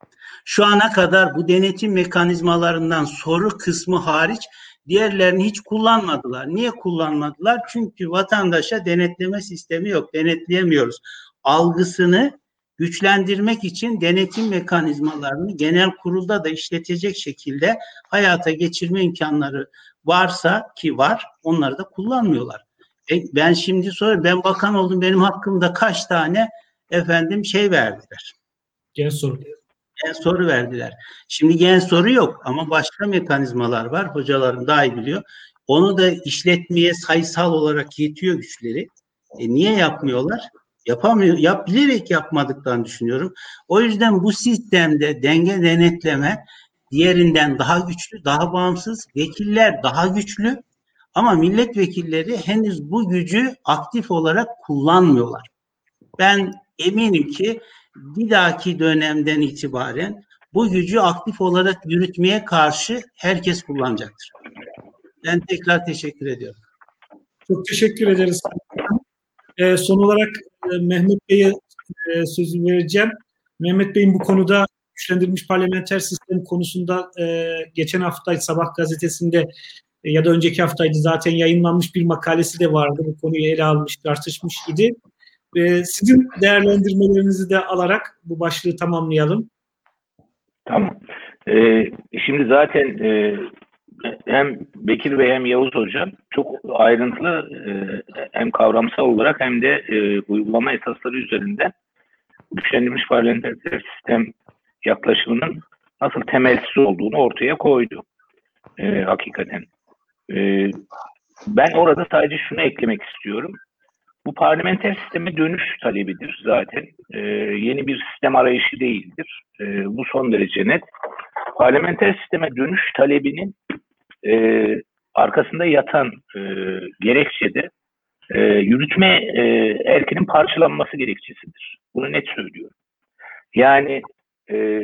Şu ana kadar bu denetim mekanizmalarından soru kısmı hariç diğerlerini hiç kullanmadılar. Niye kullanmadılar? Çünkü vatandaşa denetleme sistemi yok, denetleyemiyoruz. Algısını güçlendirmek için denetim mekanizmalarını genel kurulda da işletecek şekilde hayata geçirme imkanları varsa, ki var, onları da kullanmıyorlar. E ben şimdi soruyorum, ben bakan oldum, benim hakkımda kaç tane efendim şey verdiler? Gel soru. Gen soru verdiler. Şimdi gen soru yok ama başka mekanizmalar var. Hocalarım daha iyi biliyor. Onu da işletmeye sayısal olarak yetiyor güçleri. E niye yapmıyorlar? Yapamıyor. Yap, bilerek yapmadıklarını düşünüyorum. O yüzden bu sistemde denge denetleme diğerinden daha güçlü, daha bağımsız. Vekiller daha güçlü ama milletvekilleri henüz bu gücü aktif olarak kullanmıyorlar. Ben eminim ki bir dahaki dönemden itibaren bu gücü aktif olarak yürütmeye karşı herkes kullanacaktır. Ben tekrar teşekkür ediyorum. Çok teşekkür ederiz. Ee, son olarak e, Mehmet Bey'e e, sözü vereceğim. Mehmet Bey'in bu konuda güçlendirilmiş parlamenter sistem konusunda e, geçen hafta Sabah gazetesinde e, ya da önceki haftaydı zaten yayınlanmış bir makalesi de vardı. Bu konuyu ele almış, tartışmış idi. E, sizin değerlendirmelerinizi de alarak bu başlığı tamamlayalım. Tamam. Ee, şimdi zaten e, hem Bekir Bey hem Yavuz Hocam çok ayrıntılı e, hem kavramsal olarak hem de e, uygulama esasları üzerinden güçlendirilmiş parlamenter sistem yaklaşımının nasıl temelsiz olduğunu ortaya koydu. E, hakikaten. E, ben orada sadece şunu eklemek istiyorum. Bu parlamenter sisteme dönüş talebidir zaten. E, yeni bir sistem arayışı değildir. E, bu son derece net. Parlamenter sisteme dönüş talebinin e, arkasında yatan e, gerekçe de e, yürütme e, erkinin parçalanması gerekçesidir. Bunu net söylüyorum. Yani e,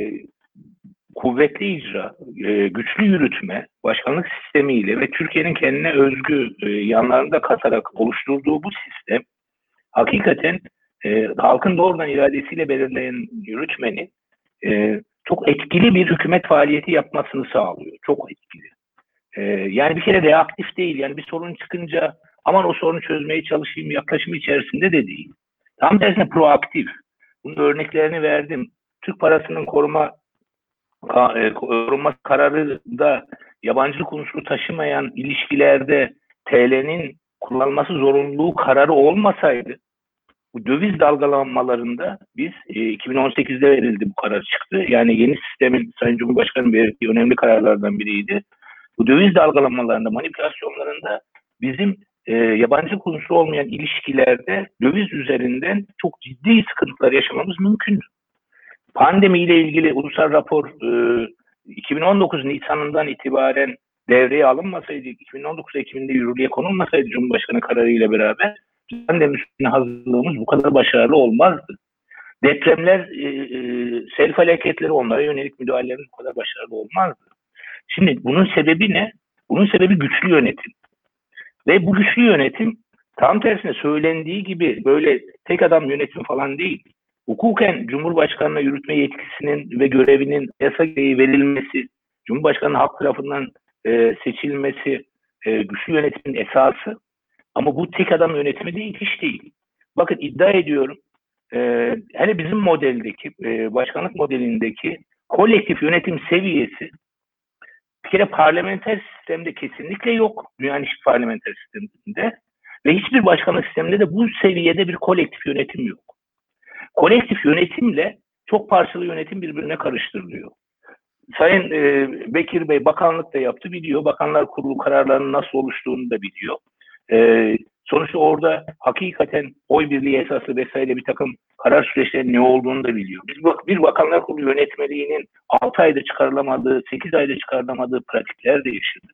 kuvvetli icra, e, güçlü yürütme, başkanlık sistemiyle ve Türkiye'nin kendine özgü e, yanlarını da katarak oluşturduğu bu sistem hakikaten e, halkın doğrudan iradesiyle belirleyen yürütmenin e, çok etkili bir hükümet faaliyeti yapmasını sağlıyor. Çok etkili. E, yani bir kere reaktif değil. Yani bir sorun çıkınca aman o sorunu çözmeye çalışayım yaklaşımı içerisinde de değil. Tam tersine proaktif. Bunun örneklerini verdim. Türk parasının koruma e, korunma kararında yabancılık unsuru taşımayan ilişkilerde T L'nin kullanılması zorunluluğu kararı olmasaydı bu döviz dalgalanmalarında biz e, iki bin on sekizde verildi bu karar çıktı. Yani yeni sistemin Sayın Cumhurbaşkanı'nın verdiği önemli kararlardan biriydi. Bu döviz dalgalanmalarında, manipülasyonlarında bizim e, yabancılık unsuru olmayan ilişkilerde döviz üzerinden çok ciddi sıkıntılar yaşamamız mümkün. Pandemiyle ilgili ulusal rapor e, iki bin on dokuz Nisan'ından itibaren devreye alınmasaydı, iki bin on dokuz Ekim'inde yürürlüğe konulmasaydı Cumhurbaşkanı kararıyla beraber pandemi üstüne hazırlığımız bu kadar başarılı olmazdı. Depremler, e, e, sel felaketleri, onlara yönelik müdahalelerimiz bu kadar başarılı olmazdı. Şimdi bunun sebebi ne? Bunun sebebi güçlü yönetim. Ve bu güçlü yönetim tam tersine söylendiği gibi böyle tek adam yönetim falan değil. Hukuken Cumhurbaşkanı'na yürütme yetkisinin ve görevinin yasa gereği verilmesi, Cumhurbaşkanı halk tarafından e, seçilmesi e, güçlü yönetimin esası. Ama bu tek adam yönetimi değil, hiç değil. Bakın iddia ediyorum, e, hele bizim modeldeki, e, başkanlık modelindeki kolektif yönetim seviyesi bir kere parlamenter sistemde kesinlikle yok. Dünyanın hiçbir parlamenter sisteminde ve hiçbir başkanlık sisteminde de bu seviyede bir kolektif yönetim yok. Kolektif yönetimle çok parçalı yönetim birbirine karıştırılıyor. Sayın e, Bekir Bey bakanlık da yaptı, biliyor. Bakanlar Kurulu kararlarının nasıl oluştuğunu da biliyor. E, sonuçta orada hakikaten oy birliği esaslı vesaire bir takım karar süreçlerinin ne olduğunu da biliyor. Biz bir Bakanlar Kurulu yönetmeliğinin altı ayda çıkarılamadığı, sekiz ayda çıkarılamadığı pratikler de yaşadık.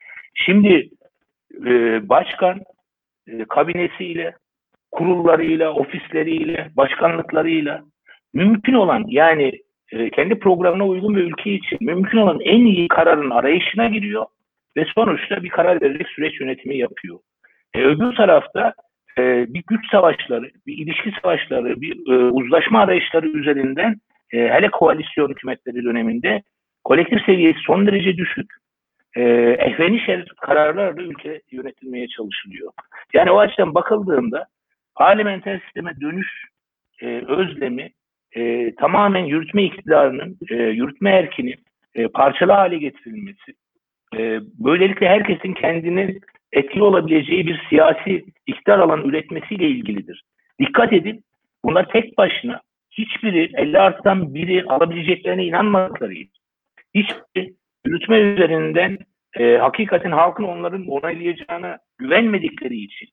Şimdi e, başkan e, kabinesiyle, kurullarıyla, ofisleriyle, başkanlıklarıyla mümkün olan, yani e, kendi programına uygun ve ülke için mümkün olan en iyi kararın arayışına giriyor ve sonuçta bir karar verecek süreç yönetimi yapıyor. E, öbür tarafta e, bir güç savaşları, bir ilişki savaşları, bir e, uzlaşma arayışları üzerinden e, hele koalisyon hükümetleri döneminde kolektif seviyesi son derece düşük. E, ehvenişer kararlarla ülke yönetilmeye çalışılıyor. Yani o açıdan bakıldığında parlamenter sisteme dönüş e, özlemi e, tamamen yürütme iktidarının, e, yürütme erkinin e, parçalı hale getirilmesi, e, böylelikle herkesin kendinin etkili olabileceği bir siyasi iktidar alanı üretmesiyle ilgilidir. Dikkat edin, bunlar tek başına hiçbiri elli artıdan biri alabileceklerine inanmadıkları için, hiçbiri yürütme üzerinden e, hakikaten halkın onların onaylayacağına güvenmedikleri için,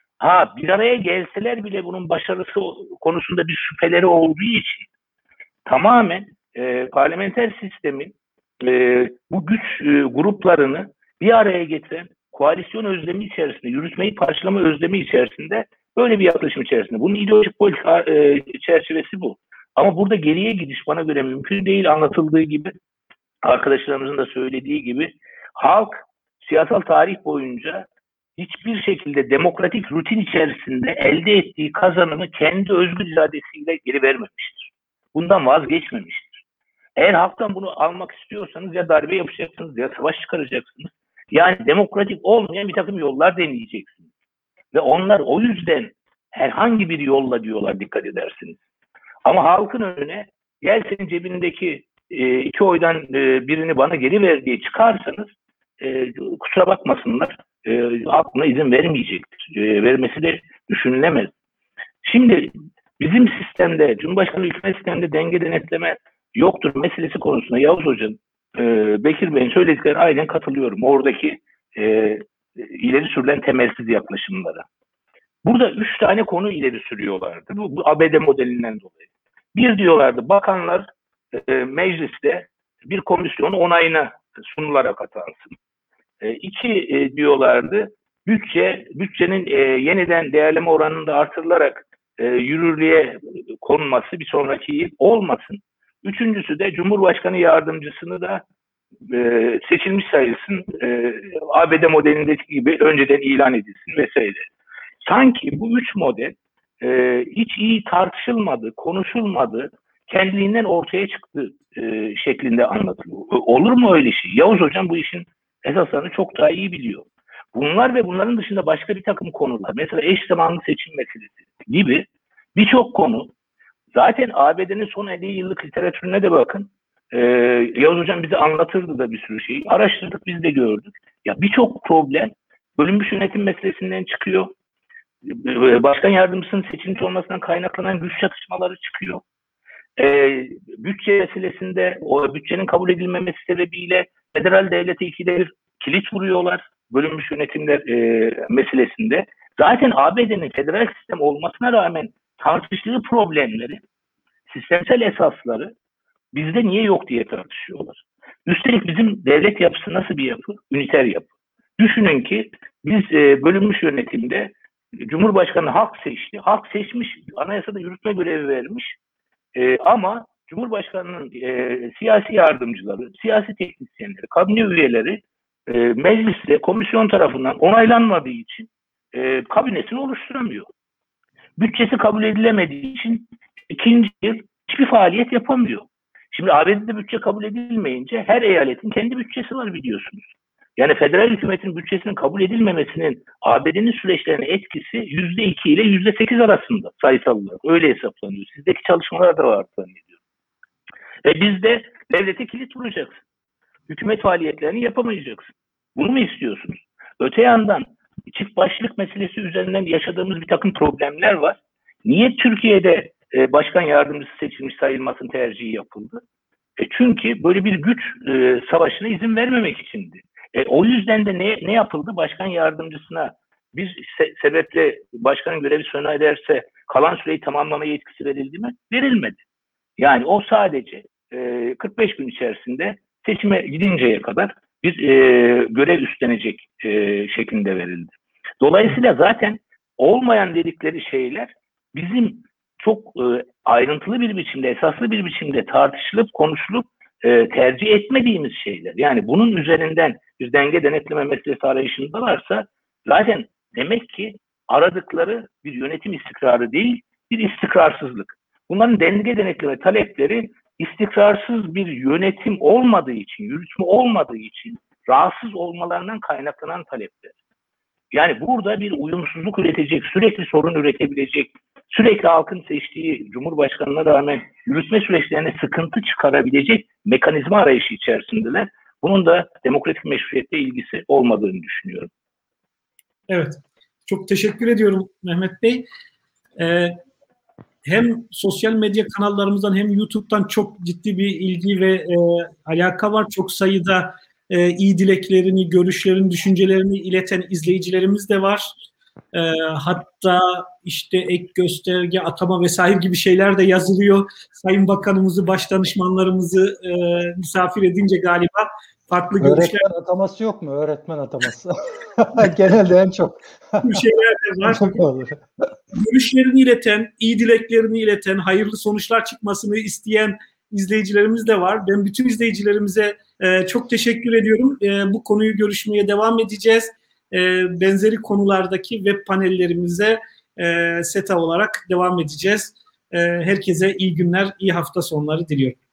ha bir araya gelseler bile bunun başarısı konusunda bir şüpheleri olduğu için tamamen e, parlamenter sistemin e, bu güç e, gruplarını bir araya getiren koalisyon özlemi içerisinde, yürütmeyi parçalama özlemi içerisinde, böyle bir yaklaşım içerisinde. Bunun ideolojik politika e, çerçevesi bu. Ama burada geriye gidiş bana göre mümkün değil, anlatıldığı gibi, arkadaşlarımızın da söylediği gibi. Halk siyasal tarih boyunca hiçbir şekilde demokratik rutin içerisinde elde ettiği kazanımı kendi özgür iradesiyle geri vermemiştir. Bundan vazgeçmemiştir. Eğer halktan bunu almak istiyorsanız ya darbe yapacaksınız ya savaş çıkaracaksınız. Yani demokratik olmayan bir takım yollar deneyeceksiniz. Ve onlar o yüzden herhangi bir yolla diyorlar, dikkat edersiniz. Ama halkın önüne gel senin cebindeki e, iki oydan e, birini bana geri ver diye çıkarsanız e, kusura bakmasınlar, e, aklına izin vermeyecektir. E, vermesi de düşünülemez. Şimdi bizim sistemde, Cumhurbaşkanı hükümet sisteminde denge denetleme yoktur meselesi konusunda Yavuz Hoca'nın, e, Bekir Bey'in söylediklerine aynen katılıyorum. Oradaki e, ileri sürülen temelsiz yaklaşımlara. Burada üç tane konu ileri sürüyorlardı. Bu, bu A B D modelinden dolayı. Bir diyorlardı, bakanlar e, mecliste bir komisyon onayına sunularak atansın. E, iki e, diyorlardı, bütçe bütçenin e, yeniden değerleme oranında artırılarak e, yürürlüğe konulması bir sonraki yıl olmasın. Üçüncüsü de Cumhurbaşkanı yardımcısını da e, seçilmiş sayılsın, e, A B D modelindeki gibi önceden ilan edilsin vesaire. Sanki bu üç model e, hiç iyi tartışılmadı, konuşulmadı, kendiliğinden ortaya çıktı e, şeklinde anlatılıyor. Olur mu öyle şey? Yavuz Hocam bu işin esaslarını çok daha iyi biliyor. Bunlar ve bunların dışında başka bir takım konular, mesela eş zamanlı seçim meselesi gibi birçok konu, zaten A B D'nin son elli yıllık literatürüne de bakın. Ee, Yavuz Hocam bize anlatırdı da bir sürü şeyi. Araştırdık, biz de gördük. Ya birçok problem bölünmüş yönetim meselesinden çıkıyor. Başkan yardımcısının seçilmiş olmasından kaynaklanan güç çatışmaları çıkıyor. Ee, bütçe meselesinde o bütçenin kabul edilmemesi sebebiyle federal devlete ikide bir kilit vuruyorlar. Bölünmüş yönetimler e, meselesinde. Zaten A B D'nin federal sistem olmasına rağmen tartıştığı problemleri, sistemsel esasları bizde niye yok diye tartışıyorlar. Üstelik bizim devlet yapısı nasıl bir yapı? Üniter yapı. Düşünün ki biz e, bölünmüş yönetimde Cumhurbaşkanı halk seçti. Halk seçmiş, anayasada yürütme görevi vermiş. E, ama Cumhurbaşkanı'nın e, siyasi yardımcıları, siyasi teknisyenleri, kabine üyeleri e, mecliste komisyon tarafından onaylanmadığı için e, kabinesini oluşturamıyor. Bütçesi kabul edilemediği için ikinci yıl hiçbir faaliyet yapamıyor. Şimdi A B D'de bütçe kabul edilmeyince her eyaletin kendi bütçesi var biliyorsunuz. Yani federal hükümetin bütçesinin kabul edilmemesinin A B D'nin süreçlerine etkisi yüzde iki ile yüzde sekiz arasında sayısal olarak. Öyle hesaplanıyor. Sizdeki çalışmalar da var zannediyorum. E bizde devlete kilit vuracaksın. hükümet faaliyetlerini yapamayacaksın. Bunu mu istiyorsunuz? Öte yandan çift başlık meselesi üzerinden yaşadığımız bir takım problemler var. Niye Türkiye'de e, başkan yardımcısı seçilmiş sayılmasın tercihi yapıldı? E çünkü böyle bir güç e, savaşına izin vermemek içindi. E, o yüzden de ne, ne yapıldı? Başkan yardımcısına bir se sebeple başkanın görevi sona ederse kalan süreyi tamamlama yetkisi verildi mi? Verilmedi. Yani o sadece e, kırk beş gün içerisinde seçime gidinceye kadar bir e, görev üstlenecek e, şeklinde verildi. Dolayısıyla zaten olmayan dedikleri şeyler bizim çok e, ayrıntılı bir biçimde, esaslı bir biçimde tartışılıp, konuşulup e, tercih etmediğimiz şeyler. Yani bunun üzerinden bir denge denetleme meselesi arayışındalarsa zaten demek ki aradıkları bir yönetim istikrarı değil, bir istikrarsızlık. Bunların denge denetleme talepleri istikrarsız bir yönetim olmadığı için, yürütme olmadığı için rahatsız olmalarından kaynaklanan talepler. Yani burada bir uyumsuzluk üretecek, sürekli sorun üretebilecek, sürekli halkın seçtiği Cumhurbaşkanı'na rağmen yürütme süreçlerine sıkıntı çıkarabilecek mekanizma arayışı içerisindeler. Bunun da demokratik meşruiyette ilgisi olmadığını düşünüyorum. Evet, çok teşekkür ediyorum Mehmet Bey. Ee, hem sosyal medya kanallarımızdan hem YouTube'dan çok ciddi bir ilgi ve e, alaka var. Çok sayıda e, iyi dileklerini, görüşlerini, düşüncelerini ileten izleyicilerimiz de var. E, hatta işte ek gösterge, atama vesaire gibi şeyler de yazılıyor. Sayın Bakanımızı, başdanışmanlarımızı e, misafir edince galiba farklı öğretmen görüşler. Öğretmen ataması yok mu? Öğretmen ataması. Genelde en çok. Bu şeyler de var. Çok olur. Görüşlerini ileten, iyi dileklerini ileten, hayırlı sonuçlar çıkmasını isteyen izleyicilerimiz de var. Ben bütün izleyicilerimize e, çok teşekkür ediyorum. E, bu konuyu görüşmeye devam edeceğiz. E, benzeri konulardaki web panellerimize e, SETA olarak devam edeceğiz. E, herkese iyi günler, iyi hafta sonları diliyorum.